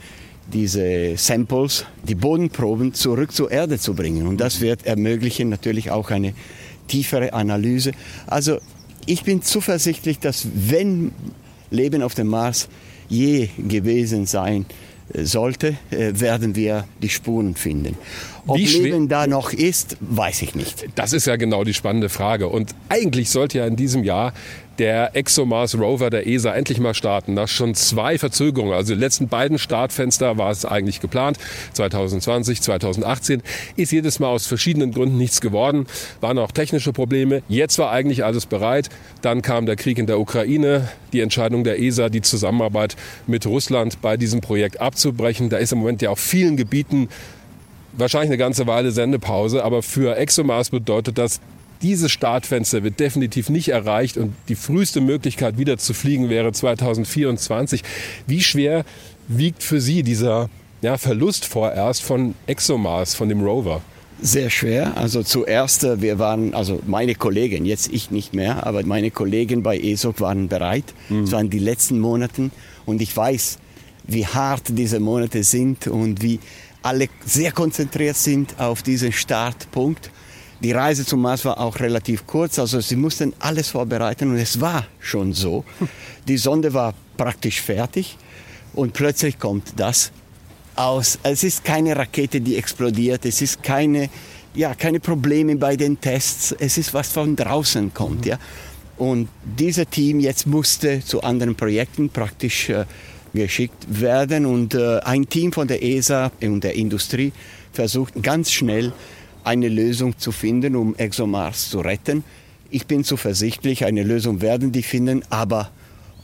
Samples, die Bodenproben, zurück zur Erde zu bringen. Und das wird ermöglichen natürlich auch eine tiefere Analyse. Also ich bin zuversichtlich, dass wenn Leben auf dem Mars je gewesen sein sollte, werden wir die Spuren finden. Ob Leben da noch ist, weiß ich nicht. Das ist ja genau die spannende Frage. Und eigentlich sollte ja in diesem Jahr der ExoMars Rover der ESA endlich mal starten. Nach schon 2 Verzögerungen, also die letzten beiden Startfenster war es eigentlich geplant, 2020, 2018, ist jedes Mal aus verschiedenen Gründen nichts geworden. Waren auch technische Probleme. Jetzt war eigentlich alles bereit. Dann kam der Krieg in der Ukraine, die Entscheidung der ESA, die Zusammenarbeit mit Russland bei diesem Projekt abzubrechen. Da ist im Moment ja auf vielen Gebieten wahrscheinlich eine ganze Weile Sendepause. Aber für ExoMars bedeutet das, dieses Startfenster wird definitiv nicht erreicht und die früheste Möglichkeit, wieder zu fliegen, wäre 2024. Wie schwer wiegt für Sie dieser Verlust vorerst von ExoMars, von dem Rover? Sehr schwer. Also zuerst, wir waren, also meine Kollegen, jetzt ich nicht mehr, aber meine Kollegen bei ESOC waren bereit. Es waren die letzten Monate und ich weiß, wie hart diese Monate sind und wie alle sehr konzentriert sind auf diesen Startpunkt. Die Reise zum Mars war auch relativ kurz, also sie mussten alles vorbereiten und es war schon so. Die Sonde war praktisch fertig und plötzlich kommt das aus. Es ist keine Rakete, die explodiert, es ist keine Probleme bei den Tests, es ist was von draußen kommt. Ja? Und dieses Team jetzt musste zu anderen Projekten praktisch geschickt werden und ein Team von der ESA und der Industrie versucht ganz schnell eine Lösung zu finden, um ExoMars zu retten. Ich bin zuversichtlich, eine Lösung werden die finden, aber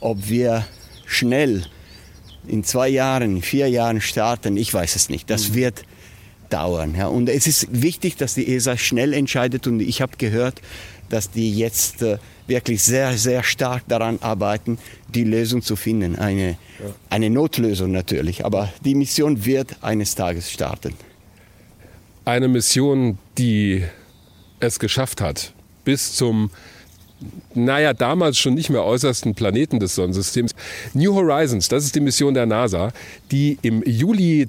Ob wir schnell in 2 Jahren, 4 Jahren starten, ich weiß es nicht. Das wird dauern. Ja. Und es ist wichtig, dass die ESA schnell entscheidet. Und ich habe gehört, dass die jetzt wirklich sehr, sehr stark daran arbeiten, die Lösung zu finden. Eine Notlösung natürlich. Aber die Mission wird eines Tages starten. Eine Mission, die es geschafft hat, bis zum damals schon nicht mehr äußersten Planeten des Sonnensystems. New Horizons, das ist die Mission der NASA, die im Juli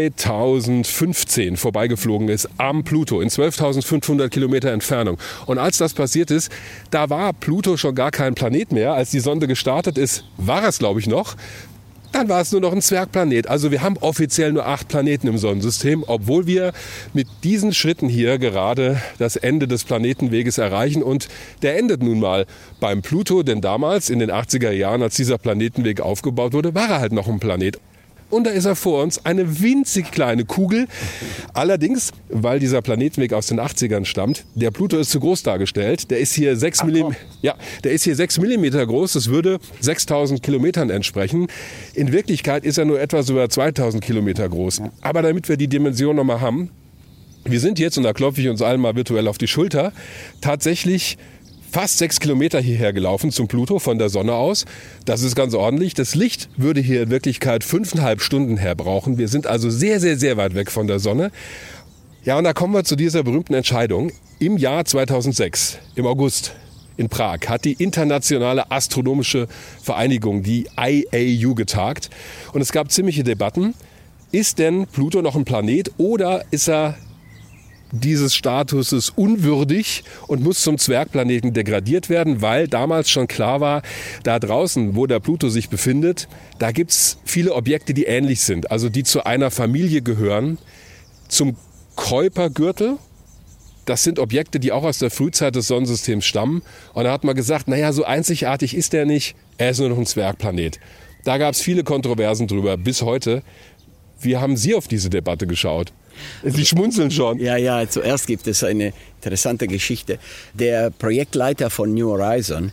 2015 vorbeigeflogen ist am Pluto in 12.500 Kilometer Entfernung. Und als das passiert ist, da war Pluto schon gar kein Planet mehr. Als die Sonde gestartet ist, war es, glaube ich, noch. Dann war es nur noch ein Zwergplanet. Also wir haben offiziell nur 8 Planeten im Sonnensystem, obwohl wir mit diesen Schritten hier gerade das Ende des Planetenweges erreichen. Und der endet nun mal beim Pluto, denn damals in den 80er Jahren, als dieser Planetenweg aufgebaut wurde, war er halt noch ein Planet. Und da ist er vor uns, eine winzig kleine Kugel. Allerdings, weil dieser Planetenweg aus den 80ern stammt, der Pluto ist zu groß dargestellt. Der ist hier 6 Millimeter groß. Das würde 6.000 Kilometern entsprechen. In Wirklichkeit ist er nur etwas über 2.000 Kilometer groß. Aber damit wir die Dimension nochmal haben, wir sind jetzt, und da klopfe ich uns allen mal virtuell auf die Schulter, tatsächlich fast 6 Kilometer hierher gelaufen zum Pluto von der Sonne aus. Das ist ganz ordentlich. Das Licht würde hier in Wirklichkeit 5,5 Stunden herbrauchen. Wir sind also sehr, sehr, sehr weit weg von der Sonne. Ja, und da kommen wir zu dieser berühmten Entscheidung. Im Jahr 2006, im August, in Prag, hat die Internationale Astronomische Vereinigung, die IAU, getagt. Und es gab ziemliche Debatten. Ist denn Pluto noch ein Planet oder ist er dieses Statuses unwürdig und muss zum Zwergplaneten degradiert werden, weil damals schon klar war, da draußen, wo der Pluto sich befindet, da gibt's viele Objekte, die ähnlich sind, also die zu einer Familie gehören, zum Kuipergürtel. Das sind Objekte, die auch aus der Frühzeit des Sonnensystems stammen. Und da hat man gesagt, so einzigartig ist der nicht, er ist nur noch ein Zwergplanet. Da gab's viele Kontroversen drüber, bis heute. Wie haben Sie auf diese Debatte geschaut? Sie schmunzeln schon. Ja, zuerst gibt es eine interessante Geschichte. Der Projektleiter von New Horizons,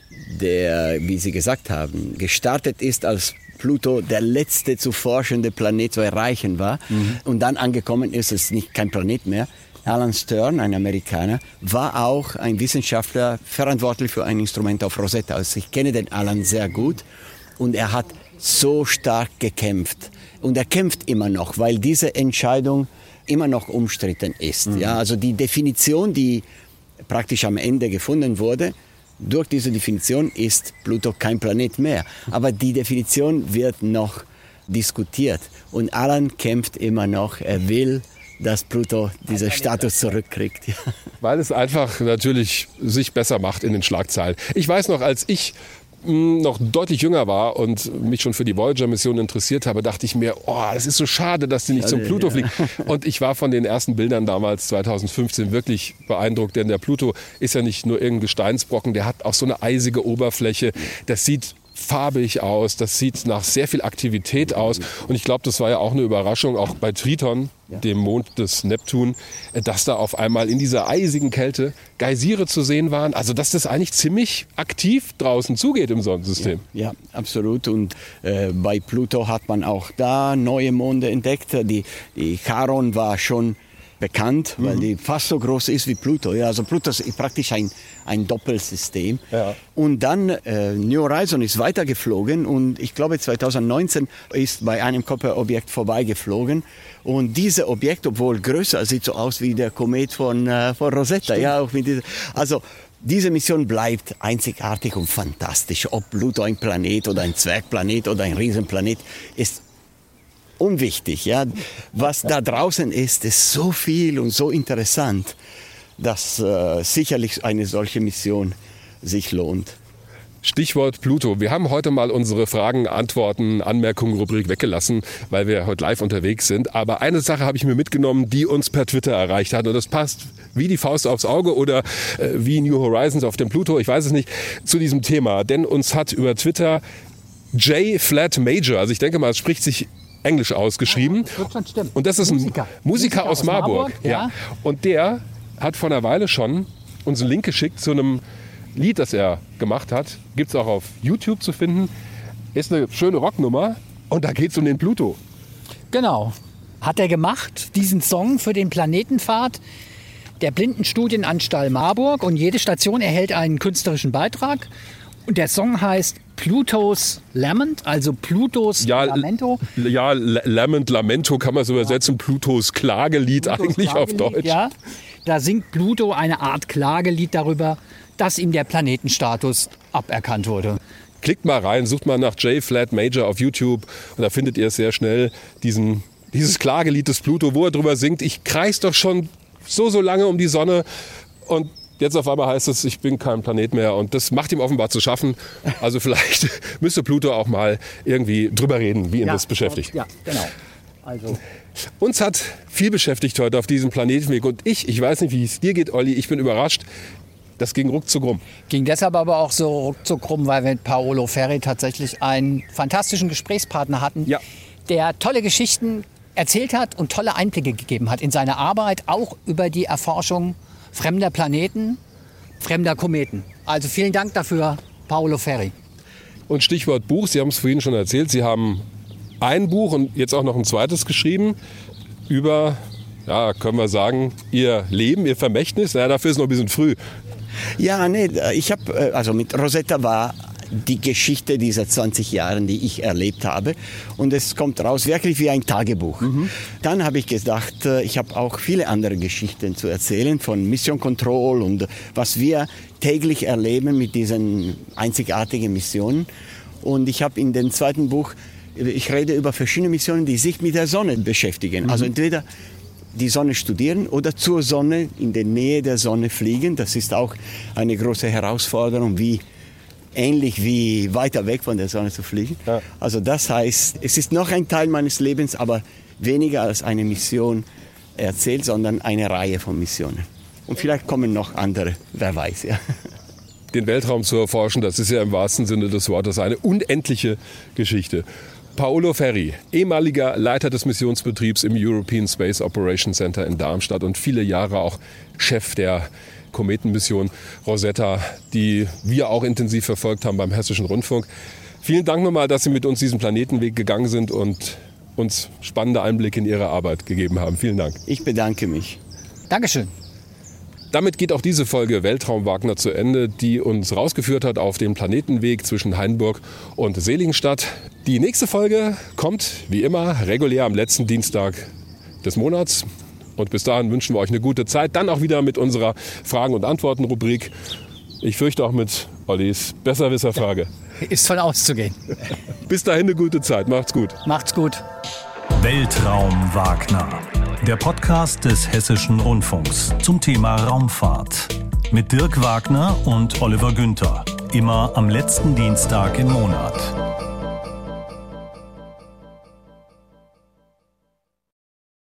der, wie Sie gesagt haben, gestartet ist als Pluto der letzte zu forschende Planet zu erreichen war und dann angekommen ist, es nicht kein Planet mehr. Alan Stern, ein Amerikaner, war auch ein Wissenschaftler verantwortlich für ein Instrument auf Rosetta. Also ich kenne den Alan sehr gut und er hat so stark gekämpft. Und er kämpft immer noch, weil diese Entscheidung immer noch umstritten ist. Ja, also die Definition, die praktisch am Ende gefunden wurde, durch diese Definition ist Pluto kein Planet mehr. Aber die Definition wird noch diskutiert. Und Alan kämpft immer noch. Er will, dass Pluto diesen Status zurückkriegt. Ja. Weil es einfach natürlich sich besser macht in den Schlagzeilen. Ich weiß noch, als ich noch deutlich jünger war und mich schon für die Voyager-Mission interessiert habe, dachte ich mir, es ist so schade, dass die nicht zum Pluto fliegen. Und ich war von den ersten Bildern damals, 2015, wirklich beeindruckt, denn der Pluto ist ja nicht nur irgendein Gesteinsbrocken, der hat auch so eine eisige Oberfläche. Das sieht farbig aus, das sieht nach sehr viel Aktivität aus. Und ich glaube, das war ja auch eine Überraschung, auch bei Triton, dem Mond des Neptun, dass da auf einmal in dieser eisigen Kälte Geysire zu sehen waren. Also dass das eigentlich ziemlich aktiv draußen zugeht im Sonnensystem. Ja, absolut. Und bei Pluto hat man auch da neue Monde entdeckt. Die Charon war schon bekannt, weil die fast so groß ist wie Pluto. Ja, also Pluto ist praktisch ein Doppelsystem. Ja. Und dann New Horizons ist weitergeflogen und ich glaube 2019 ist bei einem Kuiper-Objekt vorbeigeflogen. Und dieses Objekt, obwohl größer, sieht so aus wie der Komet von Rosetta. Ja, auch mit also diese Mission bleibt einzigartig und fantastisch. Ob Pluto ein Planet oder ein Zwergplanet oder ein Riesenplanet ist unwichtig. Ja. Was da draußen ist so viel und so interessant, dass sicherlich eine solche Mission sich lohnt. Stichwort Pluto. Wir haben heute mal unsere Fragen, Antworten, Anmerkungen, Rubrik weggelassen, weil wir heute live unterwegs sind. Aber eine Sache habe ich mir mitgenommen, die uns per Twitter erreicht hat. Und das passt wie die Faust aufs Auge oder wie New Horizons auf dem Pluto, ich weiß es nicht, zu diesem Thema. Denn uns hat über Twitter J. Flat Major, also ich denke mal, es spricht sich Englisch ausgeschrieben. Das wird schon stimmen. Und das ist ein Musiker aus Marburg. Ja. Und der hat vor einer Weile schon uns einen Link geschickt zu einem Lied, das er gemacht hat, gibt es auch auf YouTube zu finden. Ist eine schöne Rocknummer und da geht es um den Pluto. Genau. Hat er gemacht, diesen Song für den Planetenfahrt der Blindenstudienanstalt Marburg. Und jede Station erhält einen künstlerischen Beitrag. Und der Song heißt Pluto's Lament, also Plutos Lamento. Ja, Lamento kann man so übersetzen. Plutos Klagelied eigentlich auf Deutsch. Ja, da singt Pluto eine Art Klagelied darüber, dass ihm der Planetenstatus aberkannt wurde. Klickt mal rein, sucht mal nach J-Flat Major auf YouTube und da findet ihr sehr schnell dieses Klagelied des Pluto, wo er drüber singt, ich kreis doch schon so lange um die Sonne und jetzt auf einmal heißt es, ich bin kein Planet mehr und das macht ihm offenbar zu schaffen. Also vielleicht müsste Pluto auch mal irgendwie drüber reden, wie ihn das beschäftigt. Ja, genau. Also. Uns hat viel beschäftigt heute auf diesem Planetenweg und ich weiß nicht, wie es dir geht, Olli, ich bin überrascht. Das ging ruckzuck rum. Ging deshalb aber auch so ruckzuck rum, weil wir mit Paolo Ferri tatsächlich einen fantastischen Gesprächspartner hatten, der tolle Geschichten erzählt hat und tolle Einblicke gegeben hat in seine Arbeit, auch über die Erforschung fremder Planeten, fremder Kometen. Also vielen Dank dafür, Paolo Ferri. Und Stichwort Buch, Sie haben es vorhin schon erzählt, Sie haben ein Buch und jetzt auch noch ein zweites geschrieben über, ja, können wir sagen, Ihr Leben, Ihr Vermächtnis. Ja, dafür ist es noch ein bisschen früh. Ja, nee, ich habe, also mit Rosetta war die Geschichte dieser 20 Jahre, die ich erlebt habe. Und es kommt raus wirklich wie ein Tagebuch. Dann habe ich gedacht, ich habe auch viele andere Geschichten zu erzählen von Mission Control und was wir täglich erleben mit diesen einzigartigen Missionen. Und ich habe in dem zweiten Buch, ich rede über verschiedene Missionen, die sich mit der Sonne beschäftigen. Also entweder die Sonne studieren oder zur Sonne, in der Nähe der Sonne fliegen. Das ist auch eine große Herausforderung, ähnlich wie weiter weg von der Sonne zu fliegen. Ja. Also das heißt, es ist noch ein Teil meines Lebens, aber weniger als eine Mission erzählt, sondern eine Reihe von Missionen. Und vielleicht kommen noch andere, wer weiß. Ja. Den Weltraum zu erforschen, das ist ja im wahrsten Sinne des Wortes eine unendliche Geschichte. Paolo Ferri, ehemaliger Leiter des Missionsbetriebs im European Space Operations Center in Darmstadt und viele Jahre auch Chef der Kometenmission Rosetta, die wir auch intensiv verfolgt haben beim Hessischen Rundfunk. Vielen Dank nochmal, dass Sie mit uns diesen Planetenweg gegangen sind und uns spannende Einblicke in Ihre Arbeit gegeben haben. Vielen Dank. Ich bedanke mich. Dankeschön. Damit geht auch diese Folge Weltraum Wagner zu Ende, die uns rausgeführt hat auf den Planetenweg zwischen Hainburg und Seligenstadt. Die nächste Folge kommt, wie immer, regulär am letzten Dienstag des Monats. Und bis dahin wünschen wir euch eine gute Zeit. Dann auch wieder mit unserer Fragen- und Antworten-Rubrik. Ich fürchte auch mit Ollis Besserwisser-Frage. Ist von auszugehen. Bis dahin eine gute Zeit. Macht's gut. Macht's gut. Weltraum Wagner. Der Podcast des Hessischen Rundfunks zum Thema Raumfahrt. Mit Dirk Wagner und Oliver Günther. Immer am letzten Dienstag im Monat.